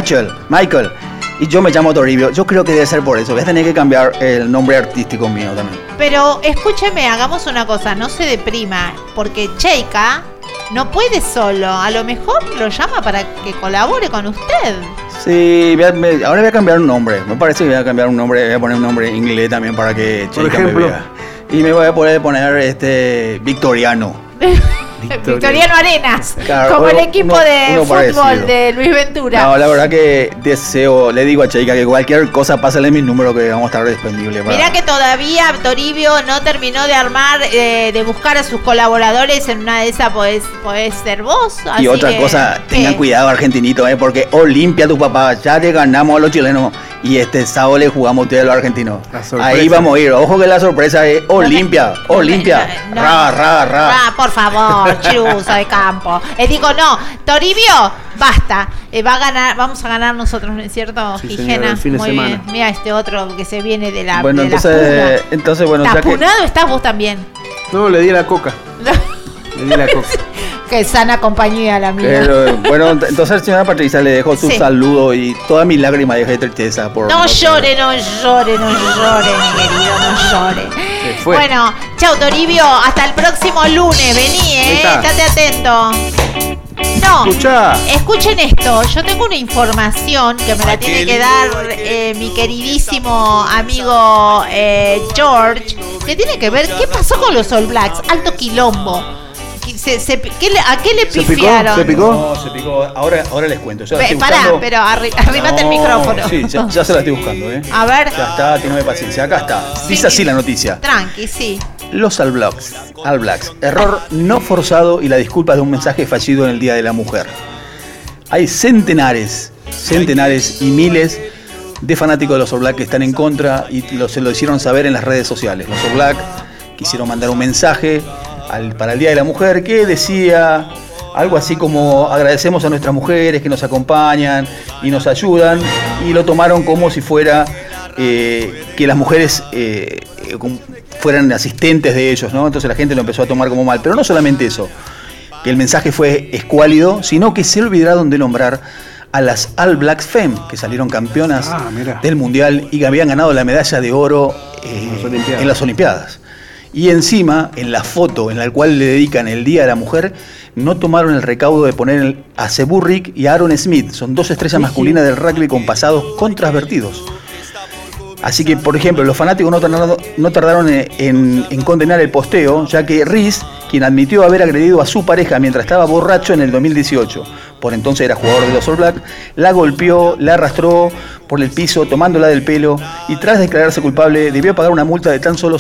Y yo me llamo Toribio. Yo creo que debe ser por eso. Voy a tener que cambiar el nombre artístico mío también. Pero escúcheme, hagamos una cosa, no se deprima, porque Cheika no puede solo. A lo mejor lo llama para que colabore con usted. Sí, ahora voy a cambiar un nombre. Me parece que voy a cambiar un nombre. Voy a poner un nombre inglés también para que Cheika me vea. Y me voy a poder poner Victoriano. Victoriano Arenas, claro, como el equipo de fútbol parecido de Luis Ventura. No, la verdad que le digo a Cheika que cualquier cosa, pásale mi número que vamos a estar disponibles. Mirá que todavía Toribio no terminó de armar, de buscar a sus colaboradores. En una de esas podés ser vos. Y otra cosa, tengan cuidado, argentinito, porque Olimpia, tu papá, ya le ganamos a los chilenos y este sábado le jugamos a ustedes a los argentinos. Ahí vamos a ir. Ojo que la sorpresa es Olimpia. Ra. Por favor. Chirusa de campo. Digo, no, Toribio, basta. Vamos a ganar nosotros, ¿no es cierto, sí, Gijena? Señora, el fin de muy semana. Bien. Mira este otro que se viene de la. Bueno, de entonces, bueno, ¿Estás ya que. apunado? ¿Estás vos también? No, le di la coca. Qué sana compañía la mía. Pero, bueno, entonces, señora Patricia, le dejo su saludo y toda mi lágrima de tristeza. No llore, mi querido, no llore. Bueno, chau, Toribio, hasta el próximo lunes. Vení, estate atento. No, escuchen esto. Yo tengo una información que me la tiene que dar mi queridísimo amigo George, que tiene que ver qué pasó con los All Blacks. Alto quilombo. ¿A qué le pifiaron? ¿Se picó? No, se picó. Ahora les cuento. Pará, pero arrimate el micrófono. Sí, ya se la estoy buscando. A ver. Ya está, tenme paciencia. Acá está. Dice así la noticia. Tranqui, sí. Los All Blacks. Error no forzado y la disculpa de un mensaje fallido en el Día de la Mujer. Hay centenares y miles de fanáticos de los All Blacks que están en contra y se lo hicieron saber en las redes sociales. Los All Blacks quisieron mandar un mensaje para el Día de la Mujer que decía algo así como: agradecemos a nuestras mujeres que nos acompañan y nos ayudan, y lo tomaron como si fuera que las mujeres fueran asistentes de ellos, ¿no? Entonces la gente lo empezó a tomar como mal. Pero no solamente eso, que el mensaje fue escuálido, sino que se olvidaron de nombrar a las All Blacks Femme, que salieron campeonas del Mundial y que habían ganado la medalla de oro en las Olimpiadas. Y encima, en la foto en la cual le dedican el Día de la Mujer, no tomaron el recaudo de poner a Sue Burrick y a Aaron Smith. Son 2 estrellas masculinas del rugby con pasados contravertidos. Así que, por ejemplo, los fanáticos no tardaron en condenar el posteo, ya que Reese, quien admitió haber agredido a su pareja mientras estaba borracho en el 2018, por entonces era jugador de los All Blacks, la golpeó, la arrastró por el piso tomándola del pelo y tras declararse culpable debió pagar una multa de tan solo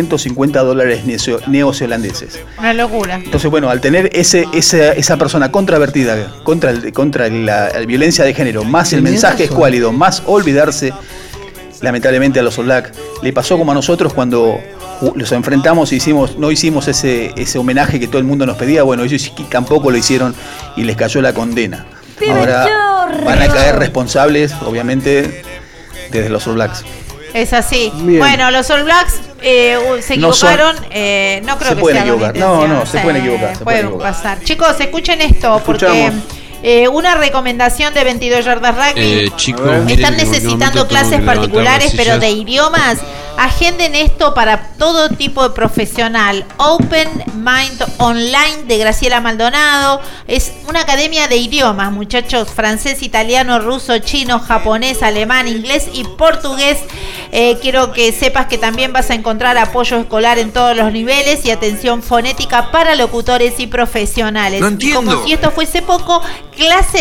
$750 neozelandeses. Una locura. Entonces, bueno, al tener esa persona controvertida contra la violencia de género, más el mensaje escuálido, más olvidarse, lamentablemente a los All Blacks le pasó como a nosotros cuando los enfrentamos y no hicimos ese homenaje que todo el mundo nos pedía. Bueno, ellos tampoco lo hicieron y les cayó la condena. Ahora van a caer responsables, obviamente, desde los All Blacks. Es así. Bien. Bueno, los All Blacks se equivocaron. No creo se que pueden sea equivocar. No, se pueden equivocar. Puede pasar. Chicos, escuchen esto, porque una recomendación de 22 Yardas Rugby. Están necesitando clases particulares, pero de idiomas. Agenden esto para todo tipo de profesional. Open Mind Online de Graciela Maldonado. Es una academia de idiomas, muchachos. Francés, italiano, ruso, chino, japonés, alemán, inglés y portugués. Quiero que sepas que también vas a encontrar apoyo escolar en todos los niveles y atención fonética para locutores y profesionales. No entiendo. Y como si esto fuese poco, clases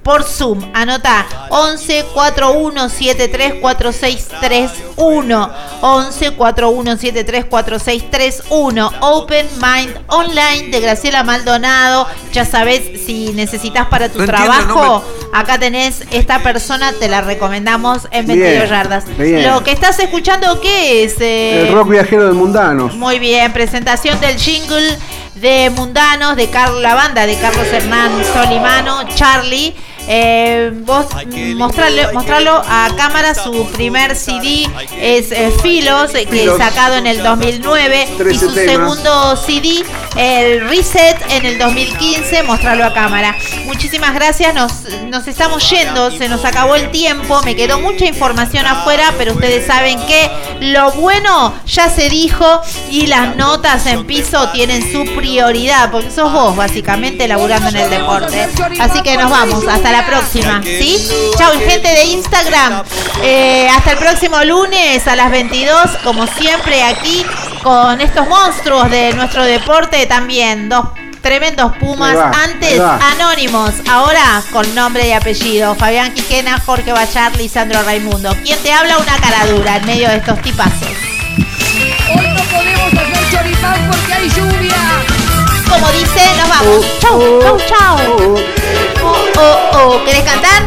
por Zoom. Anota 11 41 73 4631. 11 41 73 4631. Open Mind Online de Graciela Maldonado. Ya sabes, si necesitas para tu trabajo, acá tenés esta persona, te la recomendamos en 22 yardas. Bien. Lo que estás escuchando, ¿qué es? El rock viajero de Mundanos. Muy bien, presentación del jingle de Mundanos, de la banda de Carlos Hernán Solimano, Charlie. Vos mostrarlo a cámara. Su primer CD es Filos, que es sacado en el 2009, y su segundo CD, el Reset, en el 2015. Mostrarlo a cámara. Muchísimas gracias, nos estamos yendo, se nos acabó el tiempo, me quedó mucha información afuera, pero ustedes saben que lo bueno ya se dijo y las notas en piso tienen su prioridad, porque sos vos básicamente laburando en el deporte. Así que nos vamos, hasta la próxima, ¿sí? Chau, gente de Instagram. Hasta el próximo lunes a las 22, como siempre, aquí con estos monstruos de nuestro deporte, también dos tremendos pumas. Antes anónimos, ahora con nombre y apellido: Fabián Quijena, Jorge Bachar, Lisandro Raimundo. ¿Quién te habla? Una cara dura en medio de estos tipazos. Hoy no podemos hacer choripán porque hay lluvia. Como dice, nos vamos. Chau, chau, chau. ¿Querés cantar?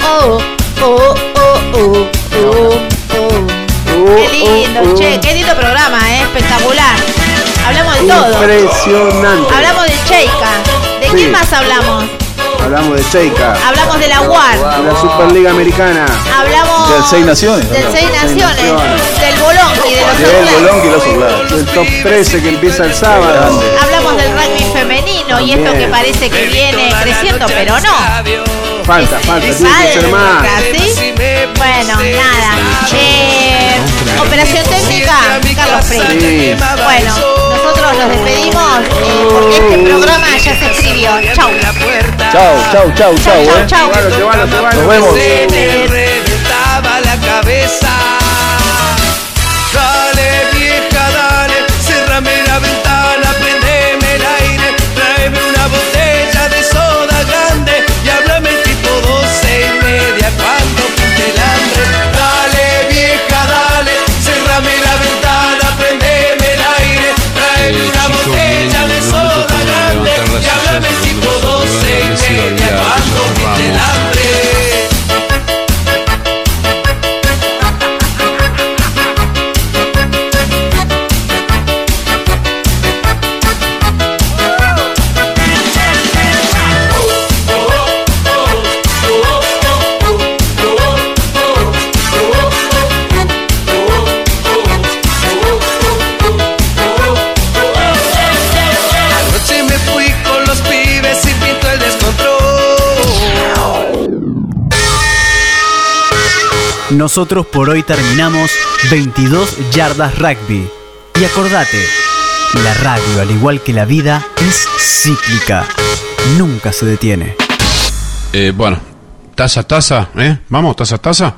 Qué lindo, che, qué lindo programa, espectacular. Hablamos de todo. Impresionante. Hablamos de Cheika. ¿De quién más hablamos? Hablamos de Cheika. Hablamos de la UAR. De la Superliga Americana. Hablamos del Seis Naciones. Del Seis Naciones. Del Bolonqui, de los Del Bolonqui y los Oblados. Del Top 13 que empieza el sábado. Hablamos del rugby femenino y esto que parece que viene creciendo, pero no. Falta, tiene que ser más. ¿Sí? Bueno, nada. Operación técnica, Carlos Freire. Sí. Bueno, nosotros nos despedimos porque este programa ya se escribió. Chau. Chau. Chau. Nos vemos. Se me reventaba la cabeza. Dale, vieja, dale, cérrame la ventana, prendeme el aire, tráeme una botella de soda grande y háblame tipo 12:30 cuando pinte el hambre. Dale, vieja, dale, cérrame la ventana, prendeme el aire, tráeme una botella de soda grande y háblame tipo 12:30 cuando pinte el hambre. Nosotros por hoy terminamos 22 yardas rugby. Y acordate, la radio, al igual que la vida, es cíclica. Nunca se detiene. Bueno, taza, Vamos, taza.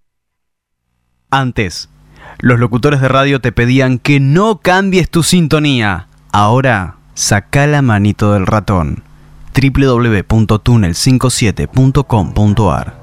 Antes, los locutores de radio te pedían que no cambies tu sintonía. Ahora, saca la manito del ratón. www.tunnel57.com.ar